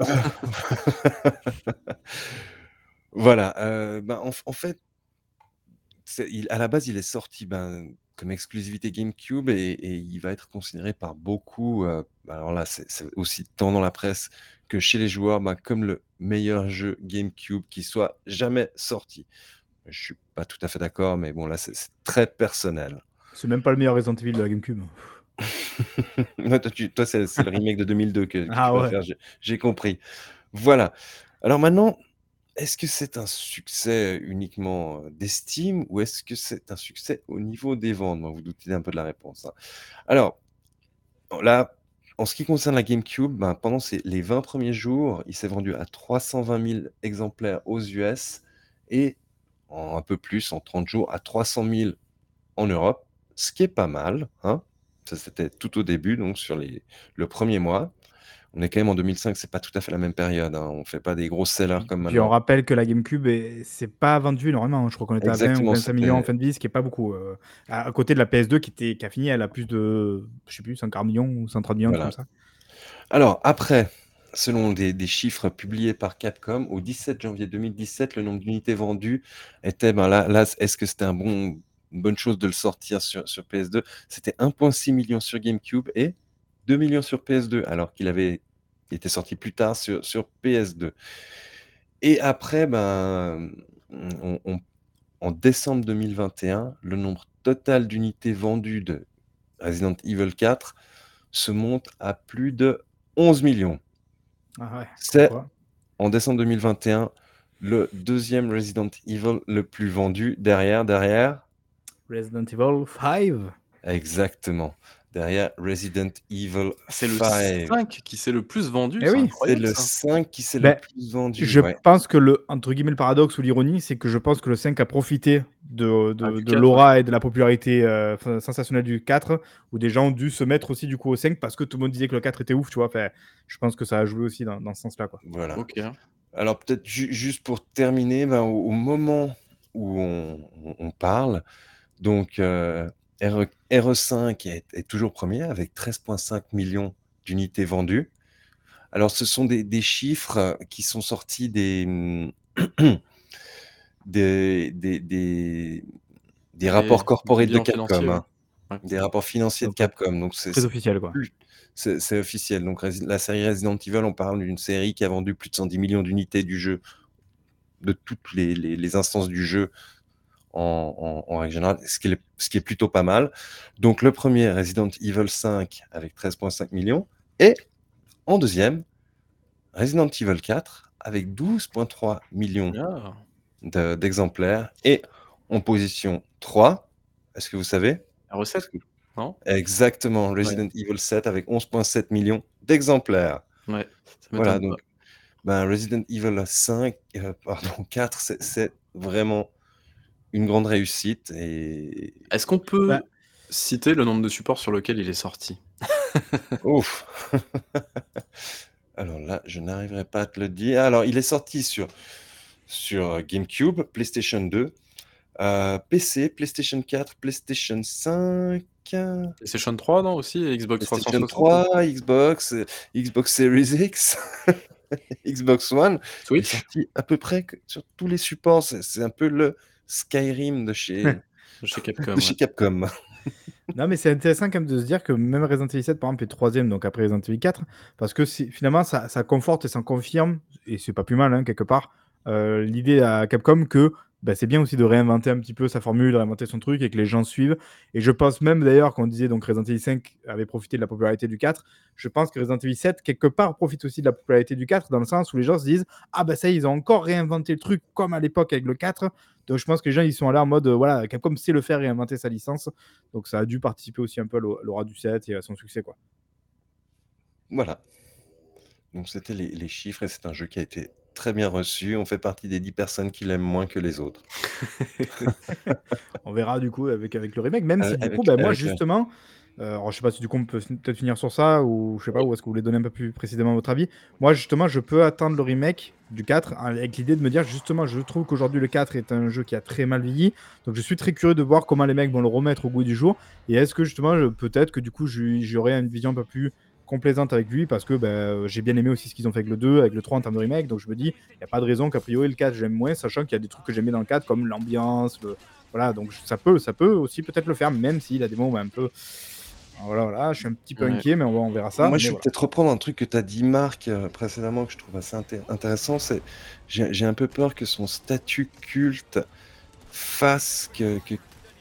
Voilà, en fait, à la base, il est sorti comme exclusivité GameCube et il va être considéré par beaucoup, alors là, c'est aussi tant dans la presse que chez les joueurs, comme le meilleur jeu GameCube qui soit jamais sorti. Je suis pas tout à fait d'accord, mais bon, là, c'est très personnel. C'est même pas le meilleur Resident Evil de la GameCube. Ouais, toi, c'est le remake de 2002 que tu Ah ouais. préfères, j'ai compris. Voilà. Alors maintenant, est-ce que c'est un succès uniquement, d'estime ou est-ce que c'est un succès au niveau des ventes? Bon, vous doutez un peu de la réponse, hein. Alors, là, en ce qui concerne la GameCube, pendant les 20 premiers jours, il s'est vendu à 320 000 exemplaires aux US et en un peu plus, en 30 jours, à 300 000 en Europe, ce qui est pas mal, hein. Ça, c'était tout au début, donc sur le premier mois. On est quand même en 2005, c'est pas tout à fait la même période, hein. On fait pas des gros sellers comme Puis on maintenant. rappelle que la GameCube c'est pas vendu énormément, hein. Je crois qu'on était à 20 ou Exactement, 25 millions en c'était fin de vie, ce qui est pas beaucoup, à côté de la PS2 qui a fini, elle a plus de, je sais plus, 140 millions ou 130 millions, un truc voilà. comme ça. Alors après, selon des chiffres publiés par Capcom, au 17 janvier 2017, le nombre d'unités vendues était, là, est-ce que c'était une bonne chose de le sortir sur PS2? C'était 1,6 million sur GameCube et 2 millions sur PS2, alors qu'il avait été sorti plus tard sur PS2. Et après, en décembre 2021, le nombre total d'unités vendues de Resident Evil 4 se monte à plus de 11 millions. Ah ouais, C'est, quoi. en décembre 2021, le deuxième Resident Evil le plus vendu derrière Resident Evil 5. exactement, derrière Resident Evil C'est le 5. 5 qui s'est le plus vendu, Eh c'est oui. C'est incroyable le ça. 5 qui s'est le Ben, plus vendu, je ouais. pense que le, entre guillemets, le paradoxe ou l'ironie, c'est que je pense que le 5 a profité de Du 4, l'aura et de la popularité sensationnelle du 4, où des gens ont dû se mettre aussi du coup au 5 parce que tout le monde disait que le 4 était ouf, tu vois. Enfin, je pense que ça a joué aussi dans ce sens-là, quoi. Voilà. OK. Alors peut-être juste pour terminer, au moment où on parle, donc RE5 est toujours premier avec 13,5 millions d'unités vendues. Alors ce sont des chiffres qui sont sortis des rapports corporate de bilans Capcom, financiers, hein, ouais. des rapports financiers de Donc, Capcom. Donc Très officiel, quoi. c'est officiel. Donc la série Resident Evil, on parle d'une série qui a vendu plus de 110 millions d'unités du jeu, de toutes les instances du jeu en règle générale, ce qui est plutôt pas mal. Donc le premier, Resident Evil 5 avec 13,5 millions. Et en deuxième, Resident Evil 4 avec 12,3 millions Ah! d'exemplaires. Et en position 3, est-ce que vous savez? La recette, non? Exactement, Resident Evil 7 avec 11,7 millions d'exemplaires. Ouais, ça Voilà, m'étonne pas. donc Resident Evil 4, c'est vraiment une grande réussite. Et Est-ce qu'on peut Bah, citer le nombre de supports sur lequel il est sorti? ouf! Alors là, je n'arriverai pas à te le dire. Alors, il est sorti sur GameCube, PlayStation 2, PC, PlayStation 4, PlayStation 5, PlayStation 3, non, aussi? Et Xbox PlayStation 360 aussi? 3, Xbox Series X, Xbox One. Il est Switch? sorti à peu près sur tous les supports. C'est un peu le Skyrim de chez Chez Capcom, ouais. Capcom. non, mais c'est intéressant quand même de se dire que même Resident Evil 7, par exemple, est troisième, donc après Resident Evil 4, parce que finalement, ça conforte et ça confirme, et c'est pas plus mal, hein, quelque part, l'idée à Capcom que c'est bien aussi de réinventer un petit peu sa formule, de réinventer son truc et que les gens suivent. Et je pense même d'ailleurs, qu'on disait donc Resident Evil 5 avait profité de la popularité du 4, je pense que Resident Evil 7, quelque part, profite aussi de la popularité du 4, dans le sens où les gens se disent « Ah ça y est, ils ont encore réinventé le truc comme à l'époque avec le 4 ». Donc je pense que les gens, ils sont allés en mode, voilà, Capcom sait le faire et réinventer sa licence. Donc ça a dû participer aussi un peu à l'aura du 7 et à son succès, quoi. Voilà. Donc c'était les chiffres et c'est un jeu qui a été très bien reçu. On fait partie des 10 personnes qui l'aiment moins que les autres. On verra du coup avec le remake, même si du coup, moi justement, alors je sais pas si du coup on peut peut-être finir sur ça, ou je sais pas, ou est-ce que vous voulez donner un peu plus précisément votre avis. Moi justement, je peux attendre le remake du 4 avec l'idée de me dire justement, je trouve qu'aujourd'hui le 4 est un jeu qui a très mal vieilli, donc je suis très curieux de voir comment les mecs vont le remettre au goût du jour, et est-ce que justement, peut-être que du coup j'aurai une vision un peu plus complaisante avec lui parce que j'ai bien aimé aussi ce qu'ils ont fait avec le 2, avec le 3 en termes de remake. Donc je me dis, il n'y a pas de raison qu'a priori le 4 j'aime moins, sachant qu'il y a des trucs que j'aimais dans le 4 comme l'ambiance, voilà, donc ça peut aussi peut-être le faire, même s'il a des mots un peu. Voilà, je suis un petit peu Ouais. inquiet, mais on verra ça. Moi, mais je vais voilà. peut-être reprendre un truc que tu as dit, Marc, précédemment, que je trouve assez intéressant. C'est j'ai un peu peur que son statut culte fasse que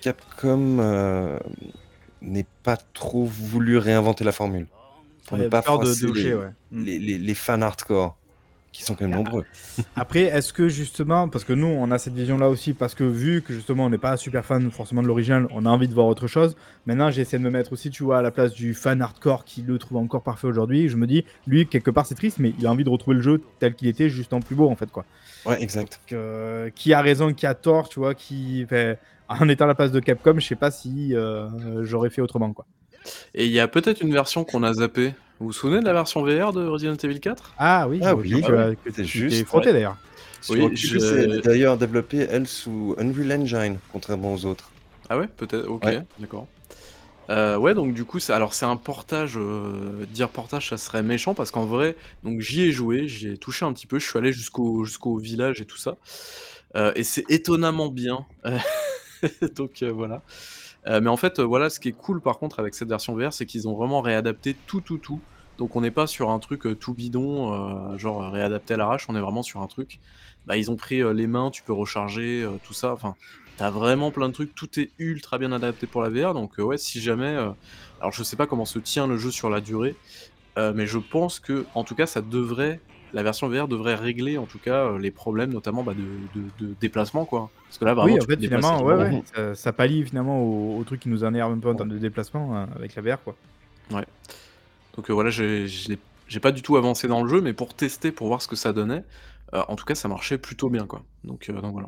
Capcom n'ait pas trop voulu réinventer la formule. Pour Ouais, ne pas peur de froisser hocher, ouais. les fans hardcore, qui sont quand même nombreux. Après, est-ce que justement, parce que nous, on a cette vision-là aussi, parce que vu que justement, on n'est pas super fan forcément de l'original, on a envie de voir autre chose. Maintenant, j'essaie de me mettre aussi, tu vois, à la place du fan hardcore qui le trouve encore parfait aujourd'hui. Je me dis, lui, quelque part, c'est triste, mais il a envie de retrouver le jeu tel qu'il était, juste en plus beau, en fait, quoi. Ouais, exact. Qui a raison, qui a tort, tu vois, en étant à la place de Capcom, je sais pas si j'aurais fait autrement, quoi. Et il y a peut-être une version qu'on a zappée. Vous vous souvenez de la version VR de Resident Evil 4? Ah oui, Ah bon, oui, que c'est tu juste, t'es frotté d'ailleurs. Sur Oui, Oculus, c'est d'ailleurs développé, elle, sous Unreal Engine, contrairement aux autres. Ah ouais, peut-être, ok, Ouais. d'accord. Ouais, donc du coup, alors c'est un portage, dire portage, ça serait méchant parce qu'en vrai, donc j'y ai joué, j'y ai touché un petit peu, je suis allé jusqu'au village et tout ça, et c'est étonnamment bien, donc voilà. Mais en fait, voilà, ce qui est cool par contre avec cette version VR, c'est qu'ils ont vraiment réadapté tout. Donc on n'est pas sur un truc, tout bidon, genre réadapté à l'arrache, on est vraiment sur un truc, ils ont pris, les mains, tu peux recharger, tout ça, enfin, tu as vraiment plein de trucs, tout est ultra bien adapté pour la VR donc ouais, si jamais, alors je sais pas comment se tient le jeu sur la durée, mais je pense qu'en tout cas la version VR devrait régler en tout cas, les problèmes notamment, de déplacement quoi. Parce que là vraiment Oui, en tu peux fait, te déplacer finalement, librement. ça pallie finalement au truc qui nous énerve un peu en termes de déplacement avec la VR, quoi. Ouais. Donc voilà, j'ai pas du tout avancé dans le jeu, mais pour tester, pour voir ce que ça donnait, en tout cas, ça marchait plutôt bien, quoi. Donc voilà.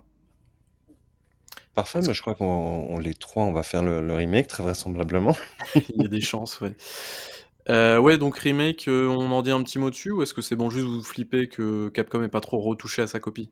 Parfait, mais je crois qu'on les trois, on va faire le remake, très vraisemblablement. Il y a des chances, ouais. Ouais, donc remake, on en dit un petit mot dessus ou est-ce que c'est bon, juste vous flippez que Capcom ait pas trop retouché à sa copie?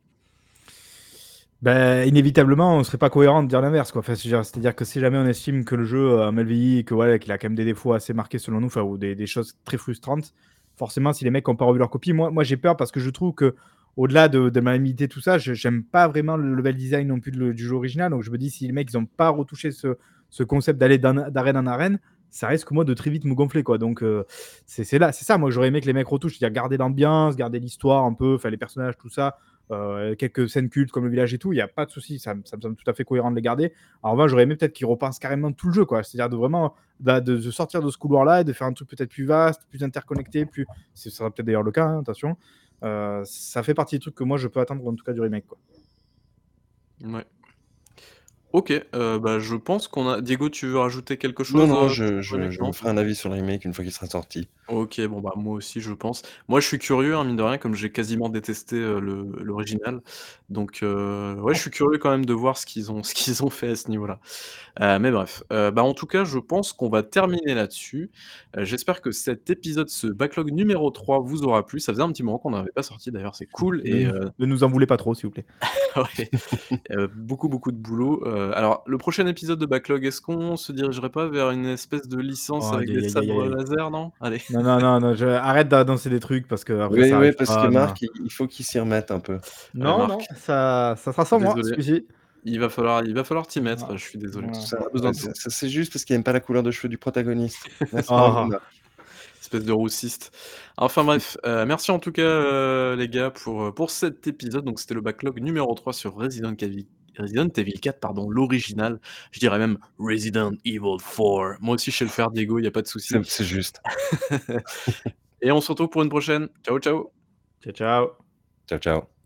Inévitablement, on serait pas cohérent de dire l'inverse, quoi. Enfin, c'est-à-dire que si jamais on estime que le jeu a mal vieilli et que voilà, qu'il a quand même des défauts assez marqués selon nous, enfin, ou des choses très frustrantes, forcément, si les mecs n'ont pas revu leur copie, moi j'ai peur parce que je trouve que au-delà de maniabilité, tout ça, j'aime pas vraiment le level design non plus du jeu original. Donc je me dis, si les mecs ils ont pas retouché ce concept d'aller d'arène en arène, ça risque moi de très vite me gonfler, quoi. Donc c'est ça, moi j'aurais aimé que les mecs retouchent, c'est-à-dire garder l'ambiance, garder l'histoire un peu, enfin les personnages, tout ça. Quelques scènes cultes comme le village et tout, il n'y a pas de souci, ça me semble tout à fait cohérent de les garder. En revanche, j'aurais aimé peut-être qu'ils repensent carrément tout le jeu, quoi. C'est-à-dire de vraiment de sortir de ce couloir-là et de faire un truc peut-être plus vaste, plus interconnecté, ça sera peut-être d'ailleurs le cas, hein, attention. Ça fait partie des trucs que moi je peux attendre en tout cas du remake, quoi. Ouais. OK, je pense qu'on a Diego, tu veux rajouter quelque Non, chose, non, sur je le remake? je Non, me ferai un avis sur le remake une fois qu'il sera sorti. OK, moi aussi, je pense. Moi, je suis curieux, hein, mine de rien, comme j'ai quasiment détesté, l'original. Donc ouais, je suis curieux quand même de voir ce qu'ils ont fait à ce niveau-là. Mais bref, en tout cas, je pense qu'on va terminer là-dessus. J'espère que cet épisode, ce backlog numéro 3 vous aura plu. Ça faisait un petit moment qu'on n'avait pas sorti d'ailleurs, c'est cool et Ne nous en voulez pas trop, s'il vous plaît. ouais, beaucoup de boulot. Alors le prochain épisode de backlog, est-ce qu'on se dirigerait pas vers une espèce de licence Oh, avec aïe, des aïe, aïe, sabres aïe. laser, non? Allez. Non, non, non, non, arrête d'annoncer des trucs parce que après Oui, ça oui, arrive parce que pas. Non, Marc, il faut qu'il s'y remette un peu. non, non, Marc, ça sera sans moi, désolé, celui-ci. il va falloir t'y mettre, Voilà. je suis désolé. Voilà. On Ça, a besoin de toi. c'est juste parce qu'il aime pas la couleur de cheveux du protagoniste. Merci Ah, beaucoup, ah. Marc. Espèce de roussiste. Enfin bref, merci en tout cas, les gars pour cet épisode. Donc c'était le backlog numéro 3 sur Resident Evil 4 pardon, l'original. Je dirais même Resident Evil 4. Moi aussi je sais le faire Diego, il y a pas de souci. C'est juste. Et on se retrouve pour une prochaine. Ciao, ciao. Ciao, ciao. Ciao, ciao.